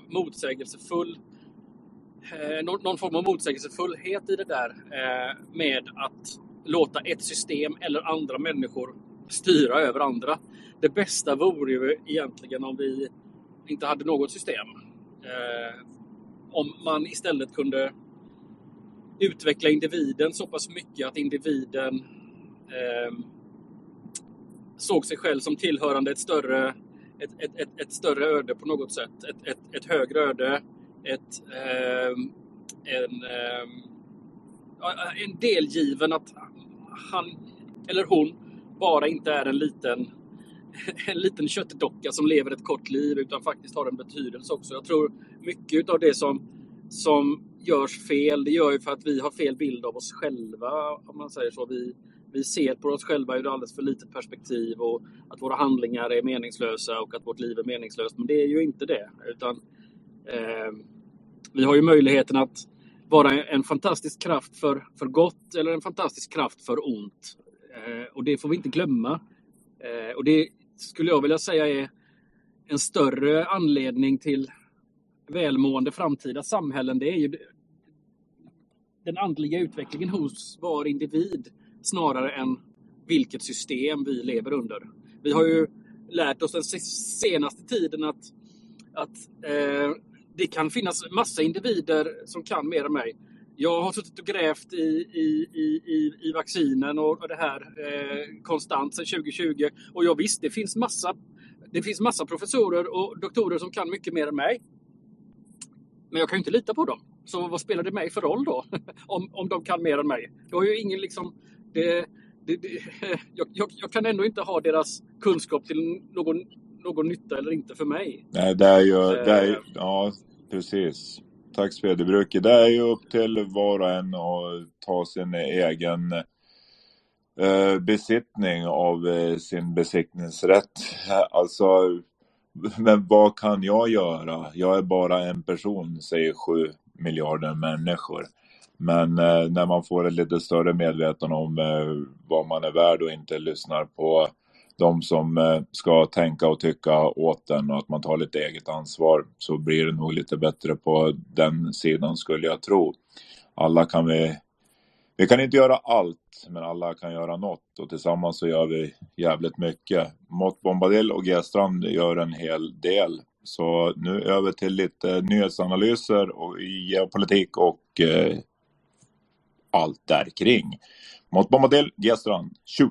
motsägelsefullhet i det där med att låta ett system eller andra människor styra över andra. Det bästa vore ju egentligen om vi inte hade något system. Om man istället kunde utveckla individen så pass mycket att individen såg sig själv som tillhörande ett större öde på något sätt. Ett högre öde. En delgiven att han eller hon bara inte är en liten köttdocka som lever ett kort liv utan faktiskt har en betydelse också. Jag tror mycket av det som görs fel, det gör ju för att vi har fel bild av oss själva, om man säger så. Vi ser på oss själva i ett alldeles för litet perspektiv och att våra handlingar är meningslösa och att vårt liv är meningslöst. Men det är ju inte det, utan vi har ju möjligheten att vara en fantastisk kraft för gott eller en fantastisk kraft för ont. Och det får vi inte glömma. Och det skulle jag vilja säga är en större anledning till välmående framtida samhällen. Det är ju den andliga utvecklingen hos var individ snarare än vilket system vi lever under. Vi har ju lärt oss den senaste tiden att det kan finnas massa individer som kan mer än mig. Jag har suttit och grävt i vaccinen och det här konstant sedan 2020. Och jag visst, det finns massa professorer och doktorer som kan mycket mer än mig. Men jag kan ju inte lita på dem. Så vad spelar det mig för roll då? om de kan mer än mig? Jag har ju ingen liksom... Jag kan ändå inte ha deras kunskap till någon nytta eller inte för mig. Nej, ja, precis. Tack Svedebruke. Det är ju upp till var och en att ta sin egen besittning av sin besittningsrätt. Alltså, men vad kan jag göra? Jag är bara en person, säger 7 miljarder människor. Men när man får ett lite större medvetande om vad man är värd och inte lyssnar på de som ska tänka och tycka åt den och att man tar lite eget ansvar, så blir det nog lite bättre på den sidan, skulle jag tro. Alla kan vi kan inte göra allt, men alla kan göra något, och tillsammans så gör vi jävligt mycket. Mott Bombadil och G-Strand gör en hel del. Så nu över till lite nyhetsanalyser och geopolitik och allt där kring. Mott Bombadil, G-Strand, shoot!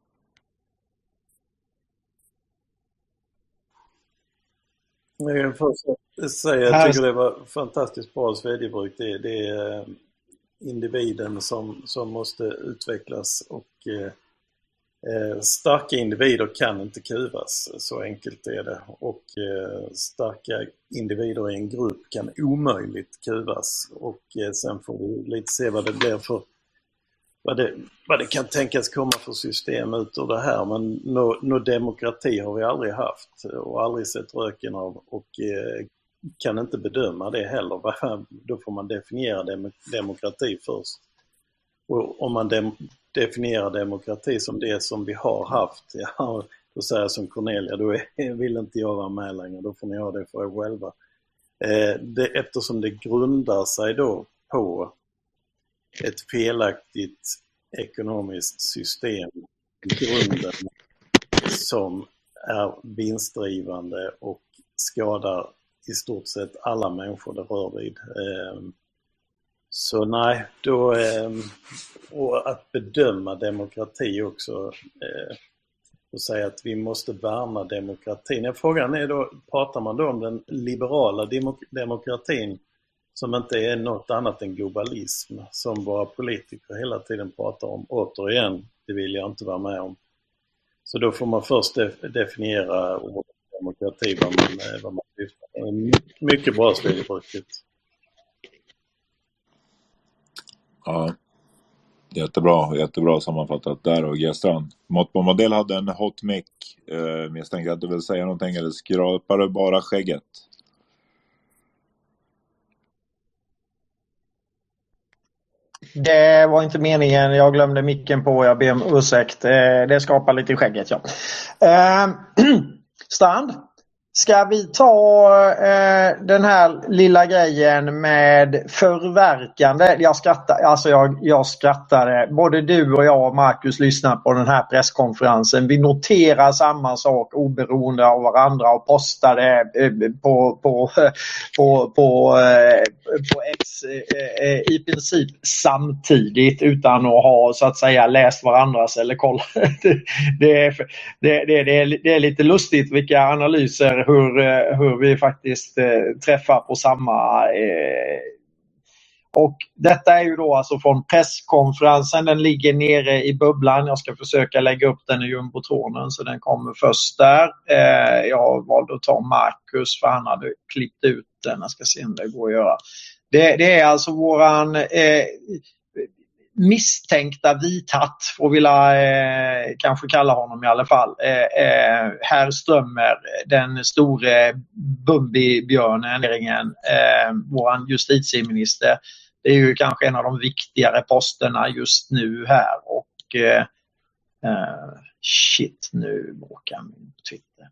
Jag vill först säga, jag tycker det var fantastiskt bra Svedjebruk. Det är individen som måste utvecklas, och starka individer kan inte kuvas, så enkelt är det. Och starka individer i en grupp kan omöjligt kuvas, och sen får vi lite se vad det blir för vad det kan tänkas komma för system ut ur det här. Men nå demokrati har vi aldrig haft och aldrig sett röken av, och kan inte bedöma det heller. Då får man definiera demokrati först. Och om man definierar demokrati som det som vi har haft, ja, då säger jag som Cornelia, då vill inte jag vara med längre, då får ni ha det för er själva. Eftersom det grundar sig då på ett felaktigt ekonomiskt system i grunden som är vinstdrivande och skadar i stort sett alla människor det rör vid. Så nej, då, och att bedöma demokrati också, och säga att vi måste värna demokratin. Frågan är då, pratar man då om den liberala demokratin som inte är något annat än globalism, som våra politiker hela tiden pratar om? Återigen, det vill jag inte vara med om. Så då får man först definiera ordet demokrati, vad man syftar. Mycket bra Svedjebruket. Ja, jättebra sammanfattat där. Och G-Strand, Mott Bombadil hade en hot mic. Misstänker att du vill säga någonting, eller skrapar du bara skägget? Det var inte meningen, jag glömde micken på, jag ber om ursäkt. Det skapar lite skägget, ja. Strand, ska vi ta den här lilla grejen med förverkande? Jag skrattade. Både du och jag och Marcus lyssnade på den här presskonferensen. Vi noterar samma sak oberoende av varandra och postade på X i princip samtidigt utan att ha så att säga läst varandras eller kollat. Det är lite lustigt vilka analyser, hur vi faktiskt träffar på samma. Och detta är ju då alltså från presskonferensen. Den ligger nere i bubblan. Jag ska försöka lägga upp den i jumbotronen så den kommer först där. Jag valde att ta Marcus för han hade klippt ut den. Jag ska se om det går att göra. Det är alltså våran misstänkta vithatt, får vi kanske kalla honom i alla fall. Herr Strömmer, den store Bumbibjörnen, våran justitieminister. Det är ju kanske en av de viktigare posterna just nu här. Och nu bråkar min Twitter.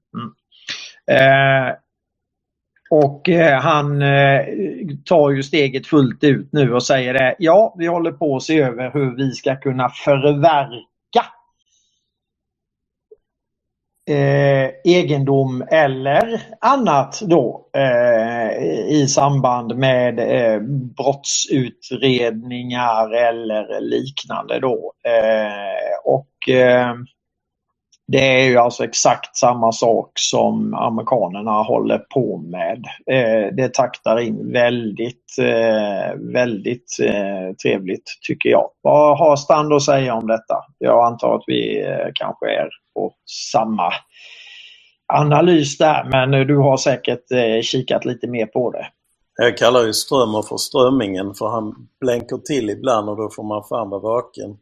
Och han tar ju steget fullt ut nu och säger det. Ja, vi håller på att se över hur vi ska kunna förverka egendom eller annat då i samband med brottsutredningar eller liknande då. Det är ju alltså exakt samma sak som amerikanerna håller på med. Det taktar in väldigt trevligt tycker jag. Vad har Strand att säga om detta? Jag antar att vi kanske är på samma analys där, men du har säkert kikat lite mer på det. Jag kallar ju Strömmer för strömmingen, för han blänker till ibland och då får man fan vara vaken.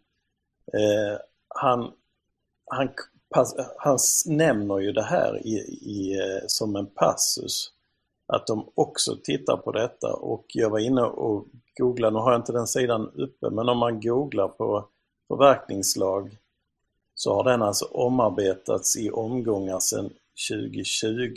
Han nämner ju det här som en passus, att de också tittar på detta, och jag var inne och googlade, nu har jag inte den sidan uppe, men om man googlar på förverkningslag så har den alltså omarbetats i omgångar sedan 2020.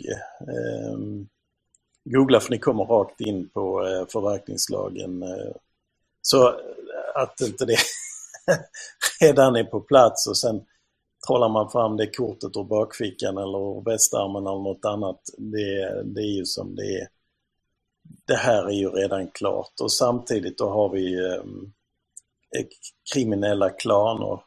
Googla, för ni kommer rakt in på förverkningslagen. Så att inte det redan är på plats och sen trollar man fram det kortet ur bakfickan eller västarmen eller något annat. Det är ju som det är. Det här är ju redan klart, och samtidigt då har vi kriminella klaner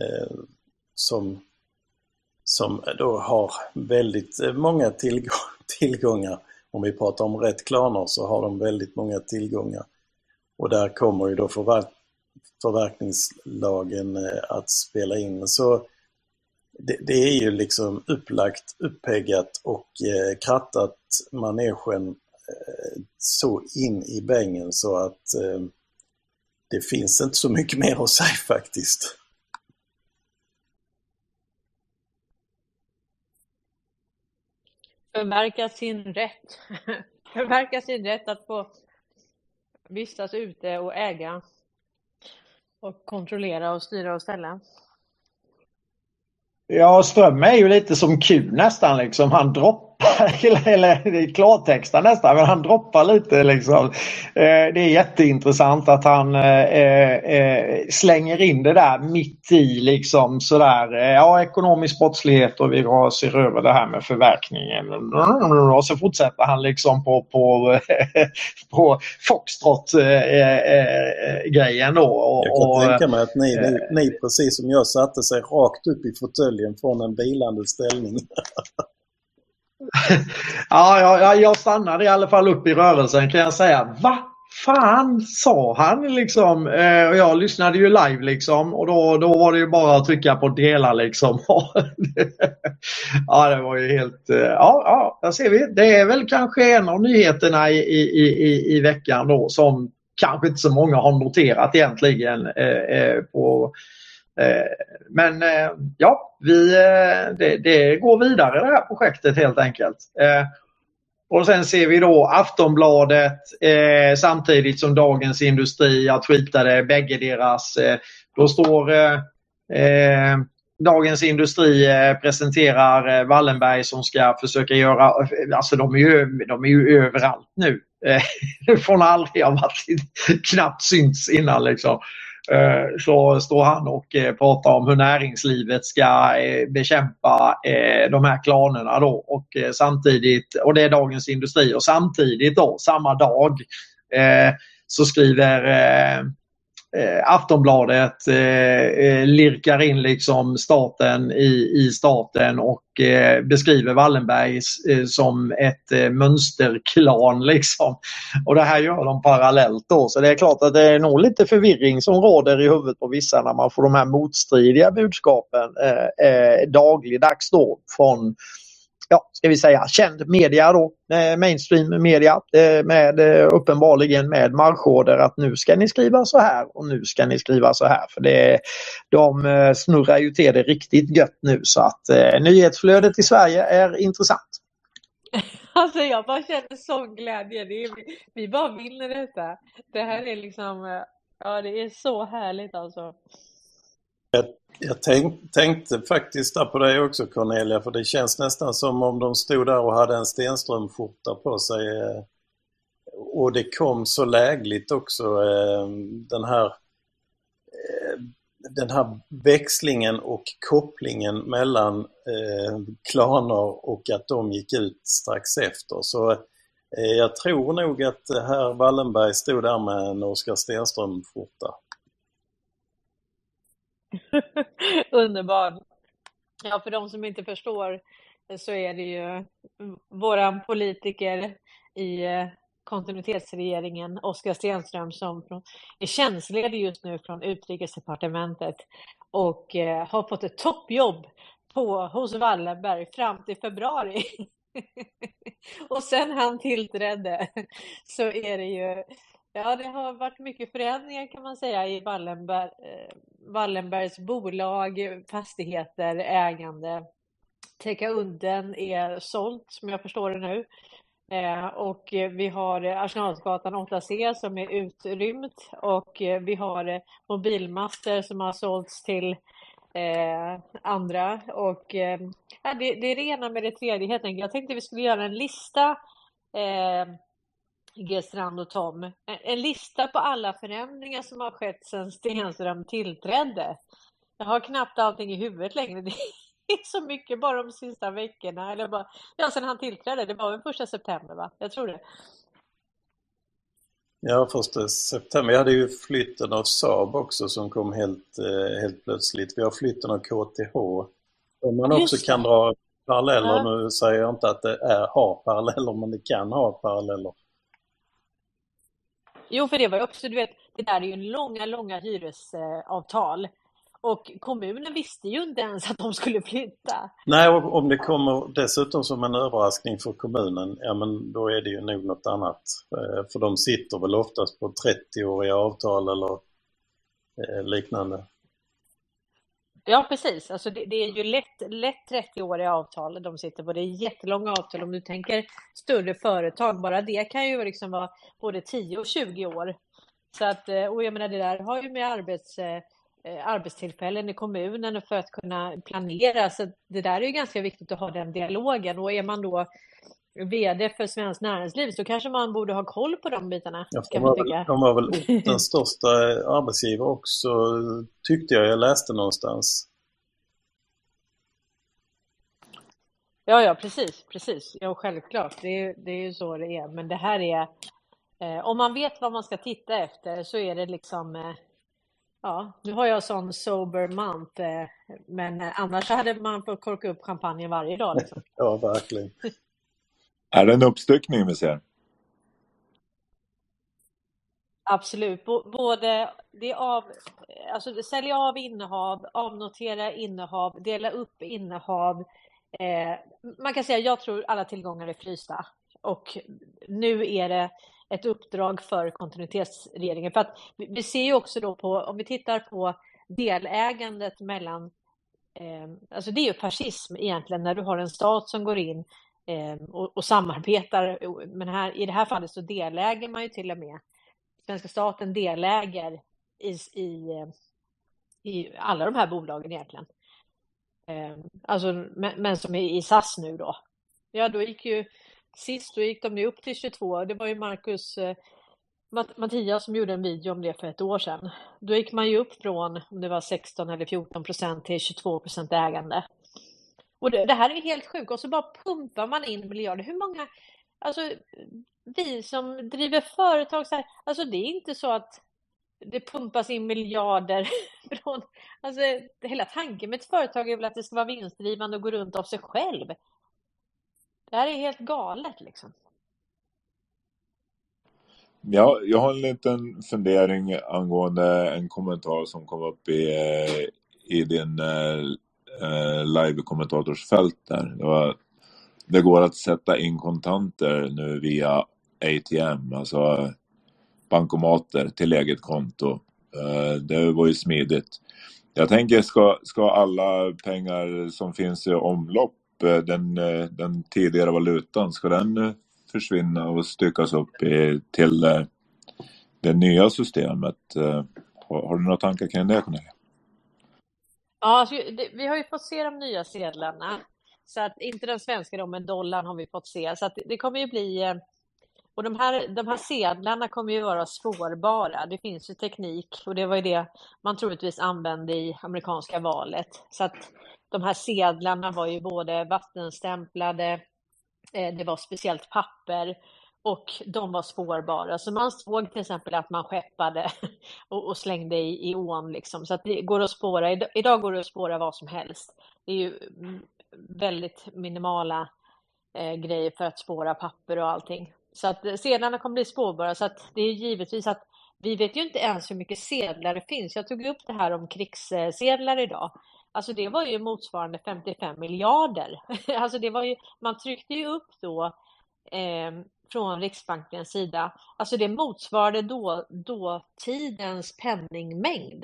som då har väldigt många tillgångar. Om vi pratar om rätt klaner så har de väldigt många tillgångar. Och där kommer ju då förverkningslagen att spela in. Så det är ju liksom upplagt, uppeggat och krattat manegen så in i bängen så att det finns inte så mycket mer att säga faktiskt. Förverka sin rätt att få vistas ute och äga och kontrollera och styra och ställa. Ja, Ström är ju lite som Q nästan liksom. Han droppar, eller i klartexten nästan, men han droppar lite liksom. Det är jätteintressant att han slänger in det där mitt i liksom sådär. Ja, ekonomisk brottslighet och vi ser över det här med förverkningen. Och så fortsätter han liksom på Foxtrot-grejen då. Jag kan tänka mig att ni precis som jag satte sig rakt upp i fåtöljen från en vilande ställning. Ja, jag stannade i alla fall upp i rörelsen, kan jag säga. Va fan sa han liksom? Och jag lyssnade ju live liksom, och då var det ju bara att trycka på dela liksom. Ja, det var ju helt... Ja, där ser vi. Det är väl kanske en av nyheterna i veckan då, som kanske inte så många har noterat egentligen men ja, det går vidare det här projektet helt enkelt. Och sen ser vi då Aftonbladet samtidigt som Dagens Industri. Jag tweetade bägge deras. Då står Dagens Industri presenterar Wallenberg som ska försöka göra, alltså de är ju överallt nu. Från aldrig har varit knappt synts innan liksom. Så står han och pratar om hur näringslivet ska bekämpa de här klanerna då, och samtidigt, och det är Dagens Industri, och samtidigt då samma dag så skriver Aftonbladet lirkar in liksom staten i staten och beskriver Wallenberg som ett mönsterklan liksom. Och det här gör de parallellt då, så det är klart att det är nog lite förvirring som råder i huvudet på vissa när man får de här motstridiga budskapen dagligdags då från, ja, ska vi säga, känd media då, mainstream media, med uppenbarligen med marschorder att nu ska ni skriva så här och nu ska ni skriva så här, för de snurrar ju till det riktigt gött nu, så att nyhetsflödet i Sverige är intressant. Alltså jag bara känner sån glädje, vi bara vinner detta. Det här är liksom, ja, det är så härligt alltså. Jag tänkte faktiskt där på dig också, Cornelia, för det känns nästan som om de stod där och hade en Stenström-skjorta på sig. Och det kom så lägligt också, den här växlingen och kopplingen mellan klaner och att de gick ut strax efter. Så jag tror nog att herr Wallenberg stod där med en Oskar Stenström-skjorta. Underbart. Ja, för de som inte förstår så är det ju våran politiker i kontinuitetsregeringen, Oskar Stenström, som är tjänstledig just nu från Utrikesdepartementet och har fått ett toppjobb hos Wallenberg fram till februari. Och sen han tillträdde så är det ju, ja, det har varit mycket förändringar kan man säga i Wallenbergs bolag, fastigheter, ägande. Teka Udden är sålt som jag förstår det nu. Och vi har Arsenalsgatan 8C som är utrymt och vi har mobilmaster som har sålts till andra och det är det ena med det tredje helt enkelt. Jag tänkte vi skulle göra en lista G-Strand och Tom, en lista på alla förändringar som har skett sedan Stenström tillträdde. Jag har knappt allting i huvudet längre. Det är så mycket bara de sista veckorna eller bara, ja, sedan han tillträdde, det var väl 1 september va? Jag tror det. Ja, 1 september. Jag hade ju flytten av Saab också som kom helt plötsligt. Vi har flytten av KTH. Om man också kan dra paralleller, nu säger jag inte att det har paralleller, men det kan ha paralleller. Jo, för det var ju också, du vet, det där är ju långa hyresavtal. Och kommunen visste ju inte ens att de skulle flytta. Nej, och om det kommer dessutom som en överraskning för kommunen, ja men då är det ju nog något annat. För de sitter väl oftast på 30-åriga avtal eller liknande. Ja, precis. Alltså det är ju lätt 30-åriga avtal de sitter på. Det är jättelånga avtal om du tänker större företag. Bara det kan ju liksom vara både 10 och 20 år. Så att, och jag menar det där har ju med arbetstillfällen i kommunen för att kunna planera. Så det där är ju ganska viktigt att ha den dialogen. Och är man då vd för Svenskt Näringsliv så kanske man borde ha koll på de bitarna. Ja, de var väl den största arbetsgivare också, tyckte jag läste någonstans. Ja, precis. Ja, självklart. Det är ju så det är. Men det här är, om man vet vad man ska titta efter så är det liksom, ja, nu har jag sån sober month, men annars hade man fått korka upp champagne varje dag. Liksom. Ja, verkligen. Är det en uppstyckning vi ser? Absolut. Både det alltså sälja av innehav, avnotera innehav, dela upp innehav. Man kan säga jag tror alla tillgångar är frysta. Och nu är det ett uppdrag för kontinuitetsregeringen. För att vi ser ju också då på, om vi tittar på delägandet mellan, alltså det är ju fascism egentligen när du har en stat som går in och samarbetar. Men i det här fallet så deläger man ju till och med. Svenska staten deläger i alla de här bolagen egentligen. Alltså, men som är i SAS nu då. Ja, då gick de ju upp till 22. Det var ju Mattias som gjorde en video om det för ett år sedan. Då gick man ju upp från, om det var 16 eller 14% till 22% ägande. Och det här är helt sjukt. Och så bara pumpar man in miljarder. Hur många, alltså vi som driver företag så här, alltså det är inte så att det pumpas in miljarder från, alltså hela tanken med ett företag är väl att det ska vara vinstdrivande och gå runt av sig själv. Det här är helt galet liksom. Ja, jag har en liten fundering angående en kommentar som kom upp i din live-kommentatorsfält där. Det går att sätta in kontanter nu via ATM, alltså bankomater till eget konto. Det var ju smidigt. Jag tänker, ska alla pengar som finns i omlopp, den tidigare valutan, ska den försvinna och styckas upp till det nya systemet? Har du några tankar kring det, Cornelia? Ja, alltså, vi har ju fått se de nya sedlarna. Så att inte den svenska då, men dollarn har vi fått se. Så att det kommer ju bli, och de här sedlarna kommer ju vara spårbara. Det finns ju teknik och det var ju det man troligtvis använde i amerikanska valet. Så att de här sedlarna var ju både vattenstämplade, det var speciellt papper och de var spårbara. Så man såg till exempel att man skeppade och slängde i ån liksom. Så att det går att spåra. Idag går det att spåra vad som helst. Det är ju väldigt minimala grejer för att spåra papper och allting. Så att sedlarna kommer bli spårbara. Så att det är givetvis att vi vet ju inte ens hur mycket sedlar det finns. Jag tog upp det här om krigssedlar idag. Alltså det var ju motsvarande 55 miljarder. Alltså det var ju, man tryckte ju upp då från Riksbankens sida. Alltså det motsvarade dåtidens penningmängd.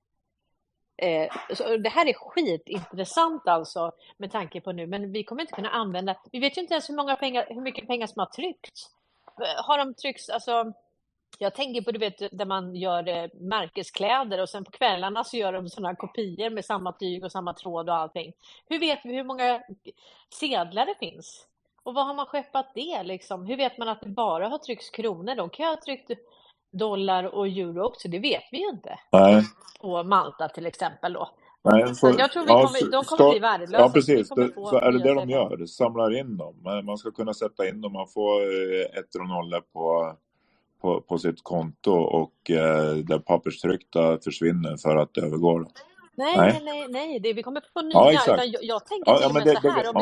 Så det här är skitintressant alltså med tanke på nu, men vi kommer inte kunna använda, vi vet ju inte ens hur mycket pengar som har tryckts. Har de tryckts, alltså jag tänker på, du vet, där man gör märkeskläder och sen på kvällarna så gör de sådana kopior med samma tyg och samma tråd och allting. Hur vet vi hur många sedlar det finns? Och vad har man skeppat det liksom? Hur vet man att det bara har tryckts kronor? De kan ha tryckt dollar och euro också, det vet vi ju inte. Nej. På Malta till exempel då. Nej, Så jag tror de kommer bli värdelösa. Ja, precis. Så är det de gör. Samlar in dem. Man ska kunna sätta in dem. Man får 1 och 0 på sitt konto och det papperstryckta försvinner för att det övergår. Nej. Vi kommer få nya. Ja, exakt. Jag tänker till och med så här.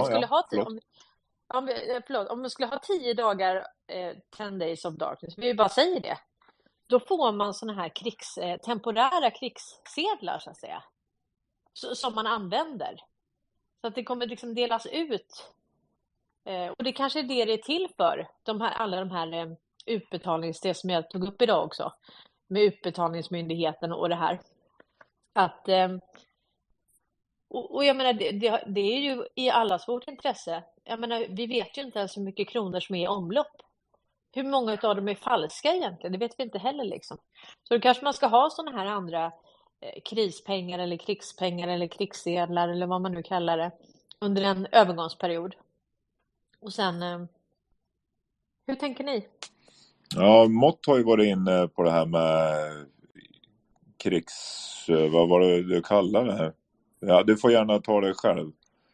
Om vi skulle ha 10 dagar 10 days of darkness. Vi bara säger det. Då får man såna här temporära krigssedlar så att säga. Som man använder. Så att det kommer liksom delas ut. Och det kanske är det är till för. Alla de här utbetalningssystem som jag tog upp idag också. Med utbetalningsmyndigheten och det här. Att, och jag menar, det är ju i allas vårt intresse. Jag menar, vi vet ju inte ens hur mycket kronor som är i omlopp. Hur många av dem är falska egentligen? Det vet vi inte heller liksom. Så då kanske man ska ha sådana här andra krispengar eller krigspengar eller krigssedlar eller vad man nu kallar det under en övergångsperiod. Och sen, hur tänker ni? Ja, Mott har ju varit inne på det här med vad var det du kallar det här? Ja, du får gärna ta det själv.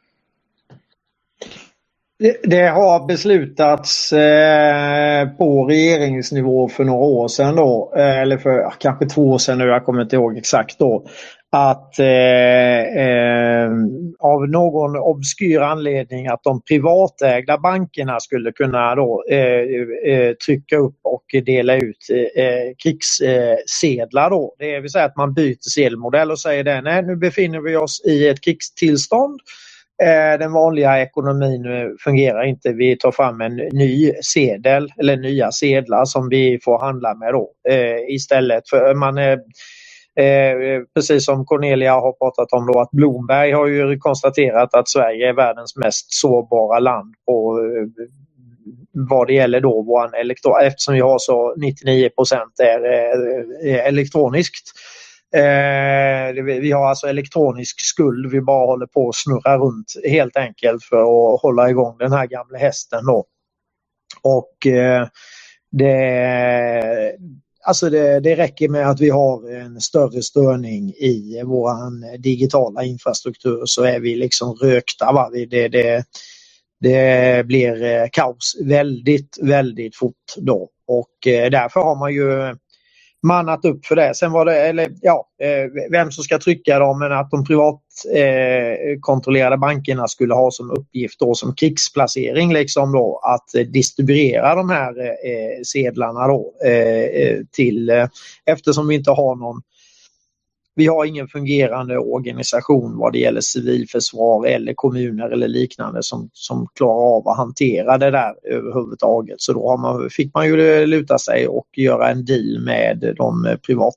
Det har beslutats på regeringsnivå för några år sedan då, eller för kanske 2 år sedan nu, jag kommer inte ihåg exakt då, att av någon obskyr anledning att de privatägda bankerna skulle kunna då trycka upp och dela ut krigssedlar då. Det vill säga att man byter sedelmodell och säger det, nej, nu befinner vi oss i ett krigstillstånd. Den vanliga ekonomin fungerar inte. Vi tar fram en ny sedel eller nya sedlar som vi får handla med då. Istället för precis som Cornelia har pratat om då, att Bloomberg har ju konstaterat att Sverige är världens mest sårbara land på vad det gäller då våran eftersom vi har så 99% är elektroniskt. Vi har alltså elektronisk skuld, vi bara håller på att snurra runt helt enkelt för att hålla igång den här gamla hästen då. Och det räcker med att vi har en större störning i våran digitala infrastruktur så är vi liksom rökta. Va? Det blir kaos väldigt, väldigt fort då. Och därför har man ju mannat upp för det. Sen var det, vem som ska trycka dem, men att de privatkontrollerade bankerna skulle ha som uppgift då, som krigsplacering liksom då, att distribuera de här sedlarna då eftersom vi inte har vi har ingen fungerande organisation vad det gäller civilförsvar eller kommuner eller liknande som klarar av att hantera det där överhuvudtaget. Så då fick man ju luta sig och göra en deal med de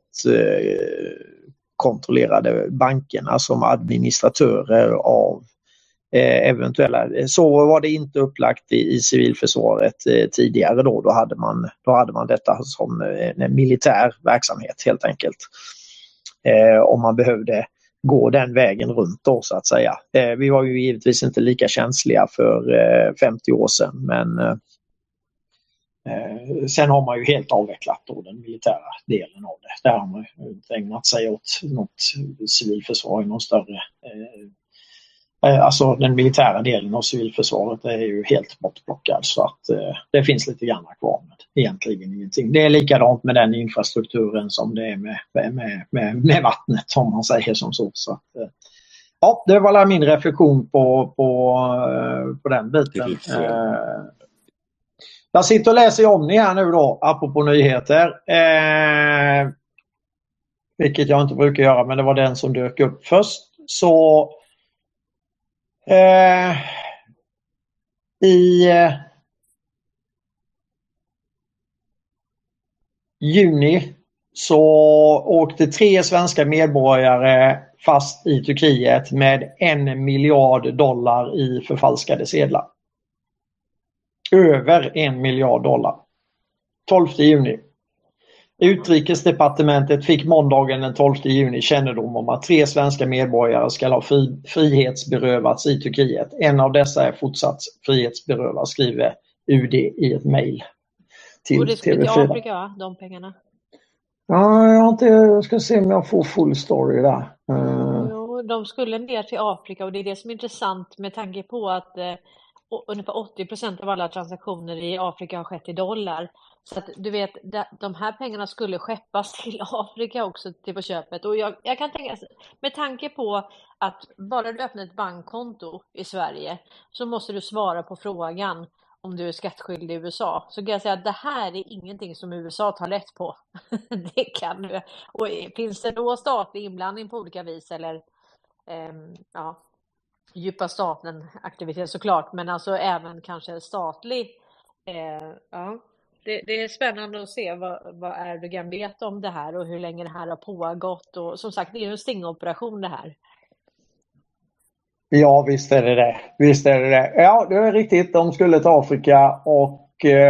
privatkontrollerade bankerna som administratörer av eventuella. Så var det inte upplagt i civilförsvaret tidigare då. Då hade man detta som en militär verksamhet helt enkelt. Om man behövde gå den vägen runt då så att säga. Vi var ju givetvis inte lika känsliga för 50 år sedan, men sen har man ju helt avvecklat då den militära delen av det. Där har man inte ägnat sig åt något civilförsvar i någon större alltså den militära delen av civilförsvaret är ju helt bortplockad så att det finns lite grann kvar med egentligen ingenting. Det är likadant med den infrastrukturen som det är med vattnet om man säger som så. Så att, ja, det var min reflektion på den biten. Jag sitter och läser om ni här nu då, apropå nyheter. Vilket jag inte brukar göra, men det var den som dök upp först. Så i juni så åkte 3 svenska medborgare fast i Turkiet med $1 miljard i förfalskade sedlar. Över $1 miljard. 12 juni. Utrikesdepartementet fick måndagen den 12 juni kännedom om att 3 svenska medborgare ska ha frihetsberövats i Turkiet. En av dessa är fortsatt frihetsberövad, skriver UD i ett mejl till Och det skulle till TV4. Afrika, va? De pengarna. Ja, jag ska se om jag får full story där. Jo, de skulle ner till Afrika och det är det som är intressant med tanke på att ungefär 80% av alla transaktioner i Afrika har skett i dollar. Så att du vet, de här pengarna skulle skeppas till Afrika också till på köpet. Och jag kan tänka, med tanke på att bara du öppnar ett bankkonto i Sverige så måste du svara på frågan om du är skattskyldig i USA. Så kan jag säga att det här är ingenting som USA tar lätt på. Det kan du. Och finns det då statlig inblandning på olika vis eller djupa staten aktivitet såklart, men alltså även kanske statlig. Det är spännande att se vad Erdogan vet om det här och hur länge det här har pågått. Och som sagt, det är ju en stingoperation det här. Ja, visst är det det. Visst är det det. Ja, det är riktigt. De skulle till Afrika och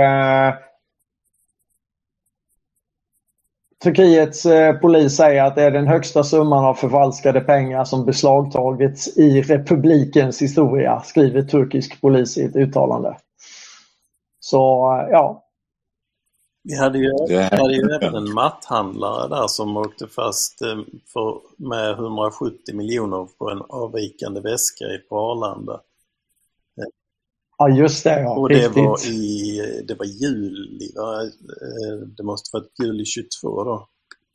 Turkiets polis säger att det är den högsta summan av förfalskade pengar som beslagtagits i republikens historia, skriver turkisk polis i ett uttalande. Så ja. Vi hade ju även en matthandlare där som åkte fast med 170 miljoner på en avvikande väska på Arlanda. Ja, just det. Ja, och det var juli, det måste vara juli 22 då.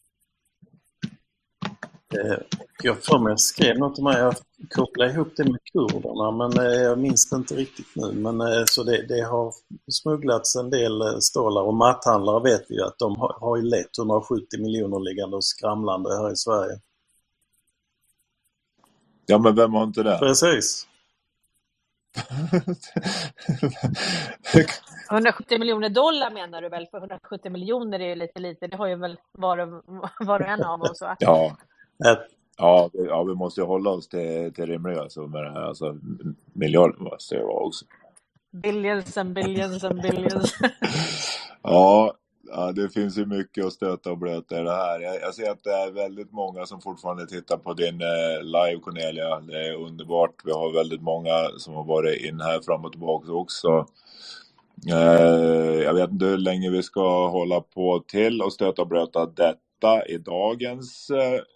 Jag får mig skrev något om mig, jag kopplade ihop det med kurderna men jag minns det inte riktigt nu. Men så det har smugglats en del stålar och matthandlare vet vi att de har ju lätt 170 miljoner liggande och skramlande här i Sverige. Ja, men vem har inte det? Precis. 170 miljoner dollar menar du väl? För 170 miljoner är ju lite. Det har ju väl var och en av oss, va? Ja, vi måste ju hålla oss till rimliga summor här. Alltså, miljarder måste det vara också. Billions and billions and billions. Ja, det finns ju mycket att stöta och blöta i det här. Jag ser att det är väldigt många som fortfarande tittar på din live, Cornelia. Det är underbart. Vi har väldigt många som har varit in här fram och tillbaka också. Jag vet inte hur länge vi ska hålla på till och stöta och blöta detta i dagens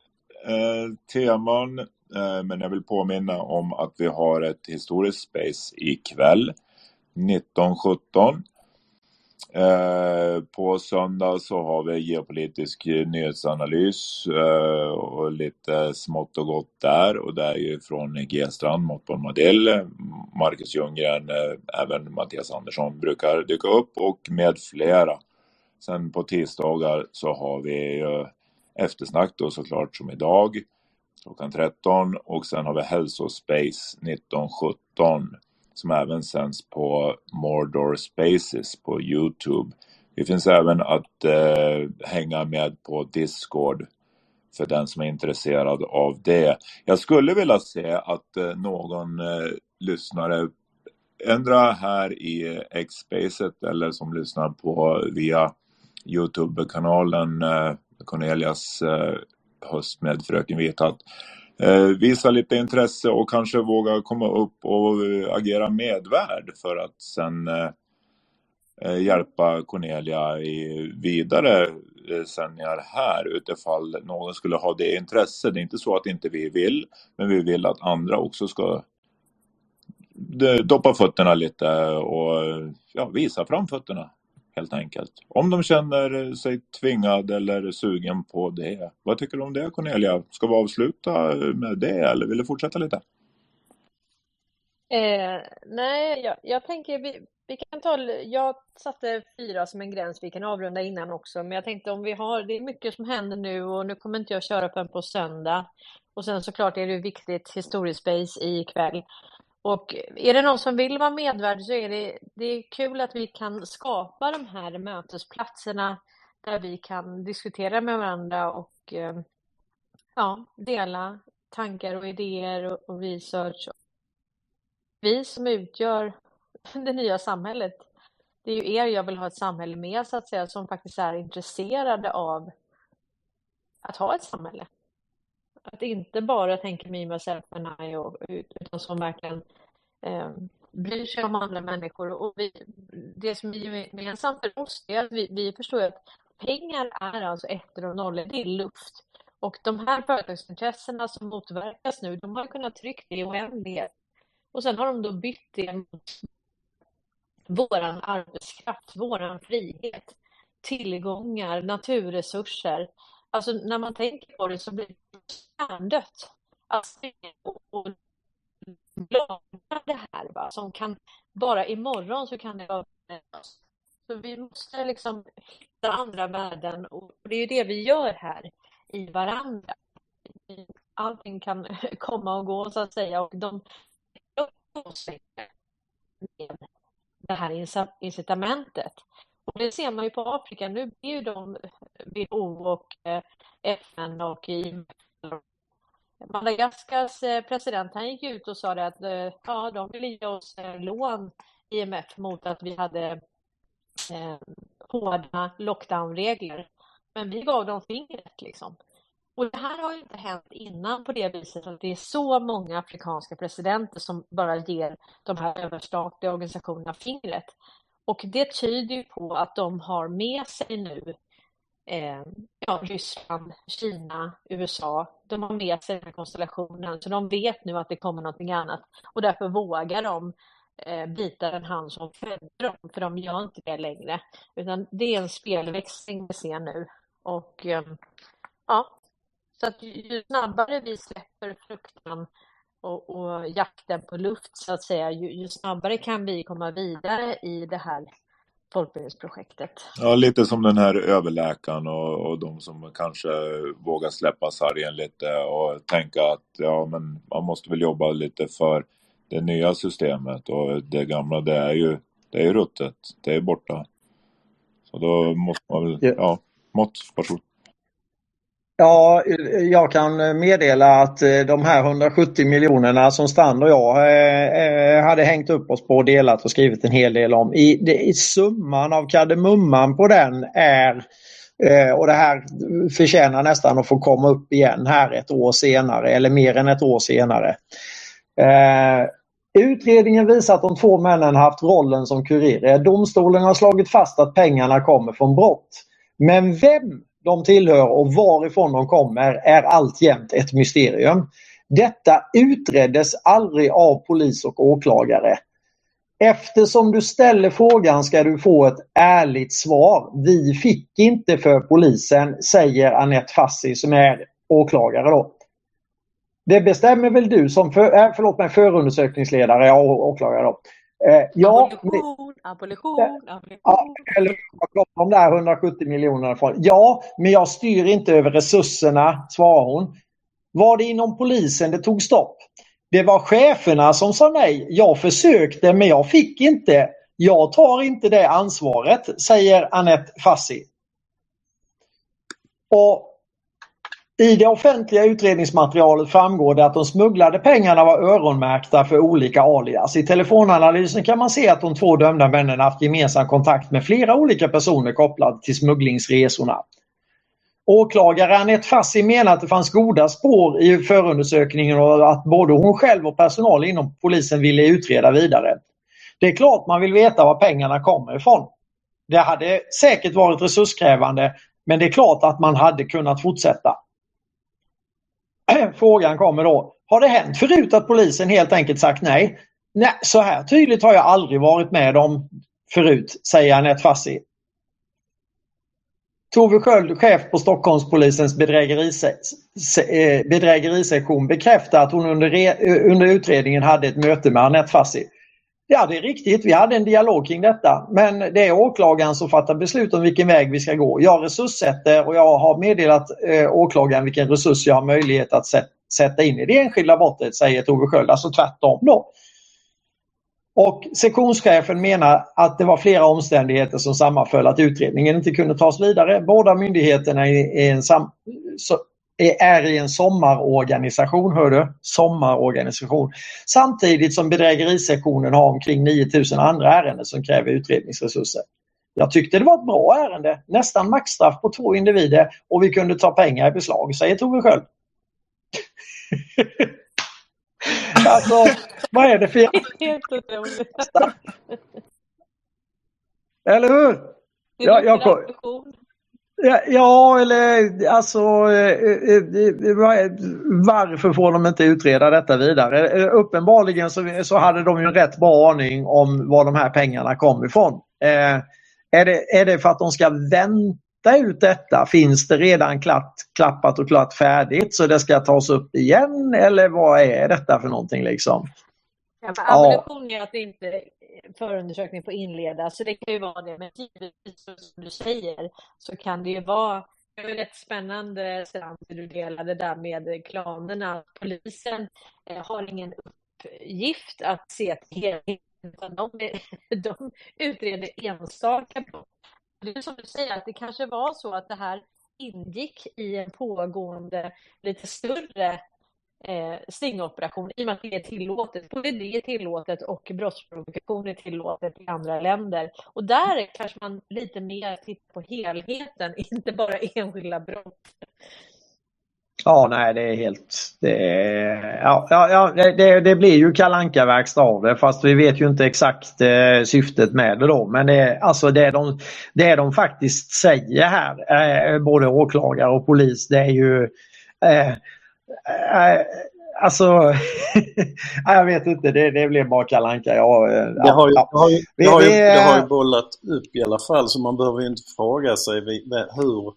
teman. Men jag vill påminna om att vi har ett historiskt space ikväll 19:17. På söndag så har vi geopolitisk nyhetsanalys och lite smått och gott där, och det är ju från G-strand, Mårtboll Madell, Marcus Ljunggren, även Mattias Andersson brukar dyka upp och med flera. Sen på tisdagar så har vi eftersnack då såklart som idag klockan 13, och sen har vi hälsospace 19:17 som även sänds på Mordor Spaces på YouTube. Det finns även att hänga med på Discord för den som är intresserad av det. Jag skulle vilja se att någon lyssnare ändra här i X-spacet eller som lyssnar på via YouTube-kanalen Cornelias höst med Fröken Vithatt. Visa lite intresse och kanske våga komma upp och agera medvärd för att sen hjälpa Cornelia i vidare sändningar här utifall någon skulle ha det intresse. Det är inte så att inte vi vill, men vi vill att andra också ska doppa fötterna lite och visa fram fötterna helt enkelt. Om de känner sig tvingad eller sugen på det. Vad tycker du om det, Cornelia? Ska vi avsluta med det eller vill du fortsätta lite? Nej, jag tänker vi kan ta, jag satte 4 som en gräns, vi kan avrunda innan också, men jag tänkte om det är mycket som händer nu och nu kommer inte jag köra förrän på söndag. Och sen såklart är det viktigt Historiespace ikväll. Och är det någon som vill vara medvärd så är det kul att vi kan skapa de här mötesplatserna där vi kan diskutera med varandra och dela tankar och idéer och research. Vi som utgör det nya samhället, det är ju er jag vill ha ett samhälle med så att säga, som faktiskt är intresserade av att ha ett samhälle. Att inte bara tänka me, myself and I, utan som verkligen bryr sig om andra människor. Och det som är gemensamt för oss är att vi förstår att pengar är alltså ettor och nollor, det är luft. Och de här företagsintressena som motverkas nu, de har kunnat trycka det i oändlighet. Och sen har de då bytt det mot våran arbetskraft, våran frihet, tillgångar, naturresurser. Alltså när man tänker på det så blir det hjärndött. Alltså, och det här va, som kan bara imorgon så kan det vara. Så vi måste liksom hitta andra värden och det är ju det vi gör här i varandra. Allting kan komma och gå så att säga och de med det här incitamentet. Och det ser man ju på Afrika. Nu blir ju de WHO och FN och IMF. Madagaskars president, han gick ut och sa det att de ville ge oss lån IMF mot att vi hade hårda lockdown-regler. Men vi gav dem fingret liksom. Och det här har ju inte hänt innan på det viset att det är så många afrikanska presidenter som bara ger de här överstatliga organisationerna fingret. Och det tyder ju på att de har med sig nu Ryssland, Kina, USA. De har med sig den här konstellationen så de vet nu att det kommer någonting annat. Och därför vågar de bita den hand som födde dem, för de gör inte det längre. Utan det är en spelväxling vi ser nu. Och så att ju snabbare vi släpper fruktan och jakten på luft så att säga, ju snabbare kan vi komma vidare i det här folkbildningsprojektet. Ja, lite som den här överläkaren och de som kanske vågar släppa sargen lite och tänka att men man måste väl jobba lite för det nya systemet och det gamla det är ju ruttet, det är borta. Så då måste man väl, varsågod. Ja, jag kan meddela att de här 170 miljonerna som Strand och jag hade hängt upp oss på och delat och skrivit en hel del om. I summan av kardemumman på den är, och det här förtjänar nästan att få komma upp igen här ett år senare eller mer än ett år senare. Utredningen visar att de 2 männen haft rollen som kurirer. Domstolen har slagit fast att pengarna kommer från brott. Men vem de tillhör och varifrån de kommer är alltjämt ett mysterium. Detta utreddes aldrig av polis och åklagare. Eftersom du ställer frågan ska du få ett ärligt svar. Vi fick inte för polisen, säger Anette Fassi som är åklagare då. Det bestämmer väl du som förundersökningsledare och åklagare då. Abolition. Eller de där 170 miljonerna från. Ja, men jag styr inte över resurserna, svarar hon. Var det inom polisen det tog stopp? Det var cheferna som sa nej. Jag försökte men jag fick inte. Jag tar inte det ansvaret, säger Anette Fassi. Och i det offentliga utredningsmaterialet framgår det att de smugglade pengarna var öronmärkta för olika alias. I telefonanalysen kan man se att de 2 dömda männen haft gemensam kontakt med flera olika personer kopplade till smugglingsresorna. Åklagare Anette Fassi menar att det fanns goda spår i förundersökningen och att både hon själv och personal inom polisen ville utreda vidare. Det är klart man vill veta var pengarna kommer ifrån. Det hade säkert varit resurskrävande, men det är klart att man hade kunnat fortsätta. Frågan kommer då, har det hänt förut att polisen helt enkelt sagt nej? Nej, så här tydligt har jag aldrig varit med om förut, säger Anette Fassi. Tove Sköld, chef på Stockholmspolisens bedrägerisektion, bekräftar att hon under utredningen hade ett möte med Anette Fassi. Ja, det är riktigt. Vi hade en dialog kring detta. Men det är åklagaren som fattar beslut om vilken väg vi ska gå. Jag resurssätter och jag har meddelat åklagaren vilken resurs jag har möjlighet att sätta in i det enskilda brottet, säger Tove Sköld. Alltså tvärtom då. Och sektionschefen menar att det var flera omständigheter som sammanföll att utredningen inte kunde tas vidare. Båda myndigheterna är i en sommarorganisation, sommarorganisation. Samtidigt som bedrägerisektionen har omkring 9000 andra ärenden som kräver utredningsresurser. Jag tyckte det var ett bra ärende. Nästan maxstraff på 2 individer och vi kunde ta pengar i beslag, säger Tove Sköld. Alltså, vad är det för... Eller hur? Varför får de inte utreda detta vidare? Uppenbarligen så hade de ju en rätt bra aning om var de här pengarna kom ifrån. Är det för att de ska vänta ut detta? Finns det redan klappat och klart färdigt så det ska tas upp igen? Eller vad är detta för någonting liksom? Ja, men ammunition är att inte förundersökning får inledas, så det kan ju vara det. Men givetvis som du säger så kan det ju vara rätt spännande att du delade där med klanerna. Polisen har ingen uppgift att se till helheten, utan de utreder enstaka brott. Det är som du säger att det kanske var så att det här ingick i en pågående lite större stingoperation i och med att det är tillåtet. Både det är tillåtet och brottsprovokation är tillåtet i andra länder. Och där kanske man lite mer tittar på helheten, inte bara enskilda brott. Ja, nej, det är helt... Det blir ju Kalle Anka-verkstad av det, fast vi vet ju inte exakt syftet med det då. Men det de faktiskt säger här, både åklagare och polis, det är ju... jag vet inte, det blev bara Kalle Anka. Det har ju bollat upp i alla fall, så man behöver ju inte fråga sig hur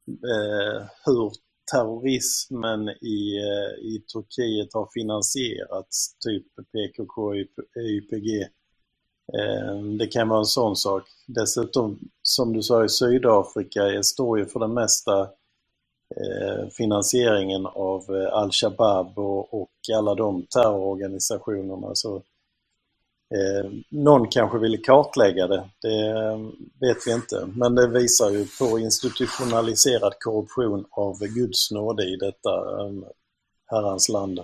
terrorismen i Turkiet har finansierats, typ PKK, YPG. Det kan vara en sån sak. Dessutom, som du sa, i Sydafrika står ju för det mesta finansieringen av Al-Shabaab och alla de terrororganisationerna. Så någon kanske ville kartlägga det vet vi inte. Men det visar ju på institutionaliserad korruption av Guds nåde i detta herrans land.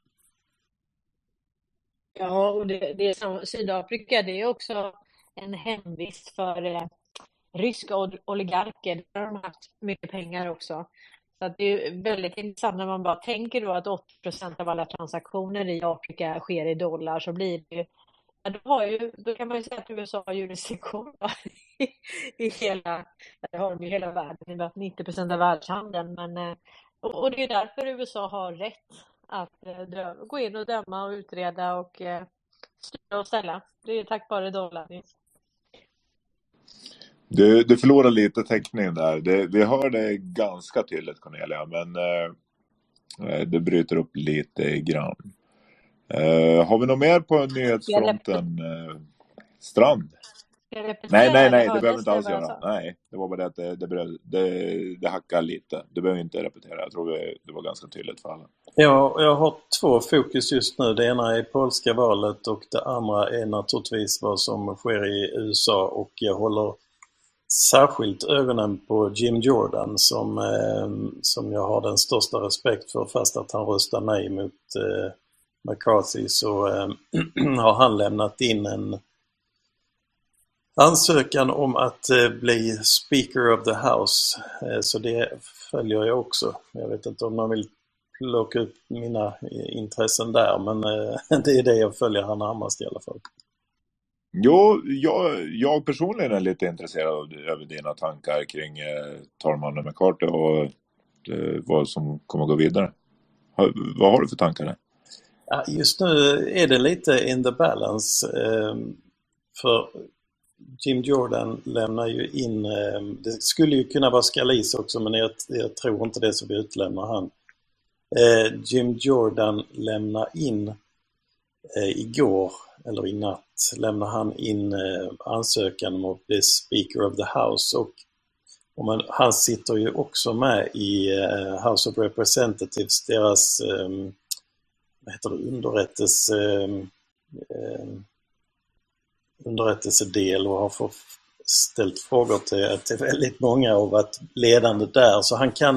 Ja, och det är som Sydafrika, det är också en hemvist för ryska oligarker. Där har de haft mycket pengar också. Så att det är väldigt intressant när man bara tänker då att 80% av alla transaktioner i Afrika sker i dollar, så blir det ju, då kan man ju säga att USA har jurisdiktion i hela, det har de i hela världen, 90% av världshandeln. Men, och det är därför USA har rätt att gå in och döma och utreda och styra och ställa. Det är tack vare dollarn. Du förlorar lite täckning där. Vi hör det ganska tydligt, Cornelia, men det bryter upp lite grann. Har vi något mer på nyhetsfronten? Strand? Nej, det behöver inte alls göra. Nej, det var bara det att det hackar lite. Du behöver inte repetera. Jag tror det var ganska tydligt för alla. Ja, jag har 2 fokus just nu. Det ena är polska valet och det andra är naturligtvis vad som sker i USA. Och jag håller särskilt ögonen på Jim Jordan som jag har den största respekt för, fast att han röstar nej mot McCarthy, så har han lämnat in en ansökan om att bli Speaker of the House. Så det följer jag också. Jag vet inte om man vill plocka upp mina intressen där, men det är det jag följer han närmast i alla fall. Jo, jag personligen är lite intresserad över dina tankar kring talmannen McCarthy och vad som kommer att gå vidare. Vad har du för tankar där? Ja, just nu är det lite in the balance. För Jim Jordan lämnar ju in, det skulle ju kunna vara Scalise också, men jag tror inte det, så vi utlämnar han. Jim Jordan lämnar in igår, eller i natt, lämnar han in ansökan om att bli Speaker of the House. Och han sitter ju också med i House of Representatives, deras underrättelsedel, och har ställt frågor till väldigt många och varit ledande där. Så han kan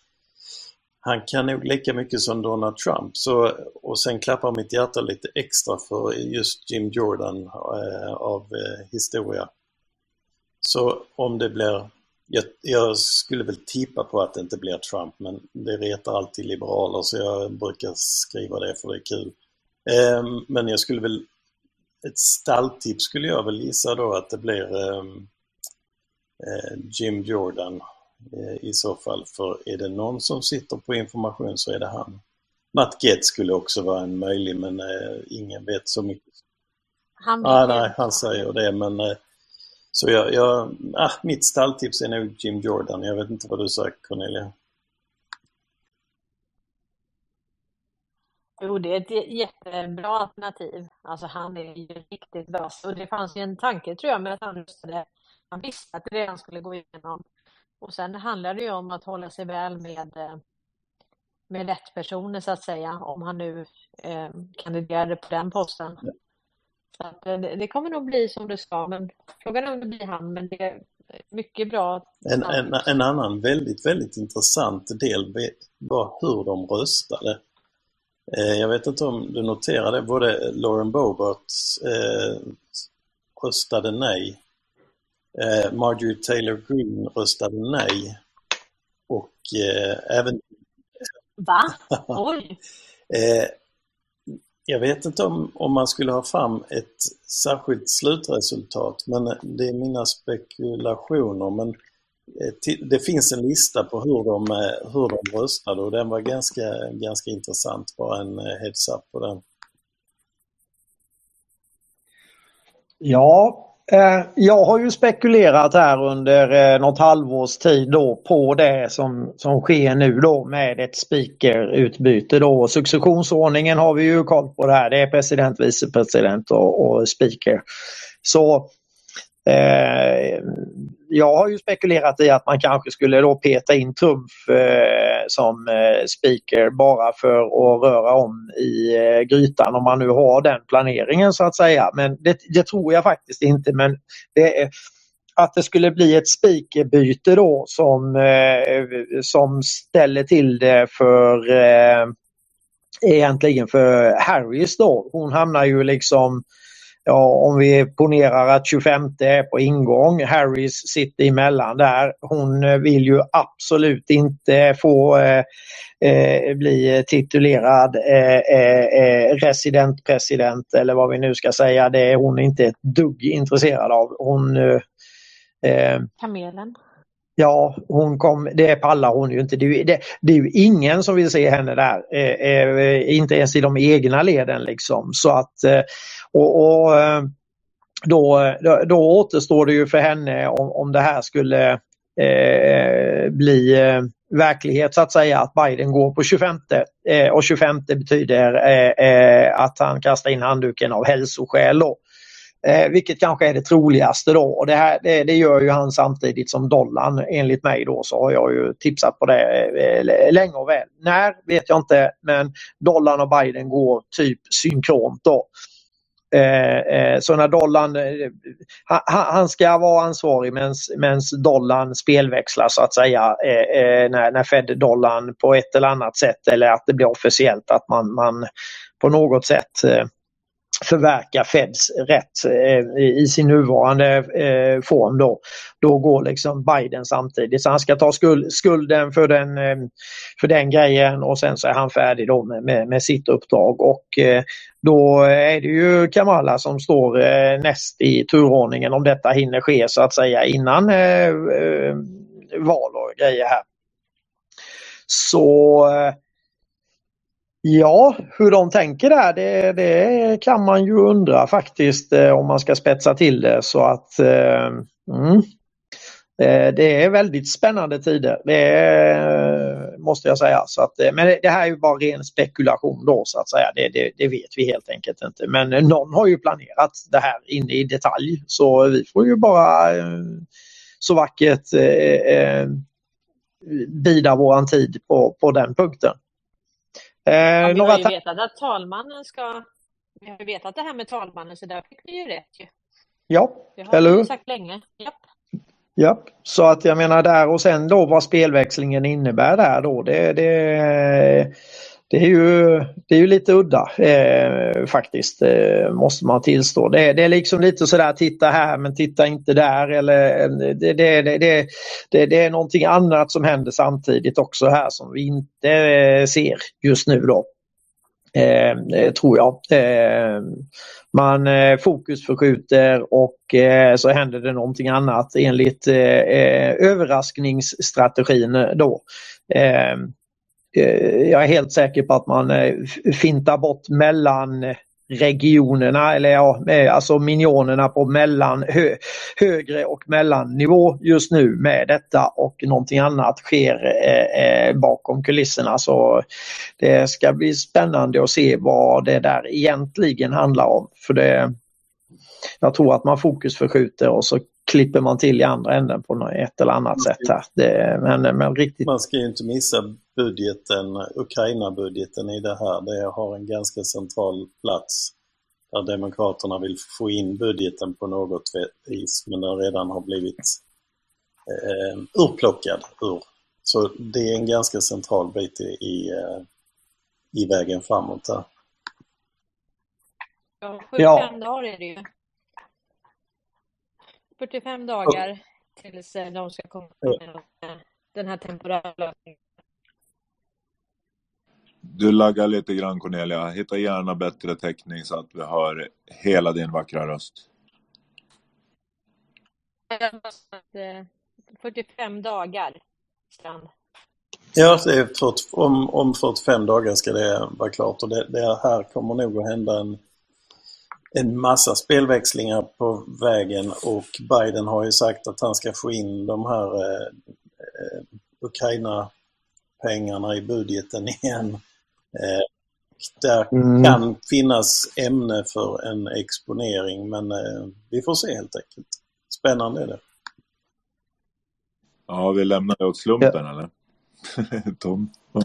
nog lika mycket som Donald Trump. Och sen klappar mitt hjärta lite extra för just Jim Jordan av historia. Så om det blir, jag skulle väl tippa på att det inte blir Trump, men det retar alltid liberaler, så jag brukar skriva det för det är kul. Men jag skulle väl, ett stalltips skulle jag väl gissa då att det blir Jim Jordan i så fall, för är det någon som sitter på information så är det han. Matt Gaetz skulle också vara en möjlig, men ingen vet så mycket. Han säger det, men så mitt stalltips är nog Jim Jordan. Jag vet inte vad du säger, Cornelia. Jo, det är ett jättebra alternativ. Alltså han är ju riktigt bra. Och det fanns ju en tanke, tror jag, med att han visste att det redan skulle gå igenom. Och sen handlar det ju om att hålla sig väl med rätt personer, så att säga, om han nu kandiderade på den posten. Ja. Så att det kommer nog bli som det ska, men frågan är om det blir han, men det är mycket bra. En annan väldigt, väldigt intressant del var hur de röstade. Jag vet inte om du noterade, både Lauren Boebert röstade nej. Marjorie Taylor Greene röstade nej. Och även... Va? Oj! Jag vet inte om man skulle ha fram ett särskilt slutresultat, men det är mina spekulationer. Men det finns en lista på hur de röstade, och den var ganska intressant. Bara en heads up på den. Ja, jag har ju spekulerat här under något halvårs tid då på det som sker nu då med ett speakerutbyte då. Successionsordningen har vi ju koll på det här. Det är president, vicepresident och speaker. Så jag har ju spekulerat i att man kanske skulle då peta in Trump som speaker bara för att röra om i grytan, om man nu har den planeringen, så att säga. Men det tror jag faktiskt inte. Men att det skulle bli ett speakerbyte då som ställer till det för egentligen för Harris då. Hon hamnar ju liksom, ja, om vi ponerar att 25 är på ingång, Harris sitter emellan där. Hon vill ju absolut inte få bli titulerad residentpresident, eller vad vi nu ska säga. Det är hon inte ett dugg intresserad av. Kamelen. Ja, det pallar hon ju inte. Det är ju ingen som vill se henne där. Inte ens i de egna leden liksom. Så att, då återstår det ju för henne, om det här skulle bli verklighet, så att säga, att Biden går på 25. Och 25 betyder att han kastar in handduken av hälsoskäl då. Vilket kanske är det troligaste då, och det gör ju han samtidigt som dollarn, enligt mig då, så har jag ju tipsat på det länge och väl. När vet jag inte, men dollarn och Biden går typ synkront då. Så när dollarn, han ska vara ansvarig medan dollarn spelväxlar, så att säga, när Fed-dollarn på ett eller annat sätt, eller att det blir officiellt att man på något sätt förverka Feds rätt i sin nuvarande form då går liksom Biden samtidigt. Så han ska ta skulden för den grejen, och sen så är han färdig då med sitt uppdrag, och då är det ju Kamala som står näst i turordningen, om detta hinner ske, så att säga, innan val och grejer här. Så Ja, hur de tänker där, det kan man ju undra faktiskt om man ska spetsa till det. Så att det är väldigt spännande tider, det måste jag säga. Så att, men det här är ju bara ren spekulation då, så att säga. Det vet vi helt enkelt inte. Men någon har ju planerat det här inne i detalj, så vi får ju bara så vackert bida våran tid på den punkten. Vi har Några ju vetat att talmannen ska... Vi har ju vetat det här med talmannen, så där fick vi ju rätt ju. Ja, Det har eller vi hur? ju sagt länge. Japp. Ja, så att jag menar där, och sen då vad spelväxlingen innebär där då, det är ju lite udda faktiskt, måste man tillstå. Det är liksom lite sådär, titta här men titta inte där, eller det är någonting annat som händer samtidigt också här som vi inte ser just nu då. Tror jag. Man fokus förskjuter och så händer det någonting annat enligt överraskningsstrategin då. Jag är helt säker på att man fintar bort mellan regionerna, eller alltså minionerna på högre och mellannivå just nu med detta, och någonting annat sker bakom kulisserna. Så det ska bli spännande att se vad det där egentligen handlar om, för jag tror att man fokusförskjuter och så klipper man till i andra änden på ett eller annat sätt här. Men riktigt... Man ska ju inte missa Ukraina-budgeten i det här. Det har en ganska central plats där Demokraterna vill få in budgeten på något vis, men den redan har blivit urplockad ur. Så det är en ganska central bit i vägen framåt där. Ja, 45 dagar är det ju. 45 dagar tills de ska komma med den här temporära lösningen. Du laggar lite grann, Cornelia. Hitta gärna bättre täckning så att vi hör hela din vackra röst. 45 dagar, Strand. Ja, det är om 45 dagar ska det vara klart, och det här kommer nog att hända en massa spelväxlingar på vägen, och Biden har ju sagt att han ska få in de här Ukraina-pengarna i budgeten igen. Där kan finnas ämne för en exponering, men vi får se helt enkelt. Spännande är det. Ja, vi lämnar det åt slumpen eller? Tom.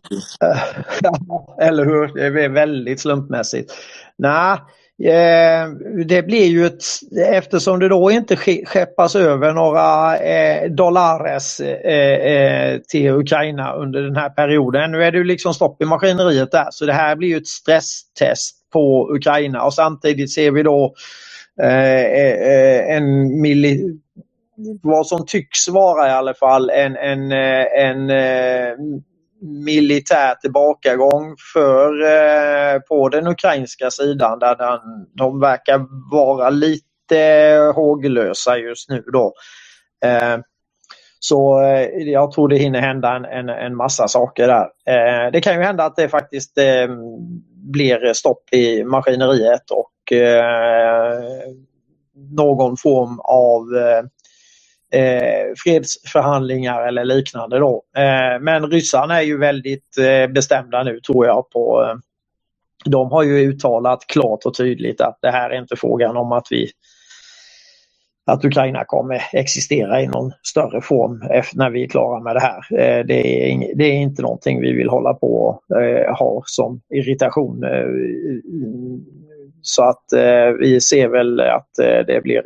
Eller hur? Det är väldigt slumpmässigt. Nej, det blir ju eftersom det då inte skeppas över några dollares till Ukraina under den här perioden. Nu är det ju liksom stopp i maskineriet där, så det här blir ju ett stresstest på Ukraina, och samtidigt ser vi då vad som tycks vara i alla fall en militär tillbakagång på den ukrainska sidan, där de verkar vara lite håglösa just nu då. Så jag tror det hinner hända en massa saker där. Det kan ju hända att det faktiskt blir stopp i maskineriet och någon form av fredsförhandlingar eller liknande då. Men ryssarna är ju väldigt bestämda nu, tror jag, de har ju uttalat klart och tydligt att det här är inte frågan om att Ukraina kommer existera i någon större form när vi är klara med det här. Det är inte någonting vi vill hålla på och ha som irritation. Så att vi ser väl att det blir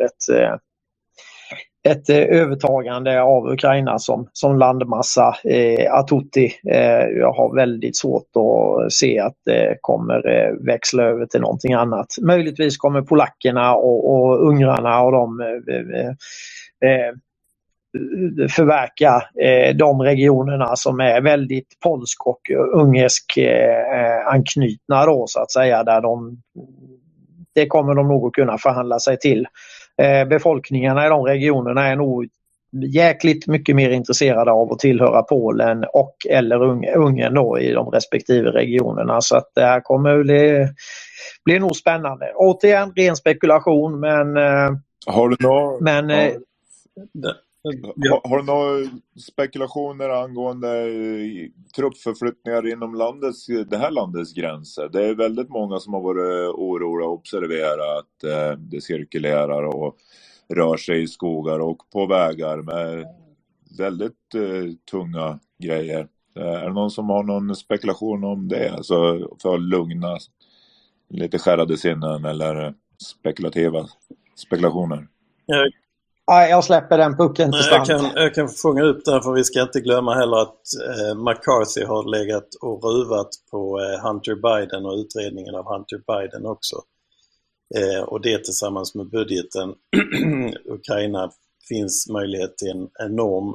ett övertagande av Ukraina som landmassa. Atutti, jag har väldigt svårt att se att det kommer växla över till någonting annat. Möjligtvis kommer polackerna och ungrarna och de förverka de regionerna som är väldigt polsk och ungersk anknytna då, så att säga, där det kommer de nog att kunna förhandla sig till. Befolkningarna i de regionerna är nog jäkligt mycket mer intresserade av att tillhöra Polen och eller Ungern då i de respektive regionerna. Så att det här kommer bli nog spännande. Återigen ren spekulation, men Har du några spekulationer angående truppförflyttningar inom det här landets gränser? Det är väldigt många som har varit oroliga och observerat att det cirkulerar och rör sig i skogar och på vägar med väldigt tunga grejer. Är det någon som har någon spekulation om det? Alltså för att lugna lite skärrade sinnen eller spekulativa spekulationer? Jag släpper den pucken till stant. Jag kan fånga upp där, för vi ska inte glömma heller att McCarthy har legat och ruvat på Hunter Biden och utredningen av Hunter Biden också. Och det tillsammans med budgeten Ukraina finns möjlighet till en enorm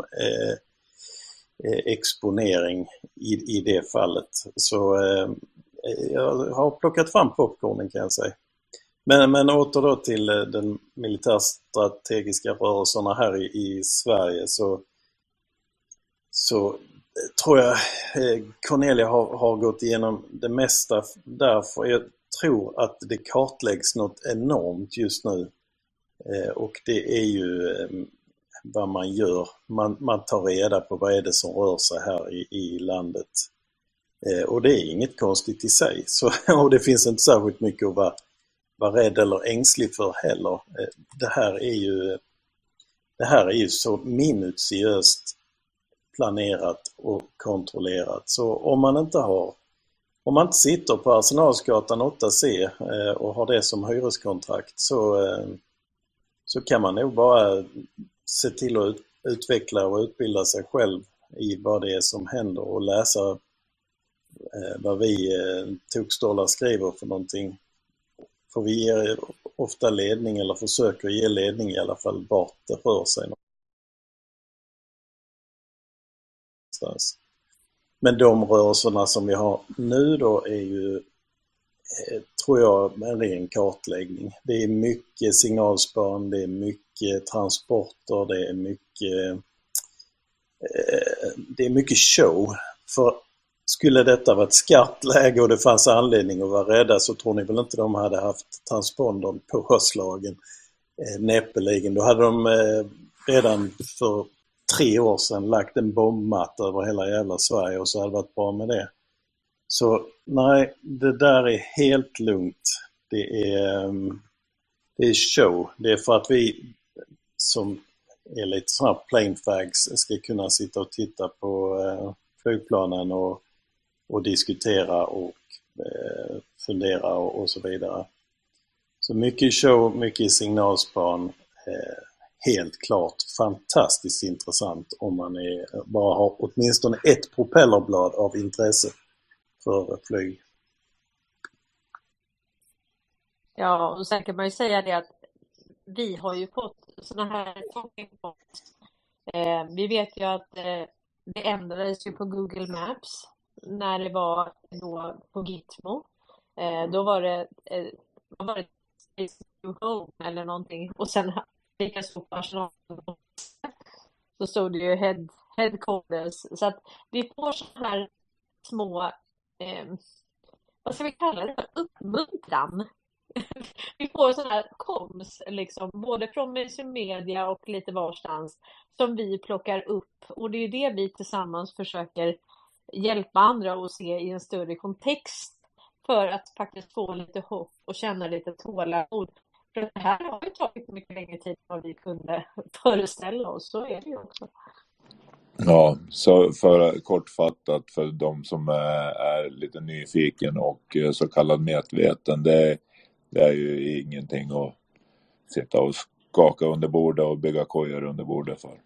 exponering i det fallet. Så jag har plockat fram popcornen, kan jag säga. Men åter då till den militärstrategiska rörelserna här i Sverige, så tror jag Cornelia har gått igenom det mesta därför. Jag tror att det kartläggs något enormt just nu, och det är ju vad man gör. Man tar reda på vad är det som rör sig här i landet, och det är inget konstigt i sig. Och det finns inte särskilt mycket att vara rädd eller ängslig för heller. Det här är ju så minutiöst planerat och kontrollerat. Så om man inte sitter på Arsenalsgatan 8C och har det som hyreskontrakt, så kan man nog bara se till att utveckla och utbilda sig själv i vad det är som händer och läsa vad vi tokstollar skriver för någonting. För vi ger ofta ledning, eller försöker ge ledning i alla fall, vart det rör sig någonstans. Men de rörelserna som vi har nu då är ju, tror jag, en ren kartläggning. Det är mycket signalspan, det är mycket transporter, det är mycket show. För skulle detta vara ett skarpt läge och det fanns anledning att vara rädda, så tror ni väl inte de hade haft transpondern påslagen? Näppeligen. Då hade de redan för 3 år sedan lagt en bombmatta över hela jävla Sverige, och så hade det varit bra med det. Så nej, det där är helt lugnt. Det är show. Det är för att vi som är lite sådana plain fags ska kunna sitta och titta på flygplanen och diskutera och fundera och så vidare. Så mycket show, mycket signalspan, helt klart fantastiskt intressant om man bara har åtminstone ett propellerblad av intresse för flyg. Ja, och sen kan man ju säga det att vi har ju fått såna här talking points. Vi vet ju att det ändrades ju på Google Maps när det var då på Gitmo. Då var det home eller någonting, och sen lika stort personal så stod det ju headquarters. Så att vi får så här små vad ska vi kalla det, uppmuntran. Vi får sådana här koms liksom, både från media och lite varstans, som vi plockar upp, och det är det vi tillsammans försöker hjälpa andra att se i en större kontext, för att faktiskt få lite hopp och känna lite tålamod. För det här har ju tagit mycket längre tid än vad vi kunde föreställa oss, så är det ju också. Ja, så för kortfattat för de som är lite nyfiken och så kallad medveten, det är ju ingenting att sitta och skaka under bordet och bygga kojor under bordet för.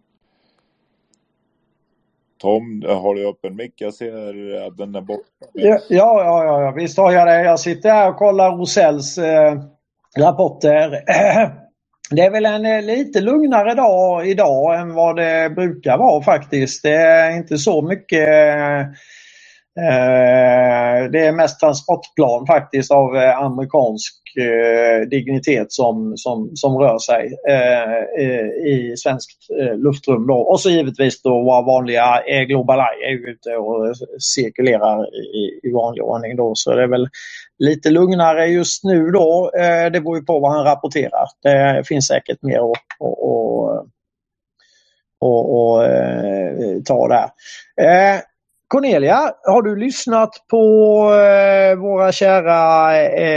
Tom, har du öppen mick? Jag ser att den är borta. Ja, visst har jag det. Jag sitter här och kollar Rosells rapporter. Det är väl en lite lugnare dag idag än vad det brukar vara faktiskt. Det är inte så mycket Det är mest transportplan faktiskt av amerikansk dignitet som rör sig i svenskt luftrum då. Och så givetvis då våra vanliga Global Eye är ute och cirkulerar i vanlig ordning då. Så det är väl lite lugnare just nu då. Det beror ju på vad han rapporterar. Det finns säkert mer att ta där. Cornelia, har du lyssnat på våra kära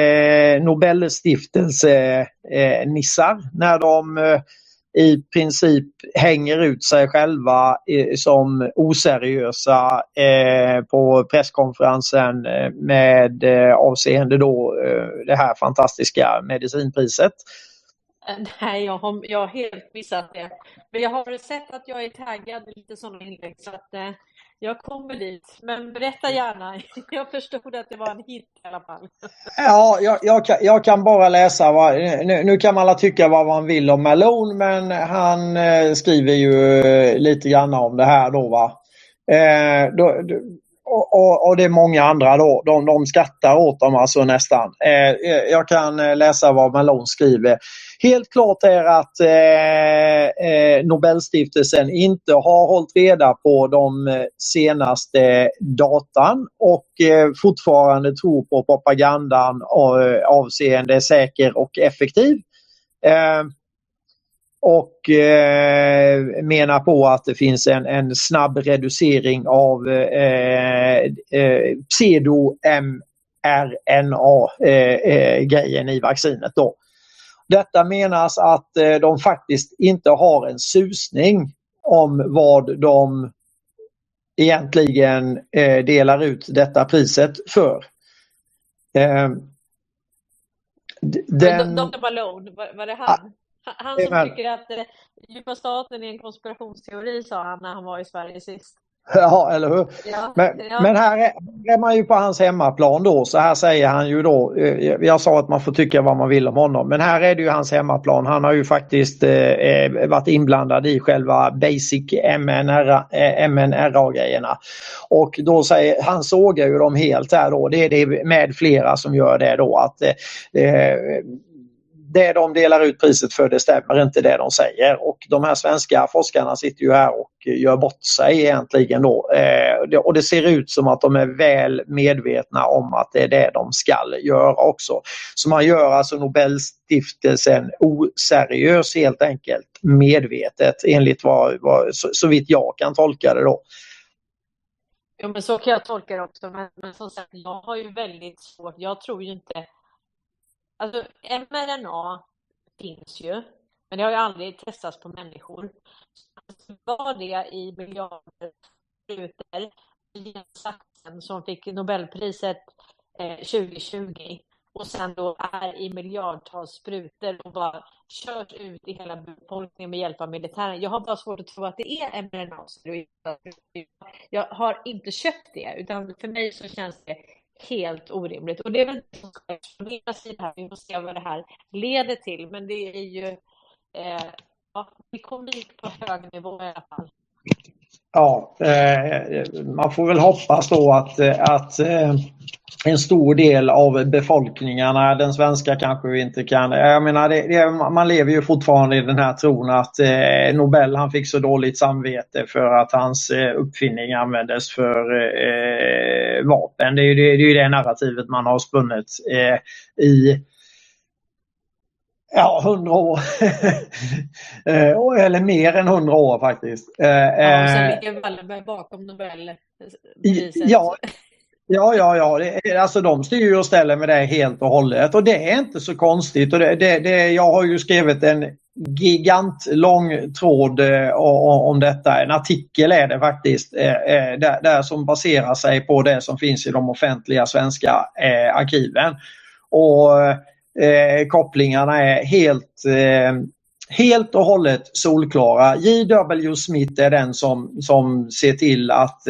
Nobelstiftelse-nissar när de i princip hänger ut sig själva som oseriösa på presskonferensen med avseende då det här fantastiska medicinpriset? Nej, jag har helt missat det. Men jag har sett att jag är taggad i lite sådana inlägg så att jag kommer dit. Men berätta gärna. Jag förstod att det var en hit i alla fall. Ja, jag kan bara läsa. Nu kan man alla tycka vad man vill om Malone, men han skriver ju lite grann om det här då, va. Och det är många andra då. De skrattar åt dem alltså nästan. Jag kan läsa vad Malone skriver. Helt klart är att Nobelstiftelsen inte har hållit reda på de senaste datan och fortfarande tror på propagandan avseende säker och effektiv. Och menar på att det finns en snabb reducering av pseudo-mRNA-grejen i vaccinet då. Detta menas att de faktiskt inte har en susning om vad de egentligen delar ut detta priset för. Dr. Malone, var det han? Han som tycker att djupa staten är en konspirationsteori, sa han när han var i Sverige sist. Ja, eller hur? Ja, men här är man ju på hans hemmaplan då, så här säger han ju då, jag sa att man får tycka vad man vill om honom, men här är det ju hans hemmaplan. Han har ju faktiskt varit inblandad i själva basic mRNA-grejerna. Och då säger han, sågar ju dem helt här då, det är det med flera som gör det då, att det de delar ut priset för, det stämmer inte det de säger. Och de här svenska forskarna sitter ju här och gör bort sig egentligen då. Och det ser ut som att de är väl medvetna om att det är det de ska göra också. Så man gör alltså Nobelstiftelsen oseriös helt enkelt, medvetet, enligt så vitt jag kan tolka det då. Jo, men så kan jag tolka det också. Men som sagt, jag har ju väldigt svårt, jag tror ju inte. Alltså mRNA finns ju, men det har ju aldrig testats på människor. Var det i miljarder sprutor i Saxen som fick Nobelpriset 2020 och sen då är i miljardtals sprutor och bara kört ut i hela befolkningen med hjälp av militären. Jag har bara svårt att tro att det är mRNA. Jag har inte köpt det, utan för mig så känns det helt orimligt. Och det är väl det som ska exponeras i det här. Vi får se vad det här leder till. Men det är ju vi kommer dit på hög nivå i alla fall. Ja, man får väl hoppas då att en stor del av befolkningarna, den svenska kanske vi inte kan, jag menar man lever ju fortfarande i den här tron att Nobel, han fick så dåligt samvete för att hans uppfinning användes för vapen. Det är ju det narrativet man har spunnit i 100 år. Eller mer än 100 år faktiskt. Och sen ligger Wallenberg bakom Nobelpriset. Ja. Alltså de styr och ställer med det helt och hållet. Och det är inte så konstigt. Och jag har ju skrivit en gigantlång tråd om detta. En artikel är det faktiskt. Där som baserar sig på det som finns i de offentliga svenska arkiven. Och kopplingarna är helt och hållet solklara. J.W. Smith är den som ser till att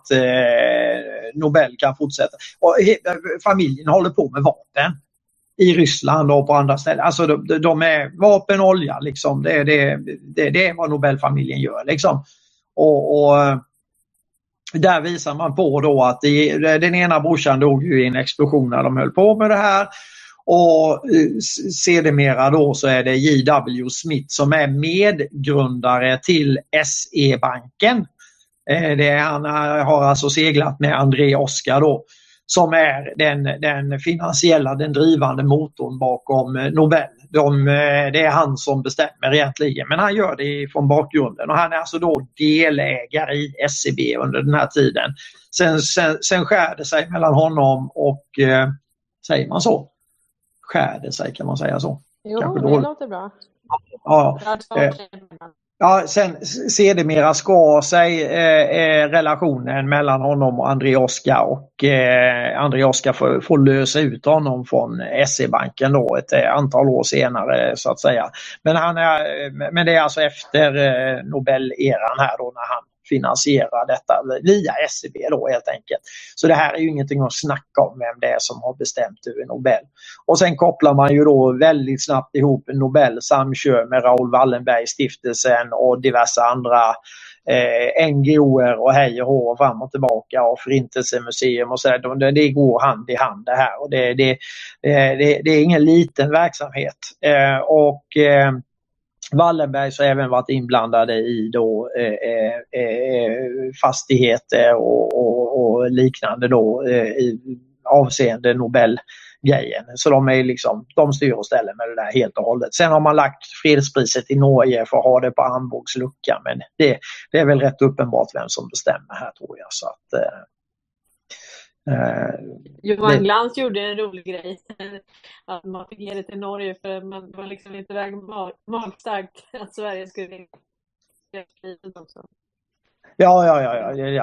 Nobel kan fortsätta. Och familjen håller på med vapen i Ryssland och på andra ställen. Alltså de är vapen, olja liksom. Det är vad Nobelfamiljen gör liksom. Och där visar man på då att den ena brorsan dog ju i en explosion när de höll på med det här. Och sedermera då så är det J.W. Smith som är medgrundare till SE-banken. Han har alltså seglat med André Oskar då, som är den finansiella, den drivande motorn bakom Nobel. Det är han som bestämmer egentligen, men han gör det från bakgrunden och han är alltså då delägare i SEB under den här tiden. Sen skär det sig mellan honom och, säger man så? Skär det sig, kan man säga så? Jo, kanske det dåligt. låter bra. Ja. Ja, sen sedermera skar sig relationen mellan honom och André Oskar och André Oskar får lösa ut honom från SE-banken då ett antal år senare så att säga. Men det är alltså efter Nobel-eran här då när han finansierar detta via SEB då helt enkelt. Så det här är ju ingenting att snacka om vem det är som har bestämt över Nobel. Och sen kopplar man ju då väldigt snabbt ihop Nobel samkör med Raoul Wallenberg-stiftelsen och diverse andra NGO:er och hej och hå fram och tillbaka och Förintelsemuseum och så där. Det går hand i hand det här och det är ingen liten verksamhet. Wallenberg har även varit inblandade i då, fastigheter och liknande då, avseende Nobelgrejen. Så de är liksom, de styr och ställer med det där helt och hållet. Sen har man lagt fredspriset i Norge för att ha det på armbågsluckan, men det är väl rätt uppenbart vem som bestämmer här tror jag. Så att, Johan Glans gjorde en rolig grej att man fick ge det till Norge för man var liksom inte väg magstarkt att Sverige skulle göra kriget också. Ja.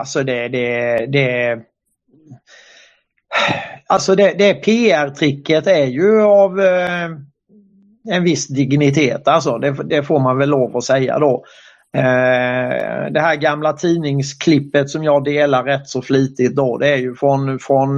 Alltså det PR-tricket är ju av en viss dignitet, alltså det får man väl lov att säga då. Det här gamla tidningsklippet som jag delar rätt så flitigt då, det är ju från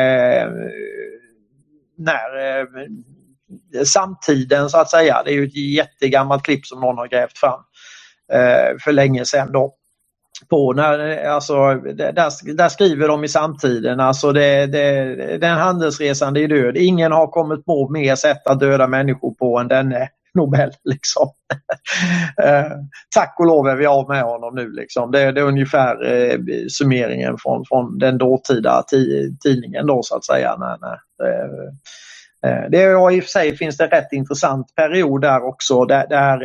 när samtiden så att säga. Det är ju ett jättegammalt klipp som någon har grävt fram för länge sedan då. På när, alltså, där skriver de i samtiden, alltså den handelsresande är död. Ingen har kommit på mer sätt att döda människor på än denne Nobel liksom. Tack och lov är vi av med honom nu liksom. Det är ungefär summeringen från den dåtida tidningen då så att säga. Det är i och för sig finns det en rätt intressant period där också där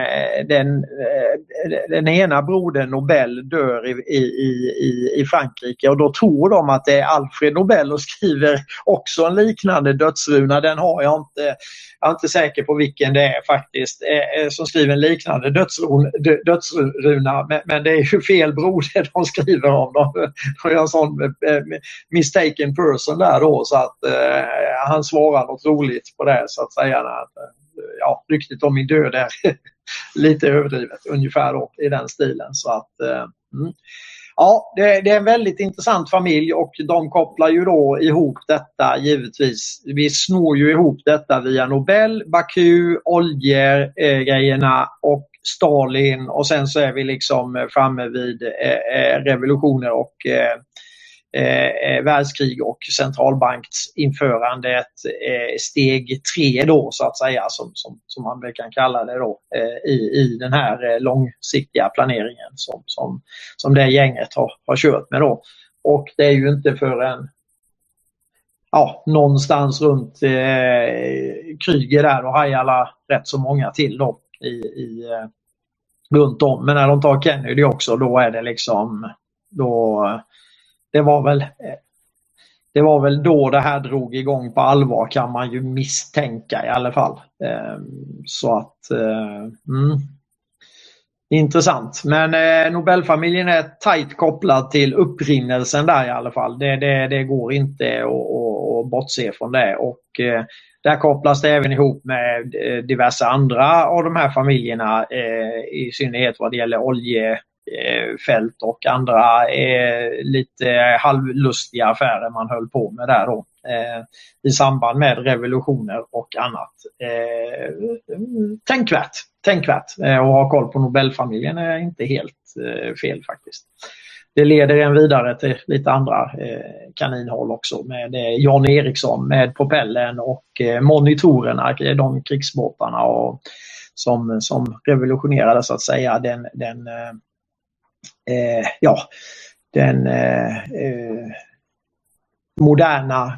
den ena brodern Nobel dör i Frankrike och då tror de att det är Alfred Nobel och skriver också en liknande dödsruna. Den har jag är inte säker på vilken det är faktiskt som skriver en liknande dödsruna men det är ju fel broder de skriver om. De gör en sån mistaken person där då så att han svarar något roligt på det så att säga. Ryktet om min död är lite överdrivet ungefär då, i den stilen. Så att, ja, det är en väldigt intressant familj och de kopplar ju då ihop detta givetvis. Vi snor ju ihop detta via Nobel, Baku, oljegrejerna och Stalin och sen så är vi liksom framme vid revolutioner och världskrig och centralbanksinförandet steg 3 då så att säga som man kan kalla det då i den här långsiktiga planeringen som det gänget har kört med då. Och det är ju inte förrän någonstans runt Krüger där och Hayala rätt så många till då runt om. Men när de tar Kennedy också då är det liksom det var väl då det här drog igång på allvar kan man ju misstänka i alla fall. Så att intressant. Men Nobelfamiljen är tajt kopplad till upprinnelsen där i alla fall. Det går inte att bortse från det. Och där kopplas det även ihop med diverse andra av de här familjerna i synnerhet vad det gäller oljefält och andra lite halvlustiga affärer man höll på med där då i samband med revolutioner och annat. Tänkvärt. Och ha koll på Nobelfamiljen är inte helt fel faktiskt. det leder en vidare till lite andra kaninhåll också med Jan Eriksson med propellen och monitorerna, de krigsbåtarna och som revolutionerade så att säga den moderna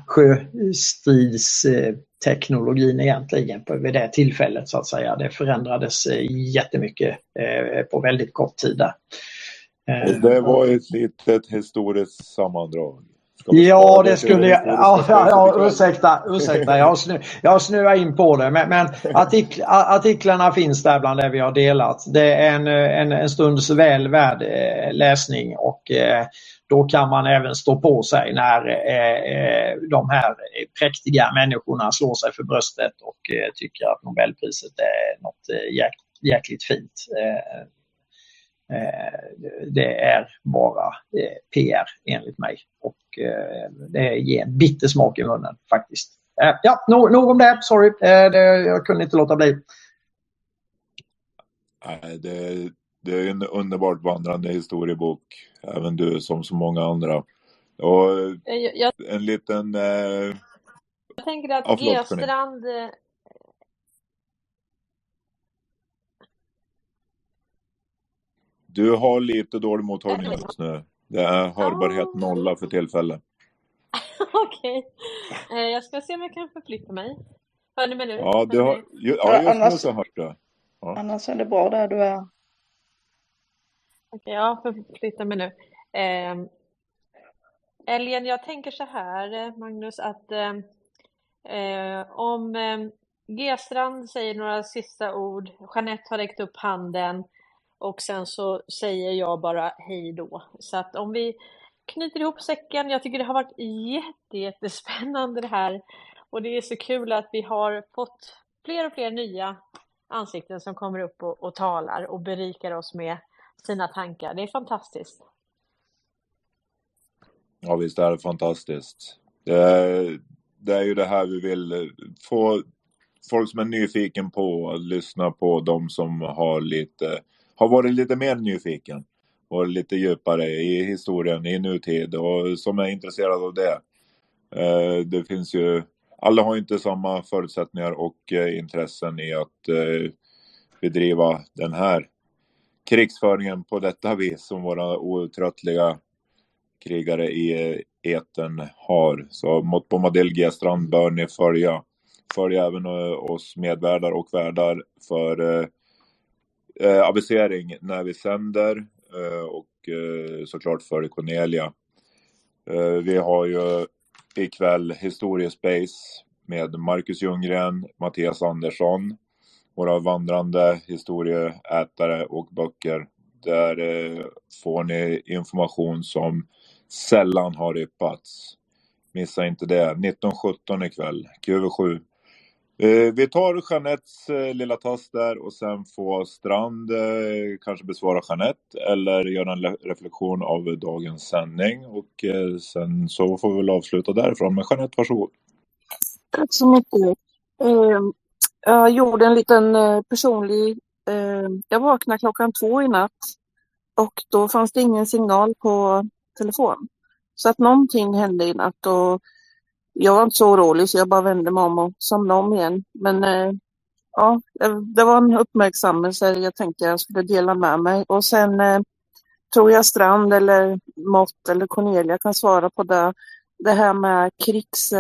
sjöstridsteknologin egentligen vid det tillfället så att säga. Det förändrades jättemycket på väldigt kort tid där. Det var ett litet historiskt sammandrag. Ja, det skulle jag... ursäkta. Jag snöar in på det. Men artiklarna finns där bland det vi har delat. Det är en stunds väl värd läsning och då kan man även stå på sig när de här präktiga människorna slår sig för bröstet och tycker att Nobelpriset är något jäkligt fint. Det är bara PR enligt mig och det ger en bitter smak i munnen faktiskt. Nog om det, sorry. Jag kunde inte låta bli. Nej, det är en underbart vandrande historiebok, även du som så många andra. Och en liten... Jag tänker att G-strand... Du har lite dålig mottagning just nu. Det är hörbarhet 0 för tillfället. Okej. Jag ska se om jag kan förflytta mig. Hör ni mig nu? Ja, just nu så hörs det. Ja. Annars är det bra där du är. Okej, jag förflyttar mig nu. Elgen, jag tänker så här, Magnus, att om G-strand säger några sista ord, Jeanette har räckt upp handen och sen så säger jag bara hej då. Så att om vi knyter ihop säcken, jag tycker det har varit jättespännande det här. Och det är så kul att vi har fått fler och fler nya ansikten som kommer upp och talar och berikar oss med sina tankar. Det är fantastiskt. Ja, visst är det fantastiskt. Det är ju det här vi vill få folk som är nyfiken på att lyssna på, de som har varit lite mer nyfiken och lite djupare i historien, i nutid och som är intresserade av det. Det finns ju, alla har inte samma förutsättningar och intressen i att bedriva den här krigsföringen på detta vis som våra outtröttliga krigare i etern har. Så på modell G-strand bör ni följa även oss medvärdar och värdar för avisering när vi sänder och såklart för Cornelia. Vi har ju ikväll Historiespace med Marcus Ljunggren, Mattias Andersson, våra vandrande historieätare och böcker. Där får ni information som sällan har yppats. Missa inte det. 19:17 ikväll, QV7. Vi tar Jeanettes lilla tass där och sen får Strand kanske besvara Jeanette eller göra en reflektion av dagens sändning och sen så får vi väl avsluta därifrån. Men Jeanette, varsågod. Tack så mycket. Jag gjorde en liten personlig... jag vaknade 2:00 i natt och då fanns det ingen signal på telefon. Så att någonting hände i natt och jag var inte så orolig så jag bara vände mig om och samlade om igen. Men ja, det var en uppmärksammelse jag tänkte jag skulle dela med mig. Och sen tror jag Strand eller Mott eller Cornelia kan svara på det. Det här med krigs...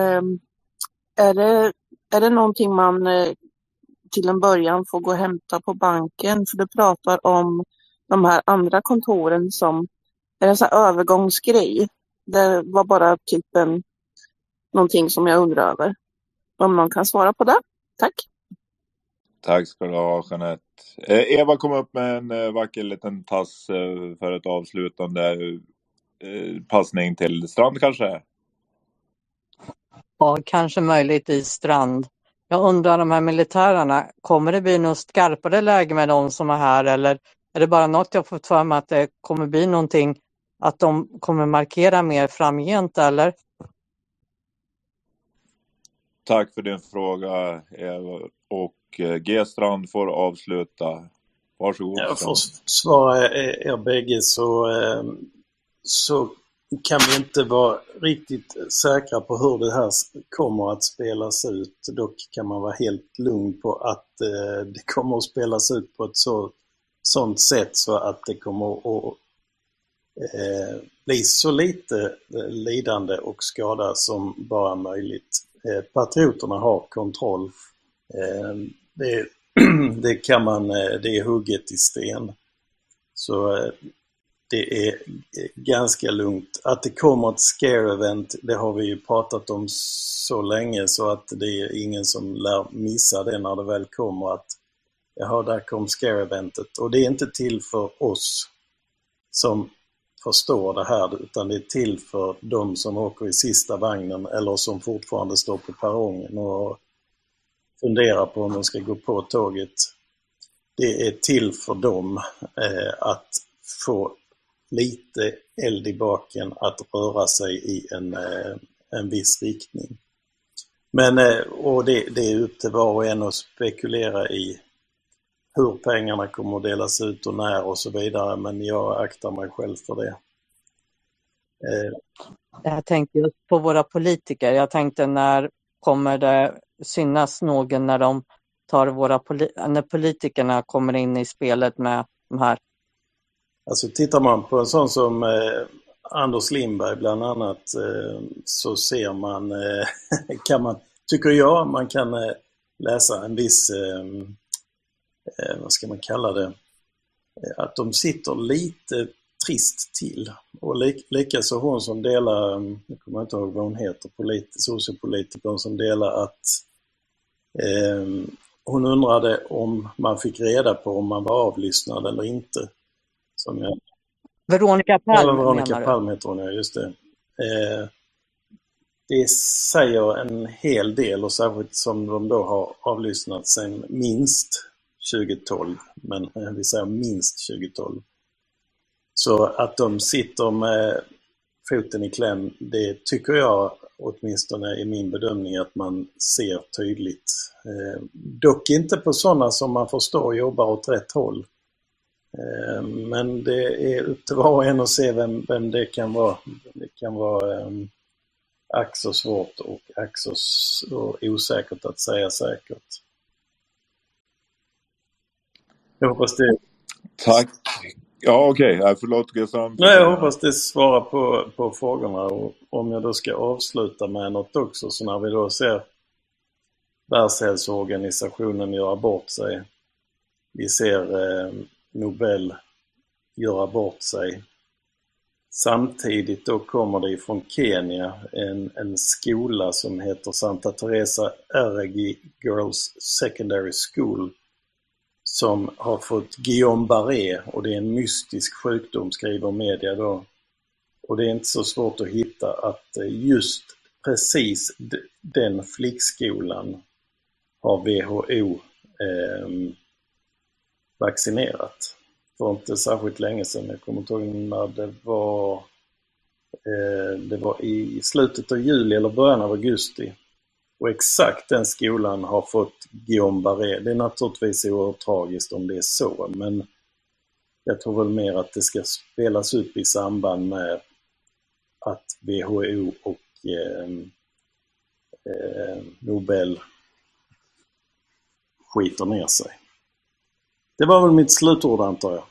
Är det någonting man till en början får gå och hämta på banken? För du pratar om de här andra kontoren som är en sån här övergångsgrej. Det var bara typ någonting som jag undrar över. Om någon kan svara på det. Tack. Tack ska du ha, Jeanette. Eva kom upp med en vacker liten tass för ett avslutande passning till Strand kanske. Ja, kanske möjligt i Strand. Jag undrar de här militärerna, kommer det bli något skarpare läge med de som är här eller är det bara något jag fått för mig att det kommer bli någonting att de kommer markera mer framgent eller? Tack för din fråga Eva och G-strand får avsluta. Varsågod. Jag får svara er bägge så så kan vi inte vara riktigt säkra på hur det här kommer att spelas ut. Dock kan man vara helt lugn på att det kommer att spelas ut på ett sånt sätt så att det kommer att bli så lite lidande och skada som bara möjligt. Patrioterna har kontroll. Det kan man, det är hugget i sten. Så det är ganska lugnt. Att det kommer ett scare-event, det har vi ju pratat om så länge så att det är ingen som lär missa det när det väl kommer att jaha, där kom scare-eventet. Och det är inte till för oss som förstår det här, utan det är till för de som åker i sista vagnen eller som fortfarande står på perrongen och funderar på om de ska gå på tåget. Det är till för dem att få lite eld i baken att röra sig i en viss riktning. Men, och det är upp till var och en att spekulera i hur pengarna kommer att delas ut och när och så vidare, men jag aktar mig själv för det. Jag tänkte just på våra politiker. Jag tänkte när kommer det synas någon när de tar när politikerna kommer in i spelet med de här. Alltså tittar man på en sån som Anders Lindberg bland annat så ser man, tycker jag, man kan läsa en viss, vad ska man kalla det, att de sitter lite trist till. Och likaså hon som delar, jag kommer inte ihåg vad hon heter, sociopolitikern som delar att hon undrade om man fick reda på om man var avlyssnad eller inte. Veronica Palm, ja, Veronica menar du? Palm heter hon, ja, just det. Det säger en hel del och särskilt som de då har avlyssnat sen minst 2012, men vi säger minst 2012. Så att de sitter med foten i kläm, det tycker jag åtminstone i min bedömning att man ser tydligt. Dock inte på sådana som man förstår jobbar åt rätt håll. Men det är upp till var och en att se vem det kan vara. Det kan vara ack så svårt och ack så osäkert att säga säkert. Jag hoppas det. Tack. Ja, okej. Förlåt Gustav. Nej, jag hoppas det svarar på frågorna. Och om jag då ska avsluta med något också, så när vi då ser Världshälsoorganisationen göra bort sig. Vi ser Nobel göra bort sig. Samtidigt då kommer det ifrån Kenya en skola som heter Santa Teresa Eregi Girls Secondary School som har fått Guillain-Barré och det är en mystisk sjukdom, skriver media då. Och det är inte så svårt att hitta att just precis den flickskolan har WHO vaccinerat. För inte särskilt länge sedan, jag kommer inte ihåg när det var i slutet av juli eller början av augusti. Och exakt den skolan har fått Guillain-Barré. Det är naturligtvis oerhört tragiskt om det är så, men jag tror väl mer att det ska spelas upp i samband med att WHO och Nobel skiter ner sig. Det var väl mitt slutord, antar jag.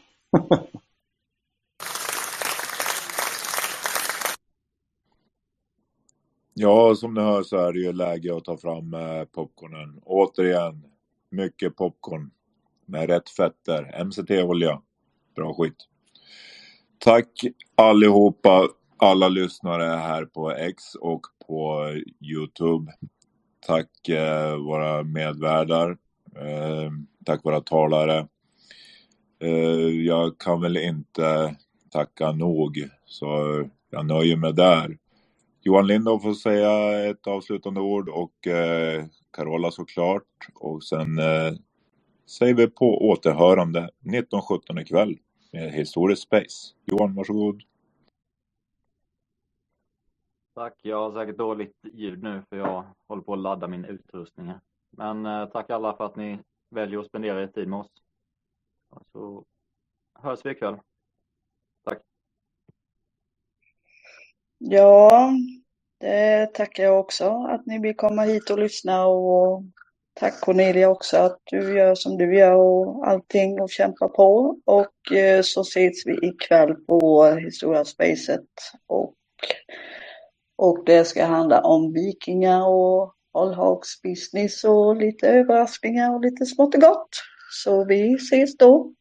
Ja, som ni hör så är det ju läge att ta fram popcornen. Återigen, mycket popcorn med rätt fetter. MCT-olja. Bra skit. Tack allihopa, alla lyssnare här på X och på YouTube. Tack våra medvärdar. Tack våra talare. Jag kan väl inte tacka nog, så jag nöjer mig där. Johan Lindhoff får säga ett avslutande ord och Carola såklart. Och sen säger vi på återhörande 19:17 ikväll med Historisk Space. Johan, varsågod. Tack, jag har säkert dåligt ljud nu för jag håller på att ladda min utrustning här. Men tack alla för att ni väljer att spendera er tid med oss. Så hörs vi ikväll. Tack. Ja, det tackar jag också att ni vill komma hit och lyssna, och tack Cornelia också att du gör som du gör och allting och kämpar på, och så ses vi ikväll på Historia Spacet, och det ska handla om vikingar och allhags business och lite överraskningar och lite smått och gott. Så vi ses då.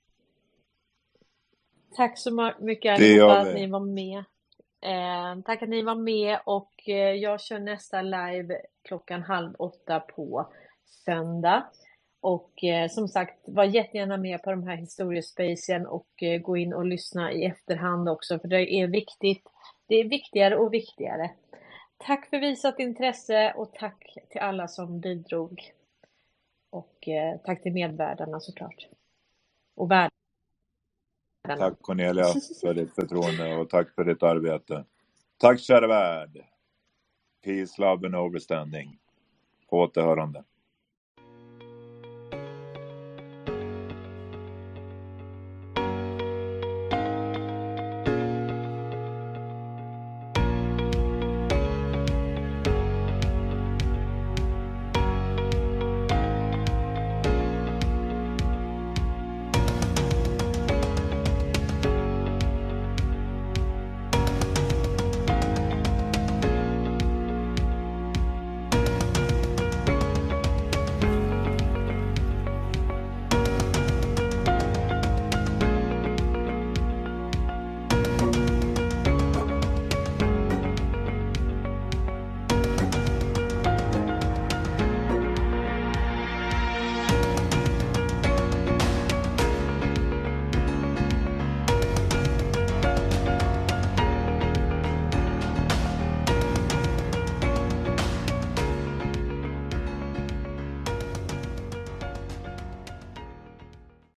Tack så mycket Det gör allihopa att vi. ni var med. Tack att ni var med, och jag kör nästa live 7:30 på söndag. Och som sagt, var jättegärna med på de här historiespacen och gå in och lyssna i efterhand också, för det är viktigt. Det är viktigare och viktigare. Tack för visat intresse och tack till alla som bidrog. Och tack till medvärdarna såklart. Och värdarna. Tack Cornelia för ditt förtroende och tack för ditt arbete. Tack kära värld. Peace, love and overstanding. På återhörande.